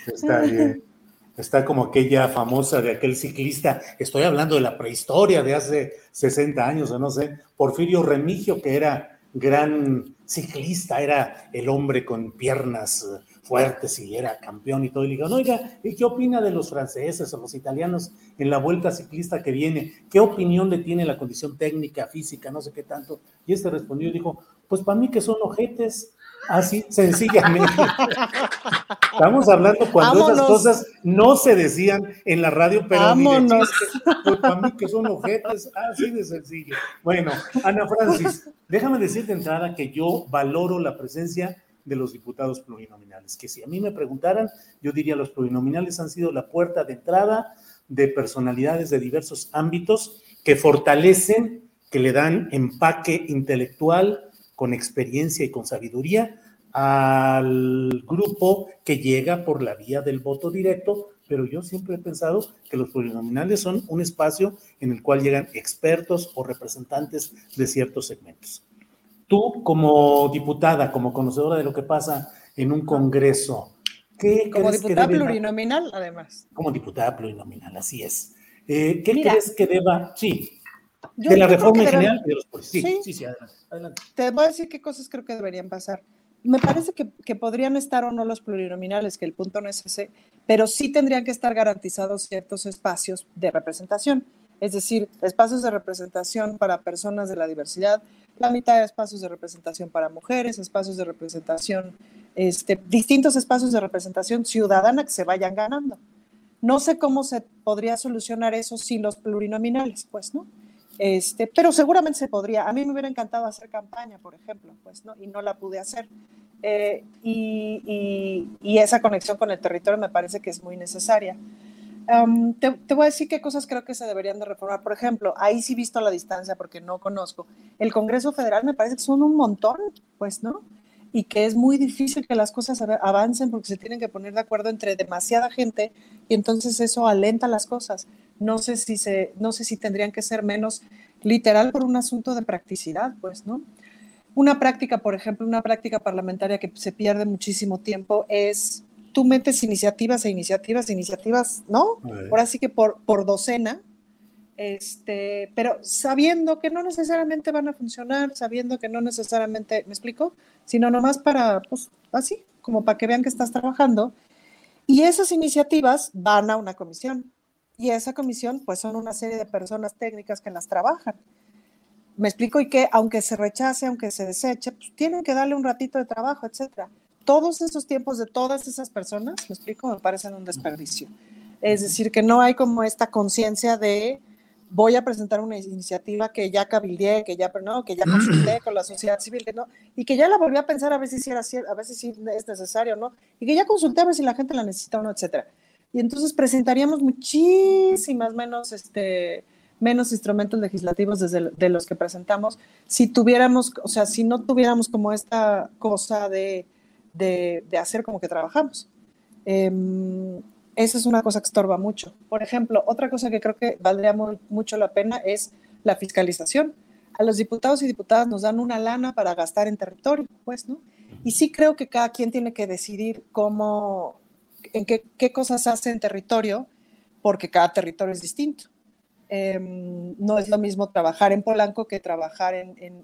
Está como aquella famosa de aquel ciclista, estoy hablando de la prehistoria de hace 60 años o no sé, Porfirio Remigio, que era gran ciclista, era el hombre con piernas fuertes y era campeón y todo, y le dijeron: oiga, ¿y qué opina de los franceses o los italianos en la vuelta ciclista que viene? ¿Qué opinión le tiene la condición técnica, física, no sé qué tanto? Y respondió y dijo: pues para mí que son ojetes, así sencillamente. Estamos hablando cuando esas cosas no se decían en la radio, pero ni de chiste. Pues para mí que son ojetes, así de sencillo. Bueno, Ana Francis, déjame decir de entrada que yo valoro la presencia de los diputados plurinominales, que si a mí me preguntaran, yo diría: los plurinominales han sido la puerta de entrada de personalidades de diversos ámbitos que fortalecen, que le dan empaque intelectual con experiencia y con sabiduría al grupo que llega por la vía del voto directo. Pero yo siempre he pensado que los plurinominales son un espacio en el cual llegan expertos o representantes de ciertos segmentos. Tú, como diputada, como conocedora de lo que pasa en un congreso, ¿qué como crees diputada que deba? Plurinominal, además. Como diputada plurinominal, así es. ¿Qué crees que deba? Sí. Yo de la creo reforma que en general. Sí, adelante. Te voy a decir qué cosas creo que deberían pasar. Me parece que podrían estar o no los plurinominales, que el punto no es ese, pero sí tendrían que estar garantizados ciertos espacios de representación. Es decir, espacios de representación para personas de la diversidad, la mitad de espacios de representación para mujeres, espacios de representación, distintos espacios de representación ciudadana que se vayan ganando. No sé cómo se podría solucionar eso sin los plurinominales, pues, ¿no? Pero seguramente se podría. A mí me hubiera encantado hacer campaña, por ejemplo, pues, ¿no? Y no la pude hacer. Y esa conexión con el territorio me parece que es muy necesaria. Te voy a decir qué cosas creo que se deberían de reformar. Por ejemplo, ahí sí visto la distancia porque no conozco. El Congreso Federal me parece que son un montón, pues, ¿no? Y que es muy difícil que las cosas avancen porque se tienen que poner de acuerdo entre demasiada gente y entonces eso alenta las cosas. No sé si tendrían que ser menos literal por un asunto de practicidad, pues, ¿no? Una práctica, por ejemplo, una práctica parlamentaria que se pierde muchísimo tiempo es: tú metes iniciativas, ¿no? Ahora sí que por docena, pero sabiendo que no necesariamente van a funcionar, sabiendo que no necesariamente, ¿me explico? Sino nomás para, pues, así, como para que vean que estás trabajando. Y esas iniciativas van a una comisión. Y esa comisión, pues, son una serie de personas técnicas que las trabajan. ¿Me explico? Y que aunque se rechace, aunque se deseche, pues tienen que darle un ratito de trabajo, etcétera. Todos esos tiempos de todas esas personas, ¿me explico? Me parecen un desperdicio. Es decir, que no hay como esta conciencia de: voy a presentar una iniciativa que ya cabildeé, que ya consulté con la sociedad civil, que no, y que ya la volví a pensar a ver si sí es necesario, ¿no? Y que ya consulté a ver si la gente la necesita o no, etcétera. Y entonces presentaríamos muchísimas menos instrumentos legislativos de los que presentamos si tuviéramos, o sea, si no tuviéramos como esta cosa de hacer como que trabajamos. Esa es una cosa que estorba mucho. Por ejemplo, otra cosa que creo que valdría mucho la pena es la fiscalización. A los diputados y diputadas nos dan una lana para gastar en territorio, pues, ¿no? Y sí creo que cada quien tiene que decidir en qué cosas hace en territorio, porque cada territorio es distinto. No es lo mismo trabajar en Polanco que trabajar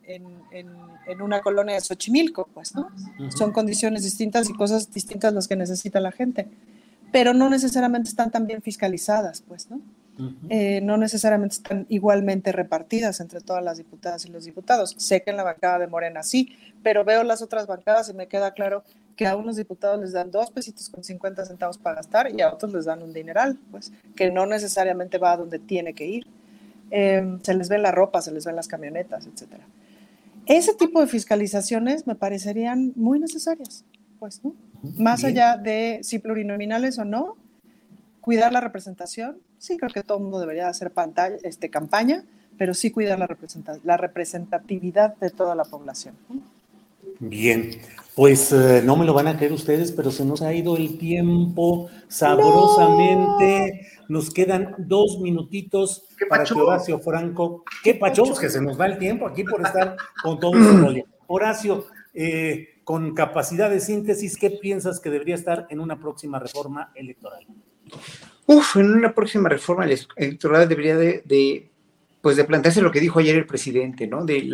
en una colonia de Xochimilco, pues, ¿no? Son condiciones distintas y cosas distintas las que necesita la gente, pero no necesariamente están tan bien fiscalizadas, pues, ¿no? No necesariamente están igualmente repartidas entre todas las diputadas y los diputados. Sé que en la bancada de Morena sí, pero veo las otras bancadas y me queda claro que a unos diputados les dan 2 pesitos con 50 centavos para gastar y a otros les dan un dineral, pues, que no necesariamente va a donde tiene que ir. Se les ve la ropa, se les ven las camionetas, etcétera. ese tipo de fiscalizaciones me parecerían muy necesarias, pues, ¿no? Más allá de si plurinominales o no, cuidar la representación. Sí, creo que todo el mundo debería hacer campaña, pero sí cuidar la representatividad de toda la población. Bien, pues no me lo van a creer ustedes, pero se nos ha ido el tiempo sabrosamente. No. Nos quedan 2 minutitos para que Horacio Franco. ¡Qué pachos! Que se nos va el tiempo aquí por estar con todo ese rollo. Horacio, con capacidad de síntesis, ¿qué piensas que debería estar en una próxima reforma electoral? En una próxima reforma electoral debería de plantearse lo que dijo ayer el presidente, ¿no? De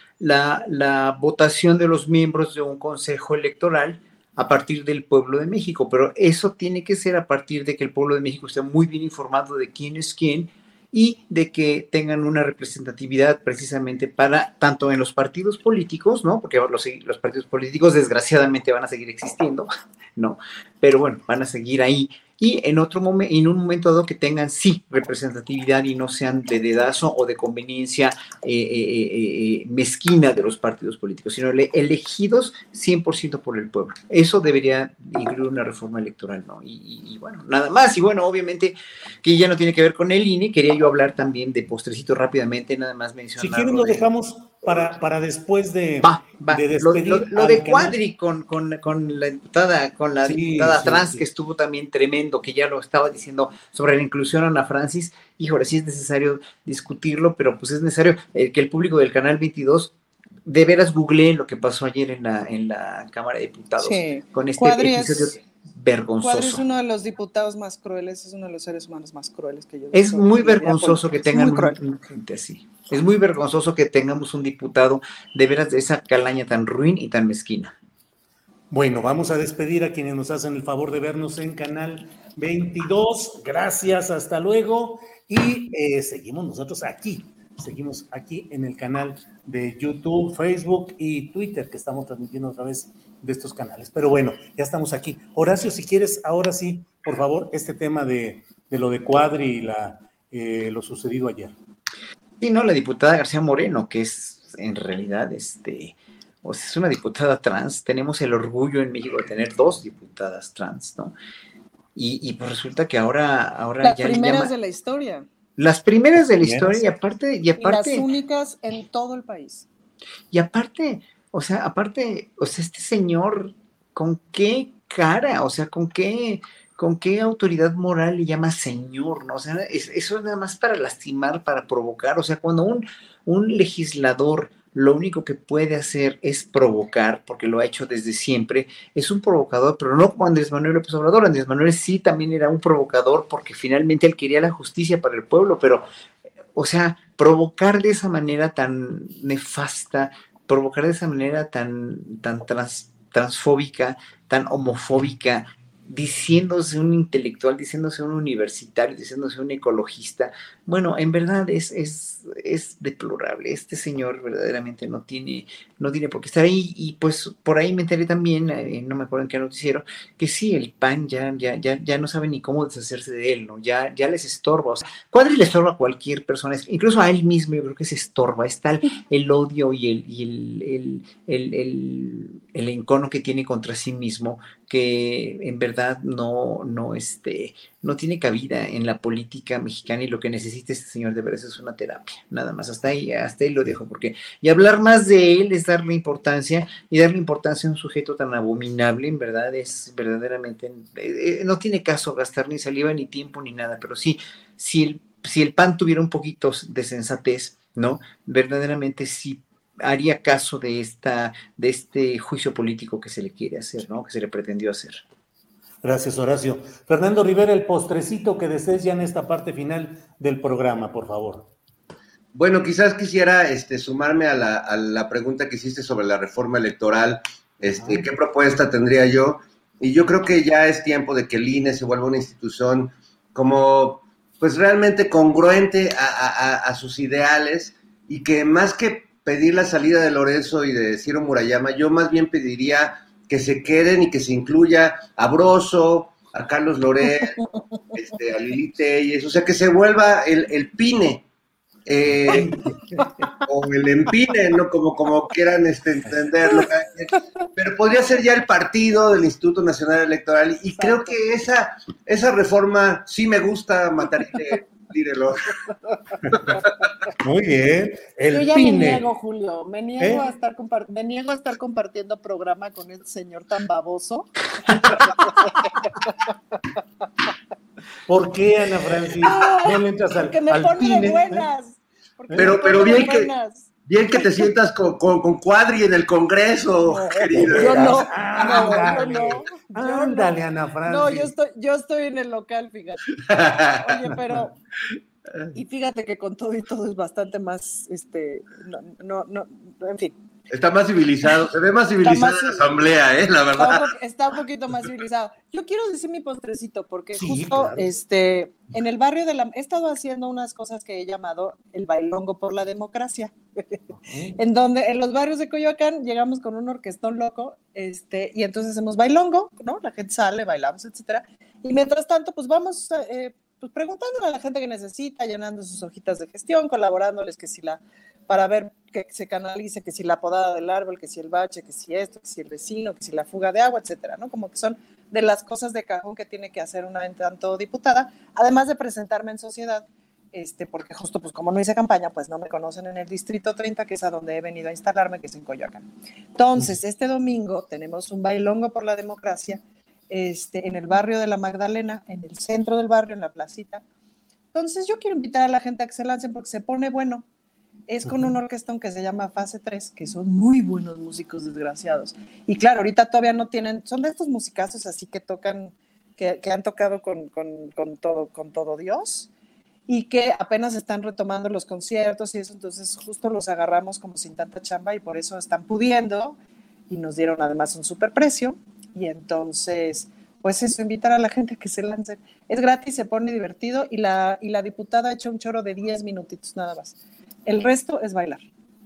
la votación de los miembros de un consejo electoral a partir del pueblo de México, pero eso tiene que ser a partir de que el pueblo de México esté muy bien informado de quién es quién y de que tengan una representatividad precisamente para tanto en los partidos políticos, ¿no? Porque los partidos políticos desgraciadamente van a seguir existiendo, ¿no? Pero bueno, van a seguir ahí. Y en un momento dado que tengan sí representatividad y no sean de dedazo o de conveniencia mezquina de los partidos políticos, sino elegidos 100% por el pueblo. Eso debería incluir una reforma electoral, ¿no? Y bueno, nada más. Y bueno, obviamente que ya no tiene que ver con el INE, quería yo hablar también de postrecito rápidamente, nada más mencionar. Si quieren lo dejamos para después de despedir. Lo de Cuadri con la diputada, trans, que estuvo también tremendo, que ya lo estaba diciendo sobre la inclusión Ana Francis. Híjole, sí es necesario discutirlo, pero pues es necesario que el público del Canal 22 de veras googleen lo que pasó ayer en la Cámara de Diputados con este episodio vergonzoso. Cuadri es uno de los diputados más crueles, es uno de los seres humanos más crueles que yo he visto. Es muy vergonzoso que tengan gente así. Es muy vergonzoso que tengamos un diputado de veras de esa calaña tan ruin y tan mezquina. Bueno, vamos a despedir a quienes nos hacen el favor de vernos en Canal 22. Gracias, hasta luego. Y seguimos nosotros aquí. Seguimos aquí en el canal de YouTube, Facebook y Twitter, que estamos transmitiendo a través de estos canales. Pero bueno, ya estamos aquí. Horacio, si quieres, ahora sí, por favor, este tema de lo de Cuadri y lo sucedido ayer. Sí, no, la diputada García Moreno, que es en realidad, es una diputada trans. Tenemos el orgullo en México de tener 2 diputadas trans, ¿no? Y pues resulta que ahora las ya primeras de la historia. Las primeras de la historia y aparte y las únicas en todo el país. Y aparte, este señor, ¿con qué cara? O sea, ¿con qué autoridad moral le llama señor? ¿No? O sea, eso es nada más para lastimar, para provocar. O sea, cuando un legislador lo único que puede hacer es provocar, porque lo ha hecho desde siempre, es un provocador, pero no como Andrés Manuel López Obrador. Andrés Manuel sí también era un provocador porque finalmente él quería la justicia para el pueblo, pero, o sea, provocar de esa manera tan nefasta, provocar de esa manera tan transfóbica, tan homofóbica, diciéndose un intelectual, diciéndose un universitario, diciéndose un ecologista. Bueno, en verdad es deplorable. Este señor verdaderamente no tiene por qué estar ahí. Y pues por ahí me enteré también, no me acuerdo en qué noticiero, que sí, el PAN ya no sabe ni cómo deshacerse de él, ¿no? Ya les estorba. O sea, Cuadri le estorba a cualquier persona, incluso a él mismo. Yo creo que se estorba. Es tal el odio y el encono que tiene contra sí mismo, que en verdad no tiene cabida en la política mexicana, y lo que necesita este señor de veras es una terapia, nada más. Hasta ahí lo dejo, porque y hablar más de él es darle importancia, y darle importancia a un sujeto tan abominable, en verdad es verdaderamente, no tiene caso gastar ni saliva, ni tiempo, ni nada. Pero sí, si el PAN tuviera un poquito de sensatez, ¿no? Verdaderamente sí haría caso de este juicio político que se le quiere hacer, ¿no? Que se le pretendió hacer. Gracias, Horacio. Fernando Rivera, el postrecito que desees ya en esta parte final del programa, por favor. Bueno, quizás quisiera sumarme a la pregunta que hiciste sobre la reforma electoral. ¿Qué propuesta tendría yo? Y yo creo que ya es tiempo de que el INE se vuelva una institución como, pues, realmente congruente a sus ideales, y que más que pedir la salida de Lorenzo y de Ciro Murayama, yo más bien pediría que se queden y que se incluya a Broso, a Carlos Loret, a Lili Telles, o sea, que se vuelva el PINE, o el empine, ¿no? Como quieran entenderlo. Pero podría ser ya el partido del Instituto Nacional Electoral, y creo que esa reforma sí me gusta, Matarile. Tírelo. Muy bien. Yo ya me niego, Julio. Me niego a estar compartiendo programa con este señor tan baboso. ¿Por qué, Ana Francis? No le entras al porque me pone de buenas. Pero bien que te sientas con Cuadri en el Congreso, querida. Yo no. Ándale, Ana Francis. No, yo estoy en el local, fíjate. Oye, pero... Y fíjate que con todo y todo es bastante más, en fin. Está más civilizado, se ve más civilizada la asamblea, la verdad. Está un poquito más civilizado. Yo quiero decir mi postrecito, porque sí, justo claro. En el barrio he estado haciendo unas cosas que he llamado el bailongo por la democracia. En donde en los barrios de Coyoacán llegamos con un orquestón loco, y entonces hacemos bailongo, ¿no? La gente sale, bailamos, etcétera. Y mientras tanto, pues vamos pues preguntándole a la gente que necesita, llenando sus hojitas de gestión, colaborándoles para ver que se canalice, que si la podada del árbol, que si el bache, que si esto, que si el vecino, que si la fuga de agua, etcétera, ¿no? Como que son de las cosas de cajón que tiene que hacer una en tanto diputada, además de presentarme en sociedad, porque justo pues como no hice campaña, pues no me conocen en el Distrito 30, que es a donde he venido a instalarme, que es en Coyoacán. Entonces, este domingo tenemos un bailongo por la democracia, en el barrio de la Magdalena, en el centro del barrio, en la placita. Entonces yo quiero invitar a la gente a que se lancen porque se pone bueno. Es con un orquestón que se llama Fase 3, que son muy buenos músicos desgraciados. Y claro, ahorita todavía no tienen, son de estos musicazos así que tocan, que han tocado con todo Dios, y que apenas están retomando los conciertos y eso, entonces justo los agarramos como sin tanta chamba y por eso están pudiendo, y nos dieron además un super precio. Y entonces, pues eso, invitar a la gente a que se lancen. Es gratis, se pone divertido, y la diputada ha hecho un choro de 10 minutitos nada más. El resto es bailar.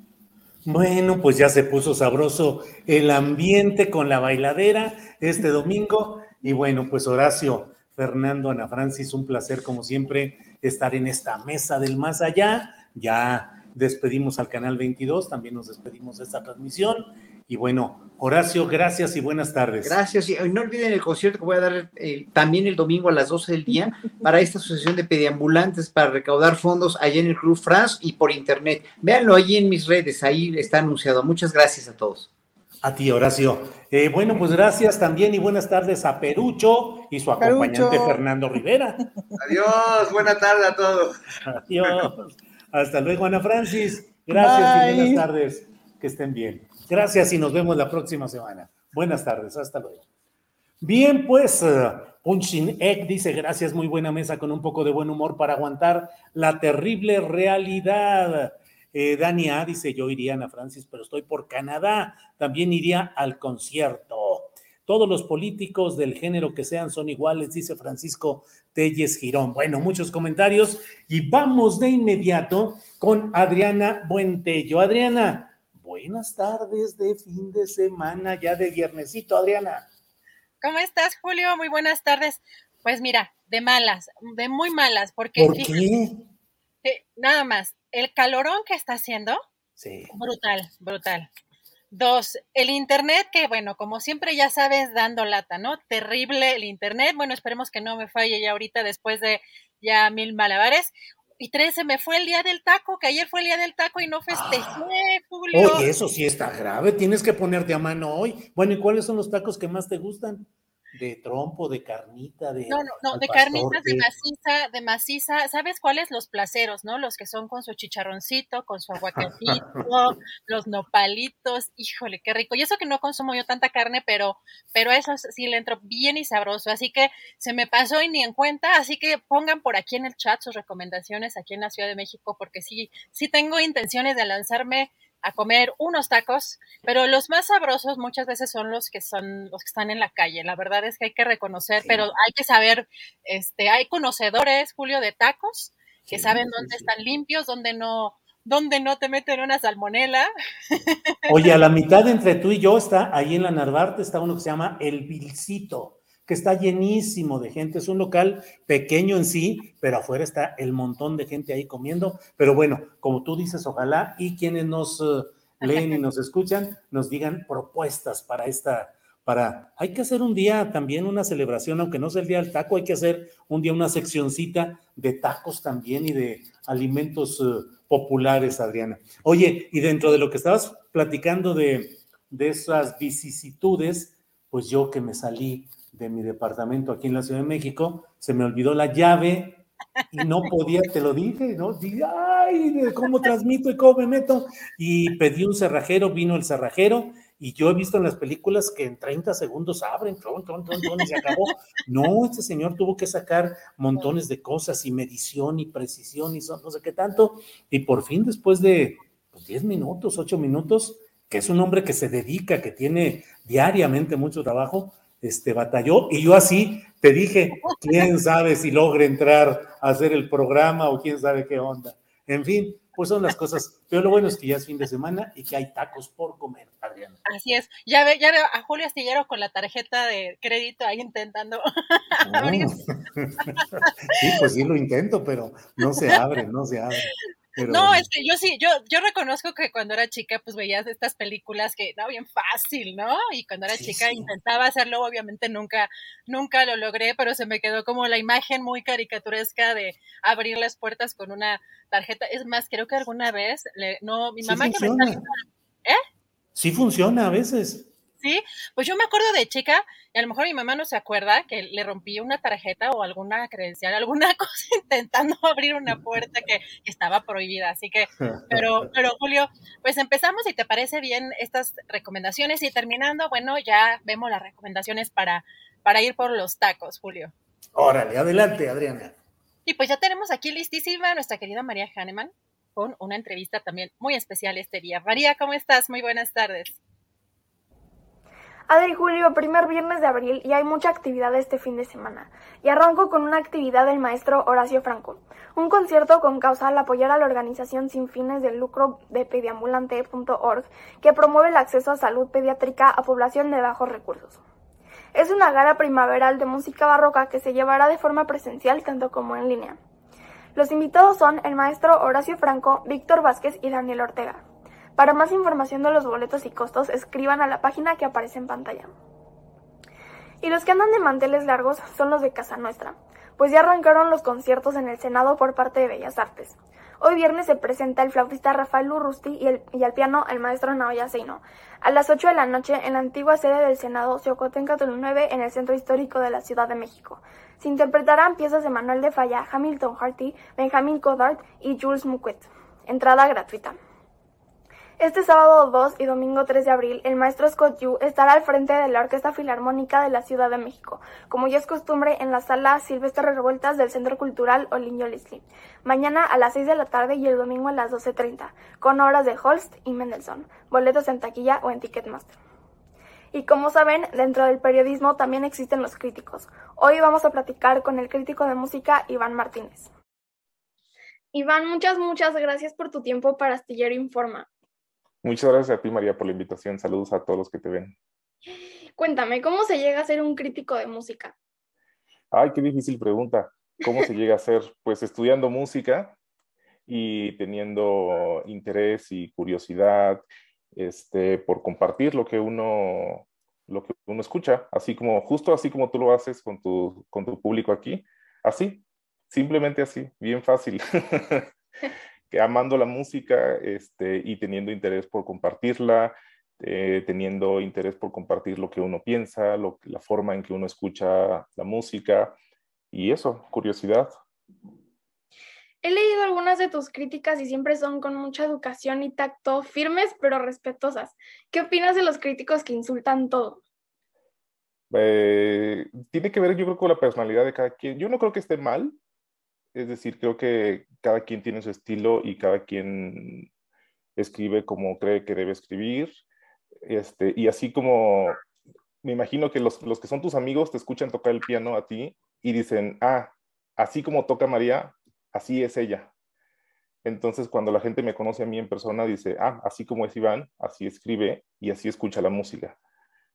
Bueno, pues ya se puso sabroso el ambiente con la bailadera este domingo. Y bueno, pues Horacio, Fernando, Ana Francis, un placer como siempre estar en esta mesa del más allá. Ya despedimos al Canal 22, también nos despedimos de esta transmisión. Y bueno, Horacio, gracias y buenas tardes. Gracias, y no olviden el concierto que voy a dar también el domingo a las 12 del día para esta asociación de pediambulantes para recaudar fondos allá en el Club France y por internet. Véanlo allí en mis redes, ahí está anunciado. Muchas gracias a todos. A ti, Horacio. Bueno, pues gracias también y buenas tardes a Perucho y su acompañante Fernando Rivera. Adiós, buena tarde a todos. Adiós. Hasta luego, Ana Francis. Gracias. Bye. Y buenas tardes. Que estén bien. Gracias y nos vemos la próxima semana. Buenas tardes, hasta luego. Bien, pues, Punchin Egg dice, gracias, muy buena mesa con un poco de buen humor para aguantar la terrible realidad. Dani A dice, yo iría, Ana Francis, pero estoy por Canadá. También iría al concierto. Todos los políticos del género que sean son iguales, dice Francisco Telles Girón. Bueno, muchos comentarios y vamos de inmediato con Adriana Buentello. Adriana, buenas tardes de fin de semana, ya de viernesito, Adriana. ¿Cómo estás, Julio? Muy buenas tardes. Pues mira, de malas, de muy malas, porque... ¿Por qué? Nada más, el calorón que está haciendo, sí. Brutal. 2, el internet, que bueno, como siempre ya sabes, dando lata, ¿no? Terrible el internet, bueno, esperemos que no me falle ya ahorita después de ya 1000 malabares. Y 3, se me fue el día del taco, que ayer fue el día del taco y no festejé, Julio. Oye, eso sí está grave, tienes que ponerte a mano hoy. Bueno, ¿y cuáles son los tacos que más te gustan? ¿De trompo, de carnita, de No, de carnitas, de maciza. ¿Sabes cuáles? Los placeros, ¿no? Los que son con su chicharroncito, con su aguacatito, los nopalitos. Híjole, qué rico. Y eso que no consumo yo tanta carne, pero eso sí le entro bien y sabroso. Así que se me pasó y ni en cuenta. Así que pongan por aquí en el chat sus recomendaciones aquí en la Ciudad de México, porque sí tengo intenciones de lanzarme a comer unos tacos, pero los más sabrosos muchas veces son los que están en la calle. La verdad es que hay que reconocer, sí. Pero hay que saber, hay conocedores, Julio, de tacos, que saben dónde están limpios, dónde no te meten una salmonela. Oye, a la mitad entre tú y yo está, ahí en la Narvarte está uno que se llama El Vilcito, que está llenísimo de gente. Es un local pequeño en sí, pero afuera está el montón de gente ahí comiendo. Pero bueno, como tú dices, ojalá y quienes nos leen y nos escuchan nos digan propuestas hay que hacer un día también una celebración, aunque no sea el día del taco, hay que hacer un día una seccioncita de tacos también y de alimentos populares, Adriana. Oye, y dentro de lo que estabas platicando de esas vicisitudes, pues yo que me salí de mi departamento aquí en la Ciudad de México, se me olvidó la llave y no podía, te lo dije, ¿no? Dije, ay, ¿cómo transmito y cómo me meto? Y pedí un cerrajero, vino el cerrajero, y yo he visto en las películas que en 30 segundos abren, y se acabó. No, este señor tuvo que sacar montones de cosas y medición y precisión y no sé qué tanto, y por fin después de 10 minutos, 8 minutos, que es un hombre que se dedica, que tiene diariamente mucho trabajo, batalló, y yo así te dije, quién sabe si logre entrar a hacer el programa o quién sabe qué onda. En fin, pues son las cosas, pero lo bueno es que ya es fin de semana y que hay tacos por comer, Adriana. Así es, ya ve a Julio Astillero con la tarjeta de crédito ahí intentando abrir. Sí, pues sí lo intento, pero no se abre. Pero... No, es que yo reconozco que cuando era chica, pues veías estas películas que no, bien fácil, ¿no? Y cuando era chica intentaba hacerlo, obviamente nunca lo logré, pero se me quedó como la imagen muy caricaturesca de abrir las puertas con una tarjeta. Es más, creo que alguna vez, mi mamá que me está... Sí funciona a veces. Sí, pues yo me acuerdo de chica, y a lo mejor mi mamá no se acuerda, que le rompí una tarjeta o alguna credencial, alguna cosa intentando abrir una puerta que estaba prohibida, así que, pero Julio, pues empezamos, si te parece bien estas recomendaciones, y terminando, bueno, ya vemos las recomendaciones para ir por los tacos, Julio. Órale, adelante, Adriana. Y pues ya tenemos aquí listísima a nuestra querida María Hahnemann con una entrevista también muy especial este día. María, ¿cómo estás? Muy buenas tardes. Adri, Julio, primer viernes de abril y hay mucha actividad este fin de semana. Y arranco con una actividad del maestro Horacio Franco. Un concierto con causa al apoyar a la organización sin fines de lucro de pediambulante.org que promueve el acceso a salud pediátrica a población de bajos recursos. Es una gala primaveral de música barroca que se llevará de forma presencial tanto como en línea. Los invitados son el maestro Horacio Franco, Víctor Vázquez y Daniel Ortega. Para más información de los boletos y costos, escriban a la página que aparece en pantalla. Y los que andan de manteles largos son los de Casa Nuestra, pues ya arrancaron los conciertos en el Senado por parte de Bellas Artes. Hoy viernes se presenta el flautista Rafael Urrusti y al piano el maestro Naoya Seino. A las 8 de la noche, en la antigua sede del Senado, Xicoténcatl 9, en el Centro Histórico de la Ciudad de México. Se interpretarán piezas de Manuel de Falla, Hamilton Harty, Benjamin Goddard y Jules Muquet. Entrada gratuita. Este sábado 2 y domingo 3 de abril, el maestro Scott Yu estará al frente de la Orquesta Filarmónica de la Ciudad de México, como ya es costumbre en la sala Silvestre Revueltas del Centro Cultural Olinio Lisli. Mañana a las 6 de la tarde y el domingo a las 12:30, con obras de Holst y Mendelssohn, boletos en taquilla o en Ticketmaster. Y como saben, dentro del periodismo también existen los críticos. Hoy vamos a platicar con el crítico de música Iván Martínez. Iván, muchas gracias por tu tiempo para Astillero Informa. Muchas gracias a ti, María, por la invitación. Saludos a todos los que te ven. Cuéntame, ¿cómo se llega a ser un crítico de música? Ay, qué difícil pregunta. ¿Cómo se llega a ser? Pues estudiando música y teniendo interés y curiosidad por compartir lo que uno escucha, justo así como tú lo haces con tu público aquí. Así, simplemente así, bien fácil. Que amando la música y teniendo interés por compartirla, teniendo interés por compartir lo que uno piensa, la forma en que uno escucha la música y eso, curiosidad. He leído algunas de tus críticas y siempre son con mucha educación y tacto, firmes pero respetuosas. ¿Qué opinas de los críticos que insultan todo? Tiene que ver, yo creo, con la personalidad de cada quien. Yo no creo que esté mal. Es decir, creo que cada quien tiene su estilo y cada quien escribe como cree que debe escribir. Y así como me imagino que los que son tus amigos te escuchan tocar el piano a ti y dicen, así como toca María, así es ella. Entonces, cuando la gente me conoce a mí en persona, dice, así como es Iván, así escribe y así escucha la música.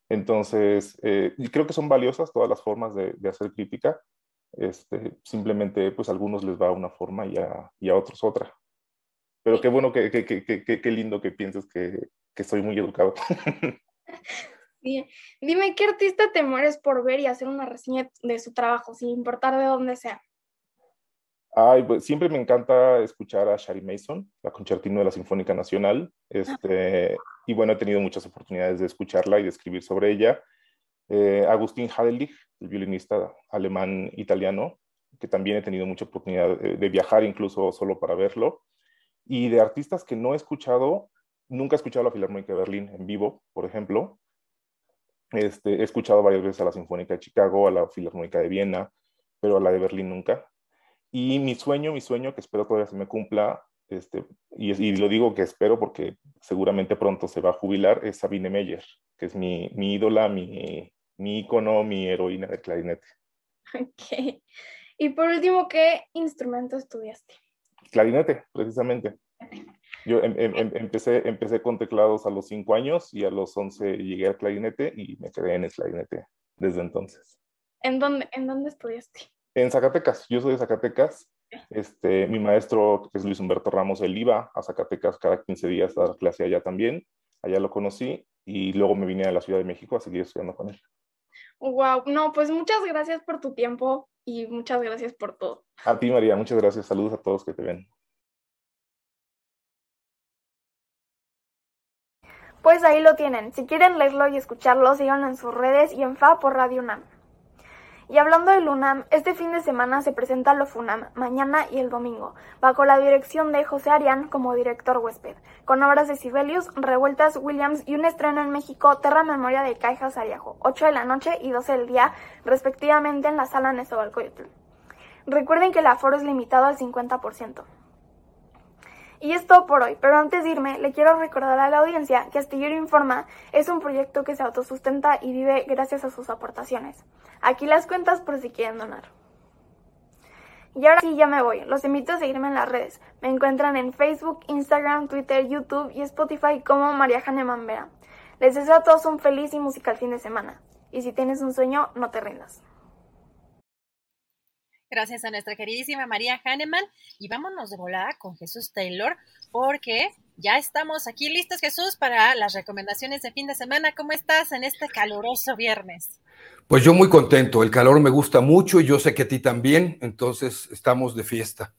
Entonces, y creo que son valiosas todas las formas de hacer crítica. Simplemente, pues a algunos les va una forma y a otros otra. Pero qué bueno, qué lindo que pienses que soy muy educado. Bien. Dime, ¿qué artista te mueres por ver y hacer una reseña de su trabajo, sin importar de dónde sea? Ay, pues, siempre me encanta escuchar a Shari Mason, la concertino de la Sinfónica Nacional. Y bueno, he tenido muchas oportunidades de escucharla y de escribir sobre ella. Agustín Hadelich, el violinista alemán-italiano, que también he tenido mucha oportunidad de viajar incluso solo para verlo. Y de artistas que no he escuchado, nunca he escuchado la Filarmónica de Berlín en vivo, por ejemplo. He escuchado varias veces a la Sinfónica de Chicago, a la Filarmónica de Viena, pero a la de Berlín nunca. Y mi sueño, que espero todavía se me cumpla, y lo digo que espero porque seguramente pronto se va a jubilar, es Sabine Meyer, que es mi ídola, mi ícono, mi heroína del clarinete. Ok. Y por último, ¿qué instrumento estudiaste? Clarinete, precisamente. Yo empecé con teclados a los 5 años y a los 11 llegué al clarinete y me quedé en el clarinete desde entonces. ¿En dónde estudiaste? En Zacatecas, yo soy de Zacatecas. Mi maestro, que es Luis Humberto Ramos, él iba a Zacatecas cada 15 días a dar clase allá también. Allá lo conocí y luego me vine a la Ciudad de México a seguir estudiando con él. Wow, no, pues muchas gracias por tu tiempo y muchas gracias por todo. A ti, María, muchas gracias. Saludos a todos que te ven. Pues ahí lo tienen. Si quieren leerlo y escucharlo, síganlo en sus redes y en FA por Radio UNAM. Y hablando del UNAM, este fin de semana se presenta LOFUNAM, mañana y el domingo, bajo la dirección de José Arián como director huésped, con obras de Sibelius, Revueltas, Williams y un estreno en México, Terra Memoria de Caijas Ariajo, 8 de la noche y 12 del día, respectivamente en la sala Nezahualcóyotl. Recuerden que el aforo es limitado al 50%. Y es todo por hoy, pero antes de irme, le quiero recordar a la audiencia que Astillero Informa es un proyecto que se autosustenta y vive gracias a sus aportaciones. Aquí las cuentas por si quieren donar. Y ahora sí, ya me voy. Los invito a seguirme en las redes. Me encuentran en Facebook, Instagram, Twitter, YouTube y Spotify como María Hahnemann Vera. Les deseo a todos un feliz y musical fin de semana. Y si tienes un sueño, no te rindas. Gracias a nuestra queridísima María Hahnemann. Y vámonos de volada con Jesús Taylor, porque ya estamos aquí listos, Jesús, para las recomendaciones de fin de semana. ¿Cómo estás en este caluroso viernes? Pues yo muy contento, el calor me gusta mucho y yo sé que a ti también, entonces estamos de fiesta.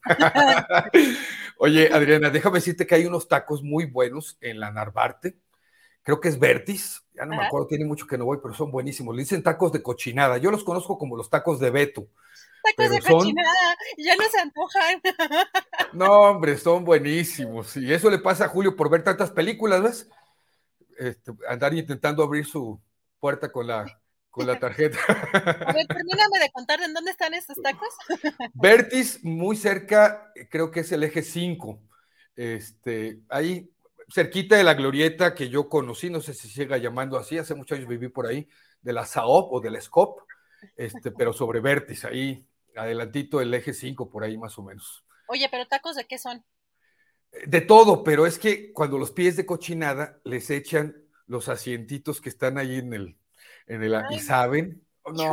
Oye, Adriana, déjame decirte que hay unos tacos muy buenos en la Narvarte, creo que es Vertis, ya no me acuerdo, tiene mucho que no voy, pero son buenísimos, le dicen tacos de cochinada, yo los conozco como los tacos de Beto. Tacos de cochinada, ya no se antojan. No, hombre, son buenísimos, y eso le pasa a Julio por ver tantas películas, ¿ves? Andar intentando abrir su puerta con la tarjeta. A ver, termíname de contar en dónde están estos tacos. Vertis, muy cerca, creo que es el eje 5. Ahí, cerquita de la glorieta que yo conocí, no sé si se siga llamando así, hace muchos años viví por ahí, de la SAOP o de la SCOP, pero sobre Vertis, ahí, adelantito del eje 5, por ahí más o menos. Oye, pero ¿tacos de qué son? De todo, pero es que cuando los pides de cochinada, les echan los asientitos que están ahí y saben,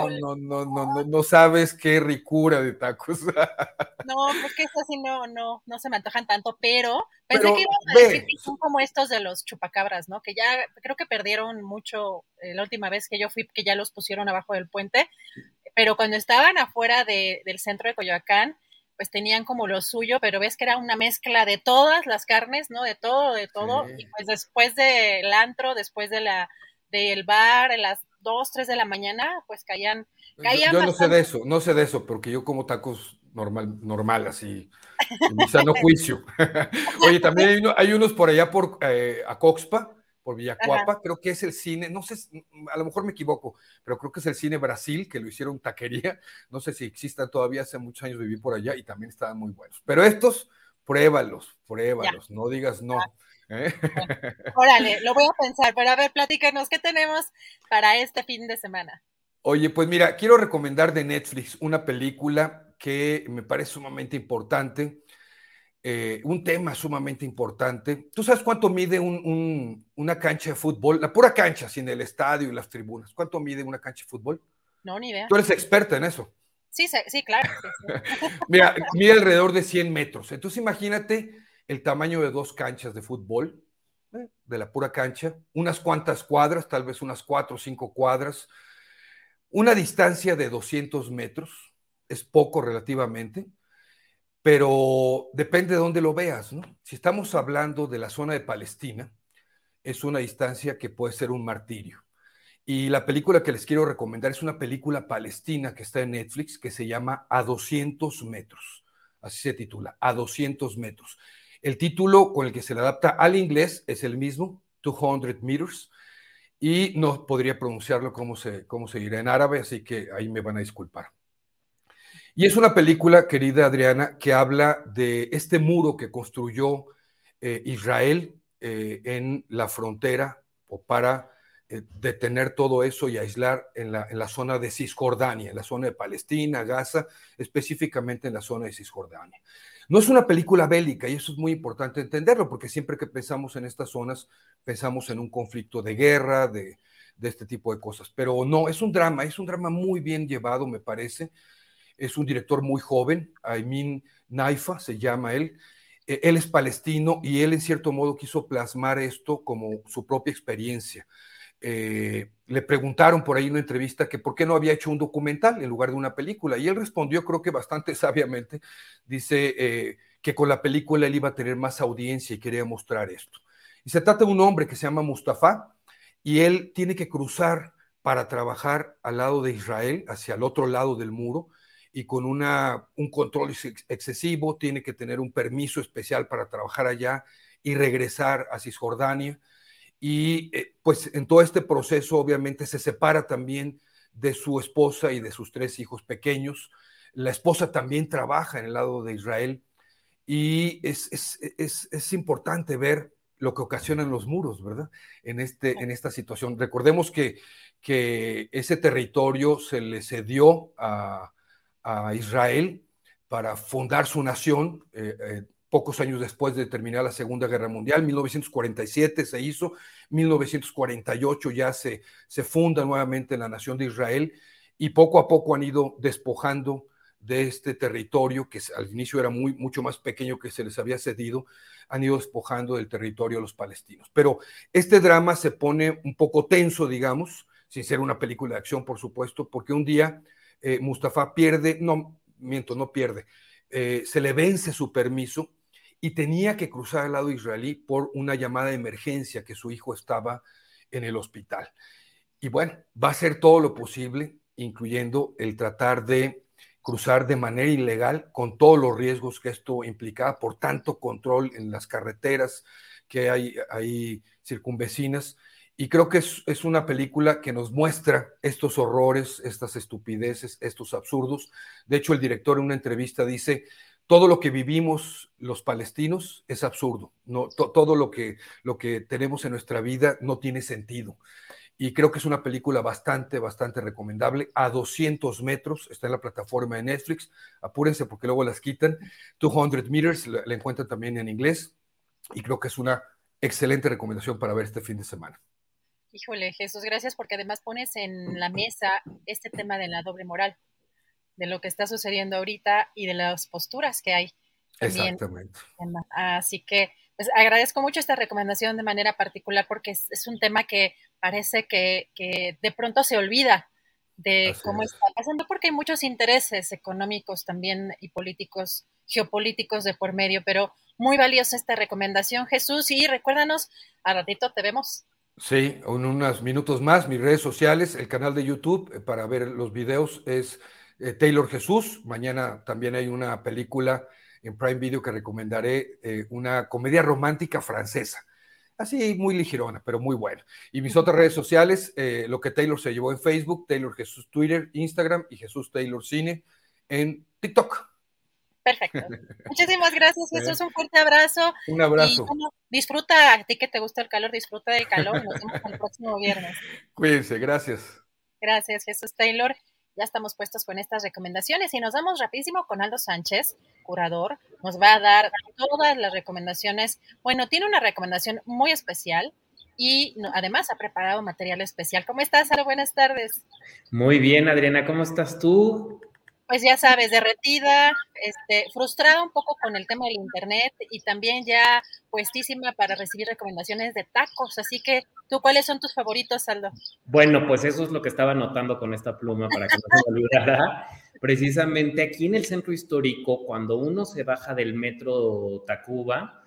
no sabes qué ricura de tacos. No, pues que eso sí no se me antojan tanto, pero pensé que iban a decir que son como estos de los chupacabras, ¿no? Que ya creo que perdieron mucho la última vez que yo fui, que ya los pusieron abajo del puente, pero cuando estaban afuera del centro de Coyoacán, pues tenían como lo suyo, pero ves que era una mezcla de todas las carnes, ¿no? De todo, sí. Y pues después del antro, después del bar, a las 2, 3 de la mañana, pues caían yo no sé de eso, porque yo como tacos normal así, en mi sano juicio. Oye, también hay unos por allá por Acoxpa, por Villacuapa, creo que es el cine, no sé, a lo mejor me equivoco, pero creo que es el Cine Brasil, que lo hicieron taquería, no sé si existan todavía, hace muchos años viví por allá y también estaban muy buenos. Pero estos, pruébalos, no digas no. Órale, lo voy a pensar, pero a ver, platícanos, ¿qué tenemos para este fin de semana? Oye, pues mira, quiero recomendar de Netflix una película que me parece sumamente importante. un tema sumamente importante. ¿Tú sabes cuánto mide una cancha de fútbol? La pura cancha, sin el estadio y las tribunas. ¿Cuánto mide una cancha de fútbol? No, ni idea. Tú eres experta en eso. Sí, claro. Sí. Mira, mide alrededor de 100 metros. Entonces imagínate el tamaño de 2 canchas de fútbol, de la pura cancha, unas cuantas cuadras, tal vez unas 4 o 5 cuadras, una distancia de 200 metros, es poco relativamente, pero depende de dónde lo veas, ¿no? Si estamos hablando de la zona de Palestina, es una distancia que puede ser un martirio. Y la película que les quiero recomendar es una película palestina que está en Netflix que se llama A 200 metros. Así se titula, A 200 metros. El título con el que se le adapta al inglés es el mismo, 200 meters, y no podría pronunciarlo como se dirá en árabe, así que ahí me van a disculpar. Y es una película, querida Adriana, que habla de este muro que construyó Israel en la frontera o para detener todo eso y aislar en la zona de Cisjordania, en la zona de Palestina, Gaza, específicamente en la zona de Cisjordania. No es una película bélica y eso es muy importante entenderlo porque siempre que pensamos en estas zonas pensamos en un conflicto de guerra, de este tipo de cosas, pero no, es un drama muy bien llevado, me parece. Es un director muy joven, Aymin Naifa se llama él. Él es palestino y él en cierto modo quiso plasmar esto como su propia experiencia. Le preguntaron por ahí en una entrevista que por qué no había hecho un documental en lugar de una película y él respondió, creo que bastante sabiamente, dice que con la película él iba a tener más audiencia y quería mostrar esto. Y se trata de un hombre que se llama Mustafa y él tiene que cruzar para trabajar al lado de Israel, hacia el otro lado del muro, y con un control excesivo, tiene que tener un permiso especial para trabajar allá y regresar a Cisjordania. Y pues en todo este proceso obviamente se separa también de su esposa y de sus 3 hijos pequeños. La esposa también trabaja en el lado de Israel y es importante ver lo que ocasionan los muros, ¿verdad? En esta situación. Recordemos que ese territorio se le cedió a Israel para fundar su nación pocos años después de terminar la Segunda Guerra Mundial. 1947 se hizo, 1948 ya se funda nuevamente la nación de Israel y poco a poco han ido despojando de este territorio que al inicio era mucho más pequeño que se les había cedido, han ido despojando del territorio a los palestinos. Pero este drama se pone un poco tenso, digamos, sin ser una película de acción, por supuesto, porque un día Mustafa se le vence su permiso y tenía que cruzar al lado israelí por una llamada de emergencia que su hijo estaba en el hospital. Y bueno, va a hacer todo lo posible, incluyendo el tratar de cruzar de manera ilegal con todos los riesgos que esto implicaba por tanto control en las carreteras que hay circunvecinas. Y creo que es una película que nos muestra estos horrores, estas estupideces, estos absurdos. De hecho, el director en una entrevista dice, todo lo que vivimos los palestinos es absurdo. No, todo lo que tenemos en nuestra vida no tiene sentido. Y creo que es una película bastante recomendable. A 200 metros, está en la plataforma de Netflix. Apúrense porque luego las quitan. 200 meters, la encuentran también en inglés. Y creo que es una excelente recomendación para ver este fin de semana. Híjole, Jesús, gracias porque además pones en la mesa este tema de la doble moral, de lo que está sucediendo ahorita y de las posturas que hay también. Exactamente. Así que pues agradezco mucho esta recomendación de manera particular porque es un tema que parece que de pronto se olvida de cómo está pasando porque hay muchos intereses económicos también y políticos, geopolíticos de por medio, pero muy valiosa esta recomendación, Jesús, y recuérdanos, a ratito te vemos. Sí, en unos minutos más, mis redes sociales, el canal de YouTube para ver los videos es Taylor Jesús. Mañana también hay una película en Prime Video que recomendaré, una comedia romántica francesa. Así muy ligerona, pero muy buena. Y mis otras redes sociales, lo que Taylor se llevó en Facebook, Taylor Jesús Twitter, Instagram y Jesús Taylor Cine en TikTok. Perfecto. Muchísimas gracias, Jesús. Un fuerte abrazo. Un abrazo. Y, bueno, disfruta, a ti que te gusta el calor, disfruta del calor. Nos vemos el próximo viernes. Cuídense, gracias. Gracias, Jesús Taylor. ya estamos puestos con estas recomendaciones y nos vamos rapidísimo con Aldo Sánchez, curador, nos va a dar todas las recomendaciones. Bueno, tiene una recomendación muy especial y además ha preparado material especial. ¿Cómo estás, Aldo? Buenas tardes. Muy bien, Adriana, ¿cómo estás tú? Pues ya sabes, derretida, frustrada un poco con el tema del internet y también ya puestísima para recibir recomendaciones de tacos. Así que, ¿tú cuáles son tus favoritos, Aldo? Bueno, pues eso es lo que estaba anotando con esta pluma para que no se me olvidara. Precisamente aquí en el centro histórico, cuando uno se baja del metro Tacuba,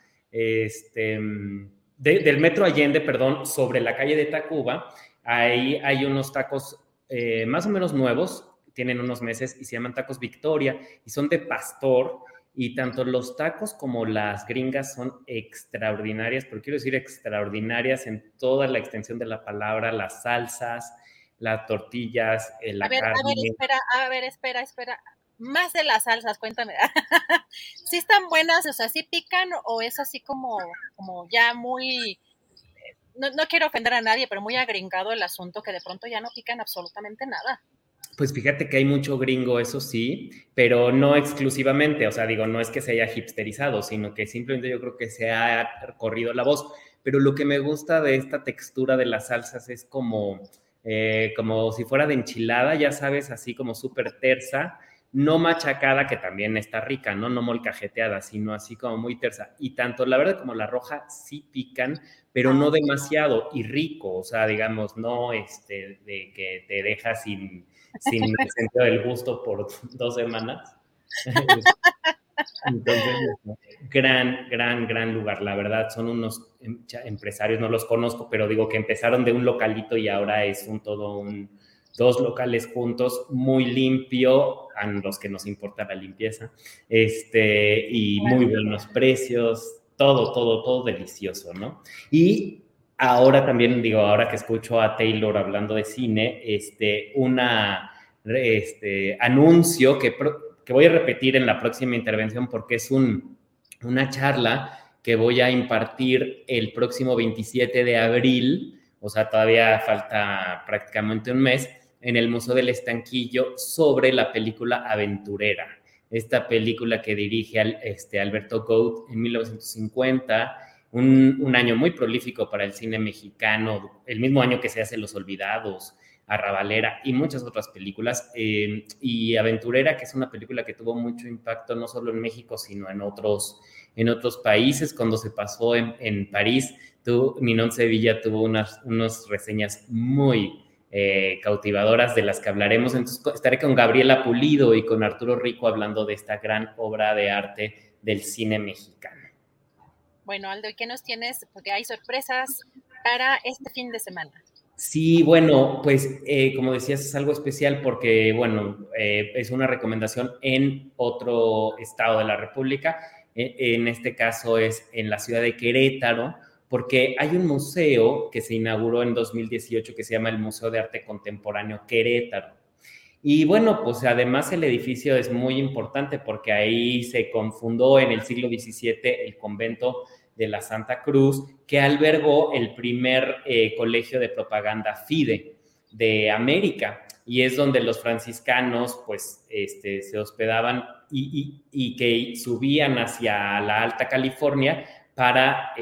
del metro Allende, perdón, sobre la calle de Tacuba, ahí hay unos tacos más o menos nuevos, tienen unos meses y se llaman Tacos Victoria y son de pastor y tanto los tacos como las gringas son extraordinarias, pero quiero decir extraordinarias en toda la extensión de la palabra, las salsas, las tortillas, la carne. Espera. Más de las salsas, cuéntame. ¿Sí están buenas? O sea, ¿sí pican o es así como ya muy... No quiero ofender a nadie, pero muy agringado el asunto que de pronto ya no pican absolutamente nada? Pues fíjate que hay mucho gringo, eso sí, pero no exclusivamente, o sea, digo, no es que se haya hipsterizado, sino que simplemente yo creo que se ha corrido la voz, pero lo que me gusta de esta textura de las salsas es como si fuera de enchilada, ya sabes, así como súper tersa, no machacada, que también está rica, ¿no? No molcajeteada, sino así como muy tersa, y tanto la verde como la roja sí pican, pero no demasiado, y rico, o sea, digamos, no de que te deja sin el sentido del gusto por 2 semanas. Entonces, gran lugar, la verdad, son unos empresarios, no los conozco, pero digo que empezaron de un localito y ahora es 2 locales juntos, muy limpio, a los que nos importa la limpieza, y muy buenos precios, todo delicioso, ¿no? Y ahora también, digo, ahora que escucho a Taylor hablando de cine, anuncio que voy a repetir en la próxima intervención porque es una charla que voy a impartir el próximo 27 de abril, o sea, todavía falta prácticamente un mes, en el Museo del Estanquillo sobre la película Aventurera, esta película que dirige Alberto Gout en 1950, un año muy prolífico para el cine mexicano, el mismo año que se hace Los Olvidados, Arrabalera y muchas otras películas, y Aventurera, que es una película que tuvo mucho impacto no solo en México, sino en otros países. Cuando se pasó en París, Ninón Sevilla tuvo unas reseñas muy cautivadoras de las que hablaremos. Entonces estaré con Gabriela Pulido y con Arturo Rico hablando de esta gran obra de arte del cine mexicano. Bueno, Aldo, ¿y qué nos tienes? Porque hay sorpresas para este fin de semana. Sí, bueno, pues como decías, es algo especial porque, bueno, es una recomendación en otro estado de la República. En este caso es en la ciudad de Querétaro, porque hay un museo que se inauguró en 2018 que se llama el Museo de Arte Contemporáneo Querétaro. Y bueno, pues además el edificio es muy importante porque ahí se confundó en el siglo XVII el convento de la Santa Cruz, que albergó el primer colegio de propaganda FIDE de América, y es donde los franciscanos pues se hospedaban y que subían hacia la Alta California para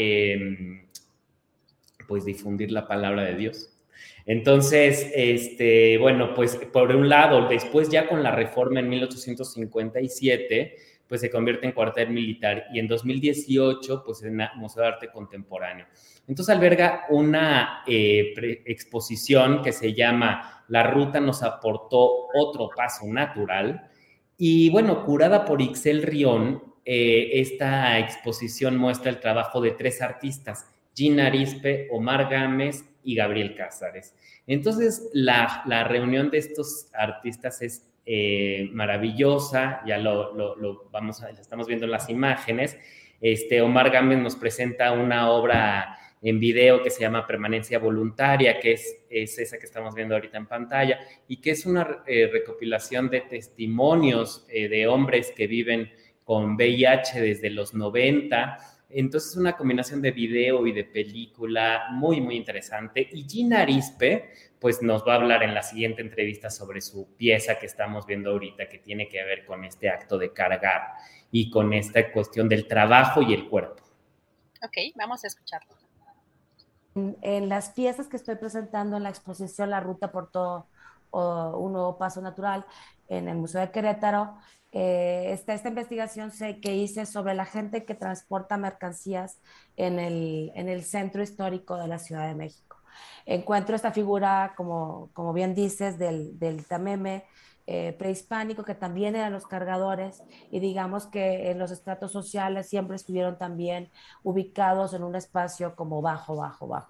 pues difundir la palabra de Dios. Entonces, bueno, pues por un lado, después ya con la reforma en 1857, pues se convierte en cuartel militar, y en 2018, pues en Museo de Arte Contemporáneo. Entonces alberga una exposición que se llama La Ruta nos aportó otro paso natural, y bueno, curada por Ixel Rión, esta exposición muestra el trabajo de 3 artistas, Gina Arispe, Omar Gámez y Gabriel Cázares. Entonces, la reunión de estos artistas es maravillosa, ya lo estamos viendo en las imágenes. Omar Gámez nos presenta una obra en video que se llama Permanencia Voluntaria, que es esa que estamos viendo ahorita en pantalla, y que es una recopilación de testimonios de hombres que viven con VIH desde los 90, Entonces, una combinación de video y de película muy, muy interesante. Y Gina Arizpe, pues nos va a hablar en la siguiente entrevista sobre su pieza que estamos viendo ahorita, que tiene que ver con este acto de cargar y con esta cuestión del trabajo y el cuerpo. Ok, vamos a escucharlo. En las piezas que estoy presentando en la exposición La Ruta por todo un nuevo paso natural en el Museo de Querétaro, está esta investigación que hice sobre la gente que transporta mercancías en el centro histórico de la Ciudad de México. Encuentro esta figura, como bien dices, del tameme prehispánico, que también eran los cargadores, y digamos que en los estratos sociales siempre estuvieron también ubicados en un espacio como bajo.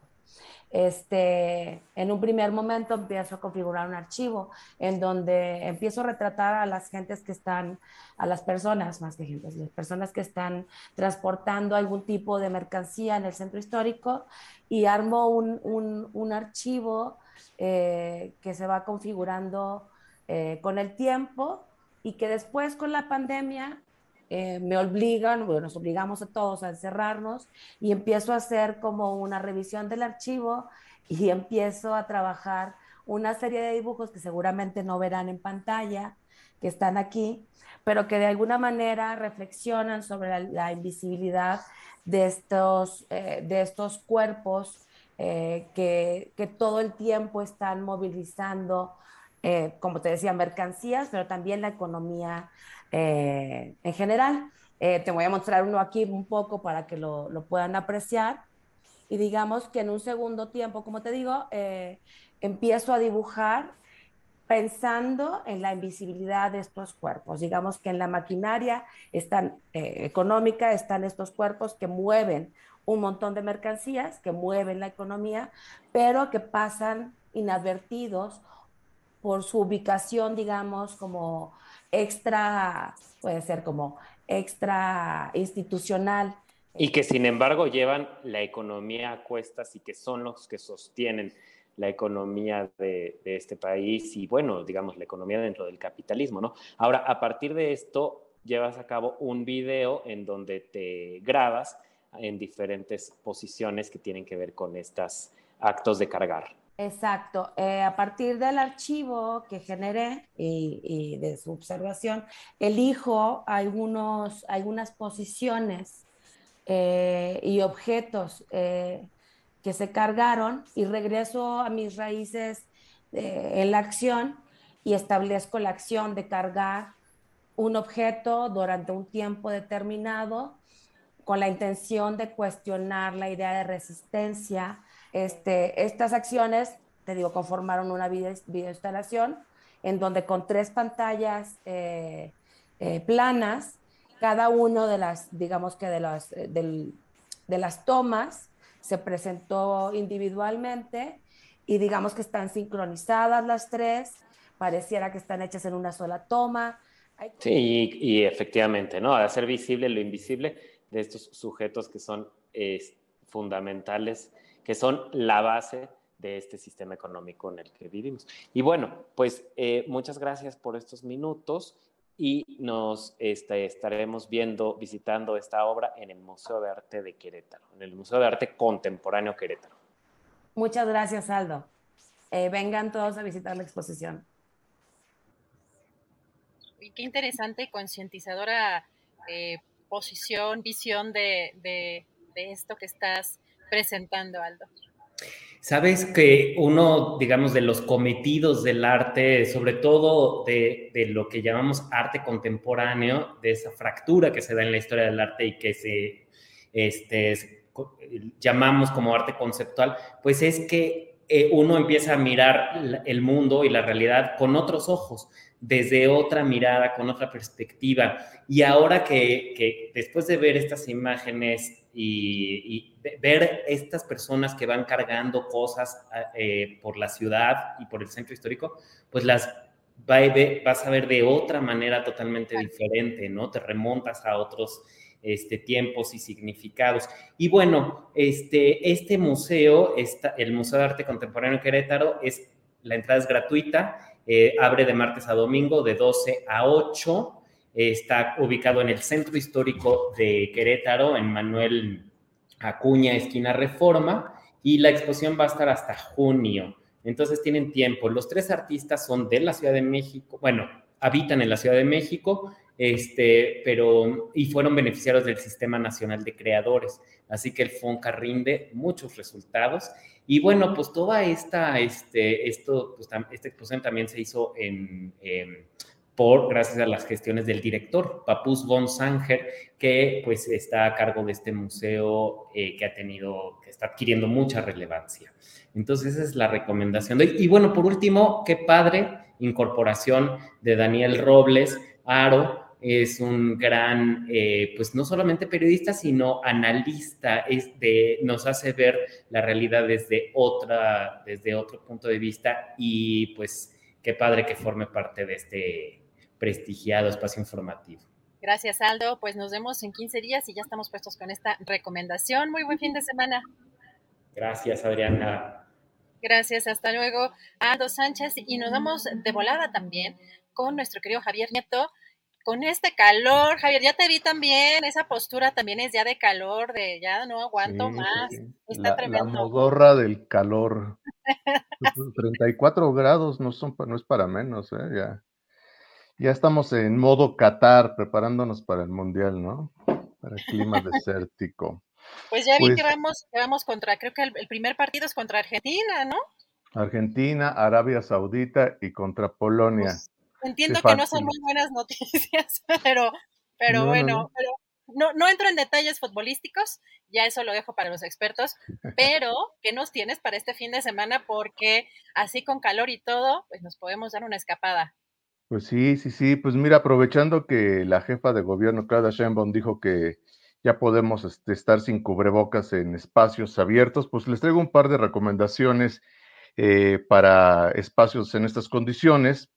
En un primer momento empiezo a configurar un archivo en donde empiezo a retratar a las gentes que están, a las personas, más que gentes, las personas que están transportando algún tipo de mercancía en el centro histórico, y armo un archivo que se va configurando con el tiempo, y que después con la pandemia nos obligamos a todos a encerrarnos, y empiezo a hacer como una revisión del archivo y empiezo a trabajar una serie de dibujos que seguramente no verán en pantalla, que están aquí, pero que de alguna manera reflexionan sobre la invisibilidad de estos cuerpos que todo el tiempo están movilizando, como te decía, mercancías, pero también la economía en general. Te voy a mostrar uno aquí un poco para que lo puedan apreciar, y digamos que en un segundo tiempo, como te digo, empiezo a dibujar pensando en la invisibilidad de estos cuerpos. Digamos que en la maquinaria económica están estos cuerpos que mueven un montón de mercancías, que mueven la economía, pero que pasan inadvertidos por su ubicación, digamos, como extra, puede ser como extra institucional. Y que sin embargo llevan la economía a cuestas y que son los que sostienen la economía de este país y, bueno, digamos, la economía dentro del capitalismo, ¿no? Ahora, a partir de esto, llevas a cabo un video en donde te grabas en diferentes posiciones que tienen que ver con estos actos de cargar. Exacto. A partir del archivo que generé y de su observación, elijo algunas posiciones y objetos que se cargaron, y regreso a mis raíces en la acción, y establezco la acción de cargar un objeto durante un tiempo determinado con la intención de cuestionar la idea de resistencia. Estas acciones, te digo, conformaron una videoinstalación en donde con 3 pantallas planas, cada uno de las, digamos que de las tomas se presentó individualmente, y digamos que están sincronizadas las 3, pareciera que están hechas en una sola toma. Sí, y efectivamente, ¿no? Hacer visible lo invisible de estos sujetos que son fundamentales, que son la base de este sistema económico en el que vivimos. Y bueno, pues muchas gracias por estos minutos, y nos estaremos visitando esta obra en el Museo de Arte de Querétaro, en el Museo de Arte Contemporáneo Querétaro. Muchas gracias, Aldo. Vengan todos a visitar la exposición. Y qué interesante y concientizadora visión de esto que estás presentando, Aldo. Sabes que uno, digamos, de los cometidos del arte, sobre todo de lo que llamamos arte contemporáneo, de esa fractura que se da en la historia del arte y que llamamos como arte conceptual, pues es que uno empieza a mirar el mundo y la realidad con otros ojos, desde otra mirada, con otra perspectiva. Y ahora que después de ver estas imágenes y ver estas personas que van cargando cosas por la ciudad y por el centro histórico, pues las vas a ver de otra manera totalmente diferente, ¿no? Te remontas a otros tiempos y significados. Y bueno, este museo, el Museo de Arte Contemporáneo Querétaro, la entrada es gratuita, abre de martes a domingo de 12 a 8, está ubicado en el centro histórico de Querétaro, en Manuel Acuña, esquina Reforma, y la exposición va a estar hasta junio. Entonces tienen tiempo. Los 3 artistas son de la Ciudad de México, bueno, habitan en la Ciudad de México, y fueron beneficiarios del Sistema Nacional de Creadores. Así que el FONCA rinde muchos resultados. Y bueno, pues toda esta exposición también se hizo gracias a las gestiones del director, Papus von Sanger, que pues está a cargo de este museo que está adquiriendo mucha relevancia. Entonces esa es la recomendación de hoy. Y bueno, por último, qué padre incorporación de Daniel Robles. Aro es un gran, pues no solamente periodista, sino analista, nos hace ver la realidad desde otro punto de vista, y pues qué padre que forme parte de este prestigiado espacio informativo. Gracias, Aldo. Pues nos vemos en 15 días y ya estamos puestos con esta recomendación. Muy buen fin de semana. Gracias, Adriana. Gracias, hasta luego, Aldo Sánchez. Y nos vamos de volada también con nuestro querido Javier Nieto. Con este calor, Javier, ya te vi también, esa postura también es ya de calor, de ya no aguanto más. Sí. Está La tremendo. modorra del calor. 34 grados no es para menos, Ya estamos en modo Qatar, preparándonos para el Mundial, ¿no? Para el clima desértico. Pues ya vi que vamos contra, creo que el primer partido es contra Argentina, ¿no? Argentina, Arabia Saudita y contra Polonia. Pues, entiendo que no son muy buenas noticias, pero bueno, pero no entro en detalles futbolísticos, ya eso lo dejo para los expertos, pero ¿qué nos tienes para este fin de semana? Porque así con calor y todo, pues nos podemos dar una escapada. Pues sí, pues mira, aprovechando que la jefa de gobierno, Claudia Sheinbaum, dijo que ya podemos estar sin cubrebocas en espacios abiertos, pues les traigo un par de recomendaciones para espacios en estas condiciones,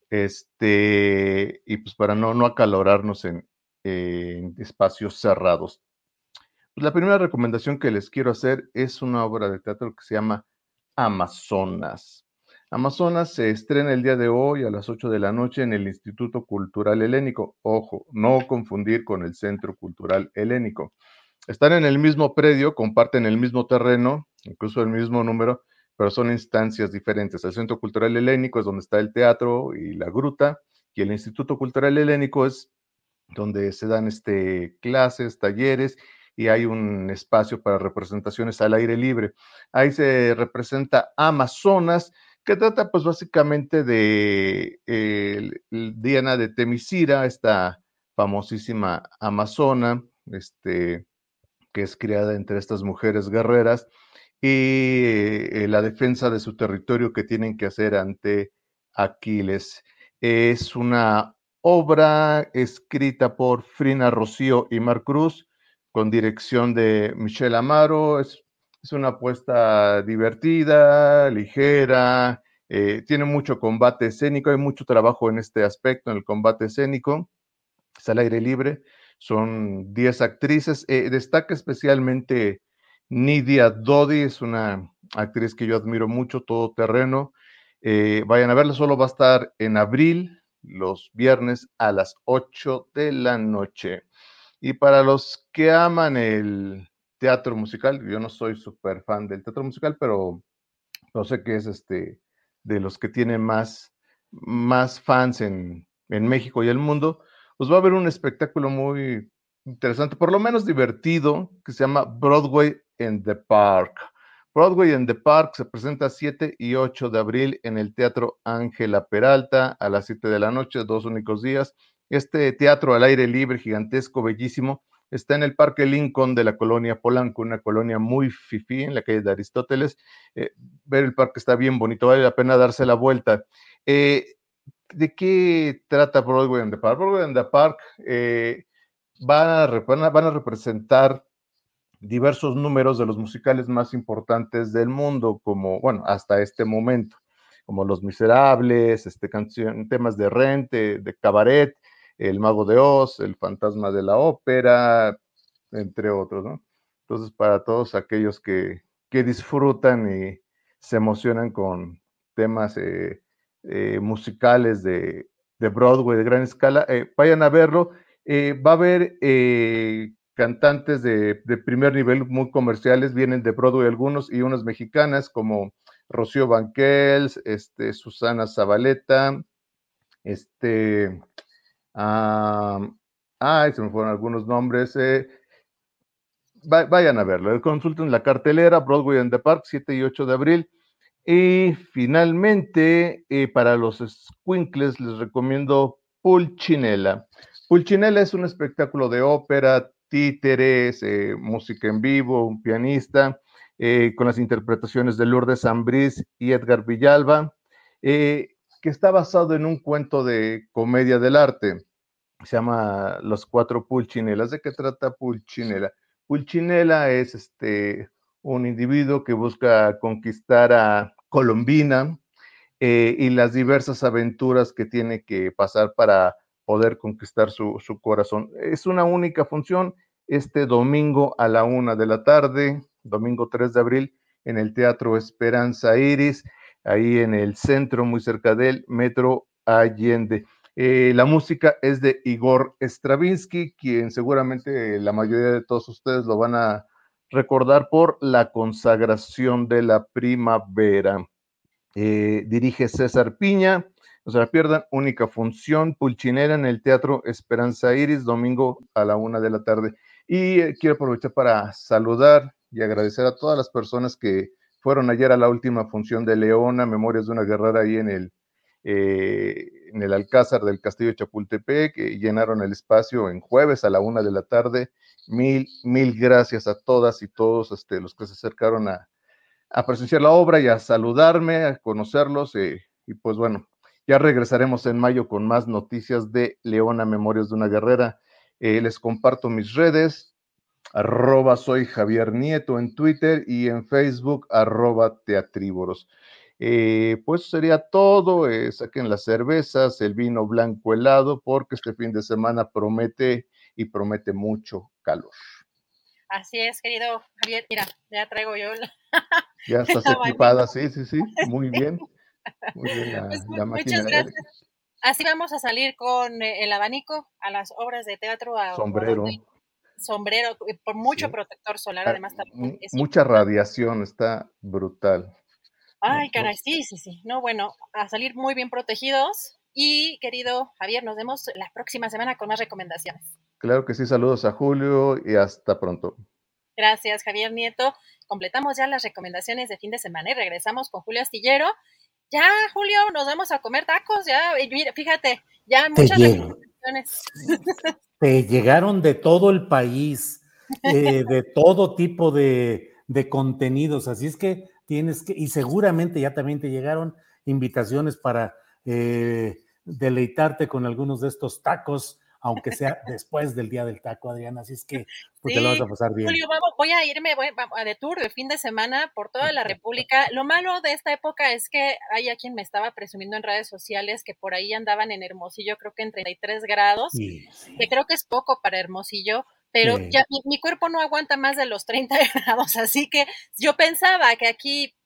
y pues para no acalorarnos en espacios cerrados. Pues la primera recomendación que les quiero hacer es una obra de teatro que se llama Amazonas. Amazonas se estrena el día de hoy a las 8 de la noche en el Instituto Cultural Helénico. Ojo, no confundir con el Centro Cultural Helénico. Están en el mismo predio, comparten el mismo terreno, incluso el mismo número, pero son instancias diferentes. El Centro Cultural Helénico es donde está el teatro y la gruta, y el Instituto Cultural Helénico es donde se dan clases, talleres, y hay un espacio para representaciones al aire libre. Ahí se representa Amazonas, que trata pues básicamente de Diana de Temiscira, esta famosísima amazona, que es criada entre estas mujeres guerreras, y la defensa de su territorio que tienen que hacer ante Aquiles. Es una obra escrita por Frina Rocío y Mar Cruz, con dirección de Michelle Amaro. Es una apuesta divertida, ligera, tiene mucho combate escénico, hay mucho trabajo en este aspecto, en el combate escénico. Es al aire libre, son 10 actrices. Destaca especialmente Nidia Dodi, es una actriz que yo admiro mucho, todoterreno. Vayan a verla, solo va a estar en abril, los viernes a las 8 de la noche. Y para los que aman el teatro musical, yo no soy súper fan del teatro musical, pero no sé qué es de los que tienen más fans en México y el mundo, pues va a haber un espectáculo muy interesante, por lo menos divertido, que se llama Broadway in the Park. Broadway in the Park se presenta 7 y 8 de abril en el Teatro Ángela Peralta a las 7 de la noche, 2 únicos días. Este teatro al aire libre, gigantesco, bellísimo, está en el Parque Lincoln de la colonia Polanco, una colonia muy fifí en la calle de Aristóteles. Ver el parque está bien bonito, vale la pena darse la vuelta. ¿De qué trata Broadway in the Park? Broadway in the Park van a representar diversos números de los musicales más importantes del mundo, como, bueno, hasta este momento, como Los Miserables, temas de Rent, de Cabaret, El Mago de Oz, El Fantasma de la Ópera, entre otros, ¿no? Entonces, para todos aquellos que disfrutan y se emocionan con temas musicales de de Broadway de gran escala, vayan a verlo. Va a haber cantantes de primer nivel muy comerciales, vienen de Broadway algunos y unas mexicanas como Rocío Banquels, Susana Zabaleta, se me fueron algunos nombres. Vayan a verlo, consulten la cartelera Broadway in the Park, 7 y 8 de abril. Y finalmente, para los escuincles, les recomiendo Pulcinella. Pulcinella es un espectáculo de ópera, títeres, música en vivo, un pianista, con las interpretaciones de Lourdes Ambrís y Edgar Villalba, que está basado en un cuento de comedia del arte. Se llama Los Cuatro Pulcinellas. ¿De qué trata Pulcinella? Pulcinella es un individuo que busca conquistar a Colombina y las diversas aventuras que tiene que pasar para poder conquistar su corazón. Es una única función este domingo a la 1 de la tarde, domingo 3 de abril, en el Teatro Esperanza Iris, ahí en el centro, muy cerca del Metro Allende. La música es de Igor Stravinsky, quien seguramente la mayoría de todos ustedes lo van a recordar por La Consagración de la Primavera. Dirige César Piña, no se la pierdan, única función, Pulcinella en el Teatro Esperanza Iris, domingo a la 1 de la tarde. Y quiero aprovechar para saludar y agradecer a todas las personas que fueron ayer a la última función de Leona, Memorias de una Guerrera, ahí en el Alcázar del Castillo de Chapultepec, que llenaron el espacio en jueves a la 1 de la tarde. Mil gracias a todas y todos los que se acercaron a presenciar la obra y a saludarme, a conocerlos, y pues bueno, ya regresaremos en mayo con más noticias de Leona, Memorias de una Guerrera. Les comparto mis redes, @soy Javier Nieto en Twitter y en Facebook, @teatrívoros. Pues sería todo. Saquen las cervezas, el vino blanco helado, porque este fin de semana promete mucho calor. Así es, querido Javier. Mira, ya traigo yo Ya estás equipada, sí, muy bien. Muy bien pues la máquina. muchas gracias. Así vamos a salir con el abanico a las obras de teatro. Sombrero, por mucho protector solar, además también es mucha radiación, está brutal. Ay, caray, sí. No, bueno, a salir muy bien protegidos. Y, querido Javier, nos vemos la próxima semana con más recomendaciones. Claro que sí, saludos a Julio y hasta pronto. Gracias, Javier Nieto. Completamos ya las recomendaciones de fin de semana y regresamos con Julio Astillero. Ya, Julio, nos vamos a comer tacos, ya, mira, fíjate, ya muchas recomendaciones. Te llegaron de todo el país, de todo tipo de contenidos, así es que tienes que, y seguramente ya también te llegaron invitaciones para deleitarte con algunos de estos tacos, aunque sea después del día del taco, Adriana, así es que pues, sí, te lo vas a pasar bien. Julio, voy a irme de tour de fin de semana por toda la República. Lo malo de esta época es que hay a quien me estaba presumiendo en redes sociales que por ahí andaban en Hermosillo, creo que en 33 grados, sí. Que creo que es poco para Hermosillo, pero sí. Ya mi cuerpo no aguanta más de los 30 grados, así que yo pensaba que aquí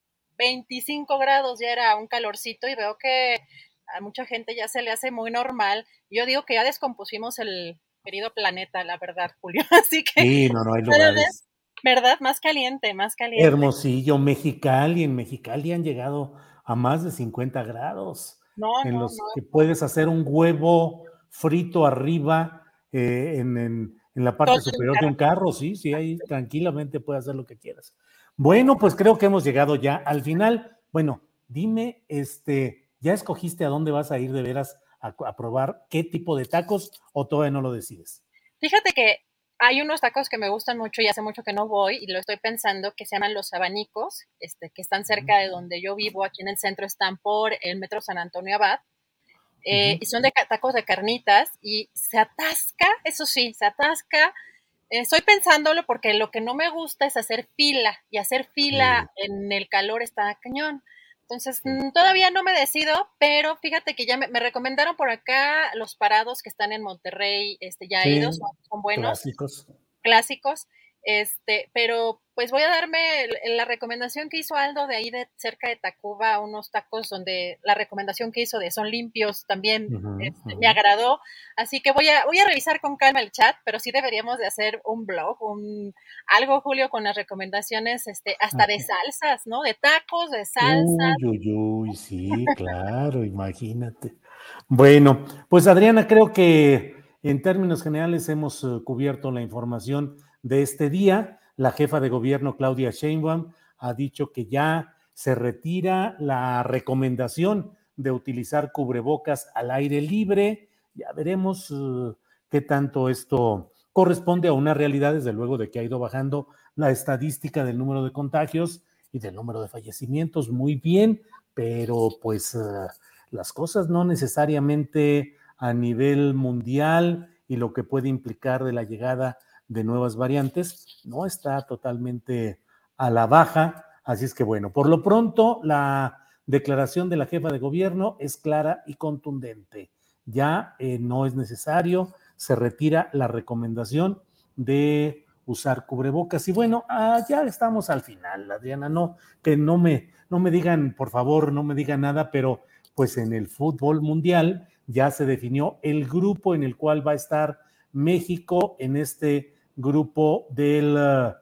25 grados ya era un calorcito y veo que a mucha gente ya se le hace muy normal. Yo digo que ya descompusimos el querido planeta, la verdad, Julio. Así que sí, no hay lugares. ¿Verdad? Más caliente. Hermosillo, Mexicali. En Mexicali han llegado a más de 50 grados. Que puedes hacer un huevo frito arriba en la parte superior de un carro. Sí, ahí tranquilamente puedes hacer lo que quieras. Bueno, pues creo que hemos llegado ya al final. Bueno, dime, ¿ya escogiste a dónde vas a ir de veras a probar qué tipo de tacos o todavía no lo decides? Fíjate que hay unos tacos que me gustan mucho y hace mucho que no voy y lo estoy pensando, que se llaman Los Abanicos, que están cerca de donde yo vivo, aquí en el centro, están por el Metro San Antonio Abad, y son de tacos de carnitas y se atasca, eso sí, se atasca. Estoy pensándolo porque lo que no me gusta es hacer fila y hacer fila en el calor está cañón. Entonces, todavía no me decido, pero fíjate que ya me recomendaron por acá los parados que están en Monterrey, ya idos, son buenos. Clásicos. Pero pues voy a darme la recomendación que hizo Aldo de ahí de cerca de Tacuba, unos tacos donde la recomendación que hizo de son limpios también me agradó, así que voy a revisar con calma el chat, pero sí deberíamos de hacer un blog, algo, Julio, con las recomendaciones hasta de salsas, ¿no? De tacos, de salsas. Uy, sí, claro, imagínate. Bueno, pues Adriana, creo que en términos generales hemos cubierto la información de este día. La jefa de gobierno, Claudia Sheinbaum, ha dicho que ya se retira la recomendación de utilizar cubrebocas al aire libre. Ya veremos qué tanto esto corresponde a una realidad, desde luego, de que ha ido bajando la estadística del número de contagios y del número de fallecimientos. Muy bien, pero pues las cosas no necesariamente a nivel mundial y lo que puede implicar de la llegada de nuevas variantes no está totalmente a la baja, así es que bueno, por lo pronto la declaración de la jefa de gobierno es clara y contundente. Ya no es necesario, se retira la recomendación de usar cubrebocas y bueno, ya estamos al final, Adriana, no me digan, por favor, no me digan nada, pero pues en el fútbol mundial ya se definió el grupo en el cual va a estar México en este grupo del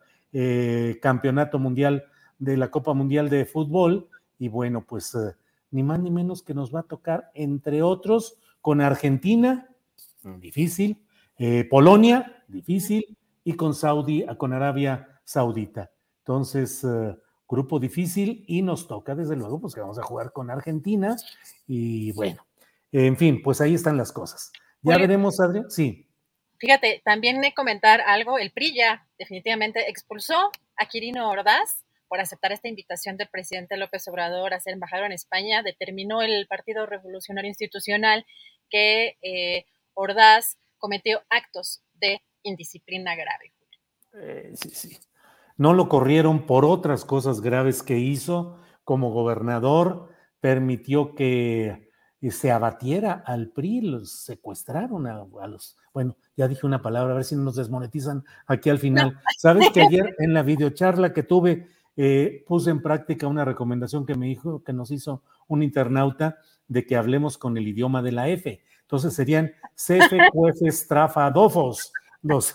campeonato mundial de la Copa Mundial de Fútbol y bueno, pues ni más ni menos que nos va a tocar, entre otros, con Argentina, difícil, Polonia, difícil, y con Arabia Saudita. Entonces, grupo difícil y nos toca, desde luego, pues que vamos a jugar con Argentina y bueno, en fin, pues ahí están las cosas. Ya veremos, Adrián, sí. Fíjate, también comentar algo, el PRI ya definitivamente expulsó a Quirino Ordaz por aceptar esta invitación del presidente López Obrador a ser embajador en España. Determinó el Partido Revolucionario Institucional que Ordaz cometió actos de indisciplina grave. Sí. No lo corrieron por otras cosas graves que hizo como gobernador, permitió que se abatiera al PRI, los secuestraron a los... Bueno, ya dije una palabra, a ver si no nos desmonetizan aquí al final. No. ¿Sabes que ayer en la videocharla que tuve puse en práctica una recomendación que nos hizo un internauta de que hablemos con el idioma de la F? Entonces serían CFQFs trafadofos, los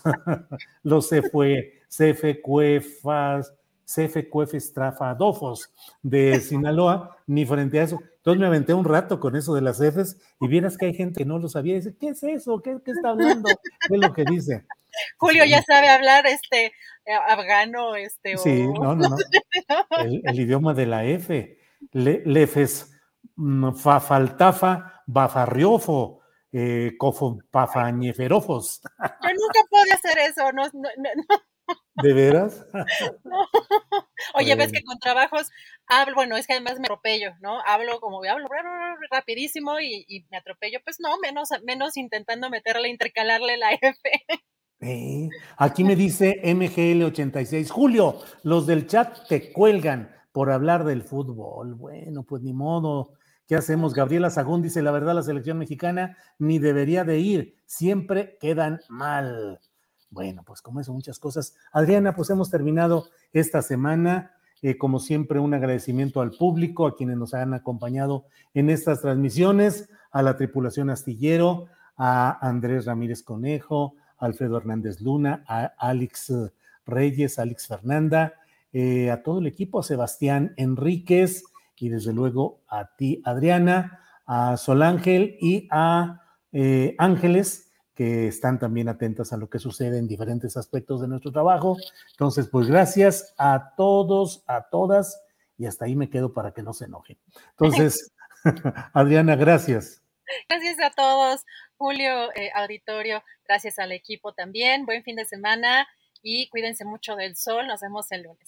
CFQFs trafadofos de Sinaloa, ni frente a eso. Entonces me aventé un rato con eso de las Fs y vieras que hay gente que no lo sabía y dice, ¿qué es eso? ¿Qué está hablando? ¿Qué es lo que dice? Julio ya sabe hablar afgano, Sí, no. El idioma de la F. Lefes, fafaltafa, bafarriofo, cofopafañeferofos. Yo nunca pude hacer eso, no. ¿De veras? No. Oye, ves que con trabajos hablo, bueno, es que además me atropello, ¿no? Hablo rapidísimo y me atropello, pues no, menos intentando intercalarle la F. Aquí me dice MGL86, Julio, los del chat te cuelgan por hablar del fútbol. Bueno, pues ni modo. ¿Qué hacemos? Gabriela Sagún dice, la verdad, la selección mexicana ni debería de ir, siempre quedan mal. Bueno, pues como eso, muchas cosas. Adriana, pues hemos terminado esta semana. Como siempre, un agradecimiento al público, a quienes nos han acompañado en estas transmisiones, a la tripulación astillero, a Andrés Ramírez Conejo, a Alfredo Hernández Luna, a Alex Reyes, Alex Fernanda, a todo el equipo, a Sebastián Enríquez y desde luego a ti, Adriana, a Sol Ángel y a Ángeles, que están también atentas a lo que sucede en diferentes aspectos de nuestro trabajo. Entonces, pues gracias a todos, a todas, y hasta ahí me quedo para que no se enojen. Entonces, Adriana, gracias. Gracias a todos, Julio, auditorio, gracias al equipo también. Buen fin de semana y cuídense mucho del sol. Nos vemos el lunes.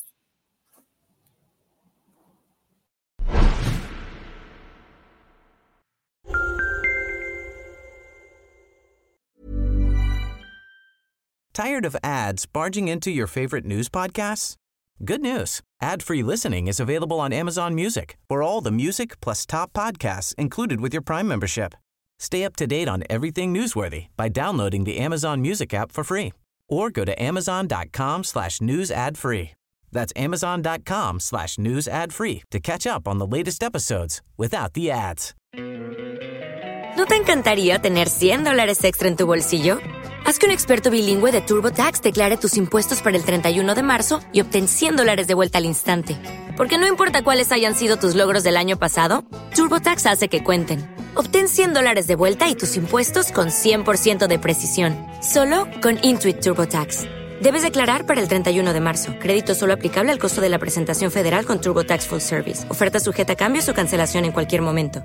Tired of ads barging into your favorite news podcasts? Good news. Ad-free listening is available on Amazon Music for all the music plus top podcasts included with your Prime membership. Stay up to date on everything newsworthy by downloading the Amazon Music app for free or go to amazon.com/news ad free. That's amazon.com/news ad free to catch up on the latest episodes without the ads. ¿No te encantaría tener $100 extra en tu bolsillo? Haz que un experto bilingüe de TurboTax declare tus impuestos para el 31 de marzo y obtén $100 de vuelta al instante. Porque no importa cuáles hayan sido tus logros del año pasado, TurboTax hace que cuenten. Obtén $100 de vuelta y tus impuestos con 100% de precisión. Solo con Intuit TurboTax. Debes declarar para el 31 de marzo. Crédito solo aplicable al costo de la presentación federal con TurboTax Full Service. Oferta sujeta a cambios o cancelación en cualquier momento.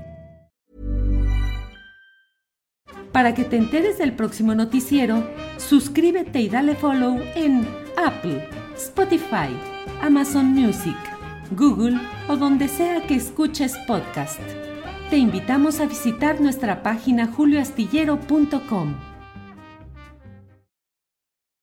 Para que te enteres del próximo noticiero, suscríbete y dale follow en Apple, Spotify, Amazon Music, Google o donde sea que escuches podcast. Te invitamos a visitar nuestra página julioastillero.com.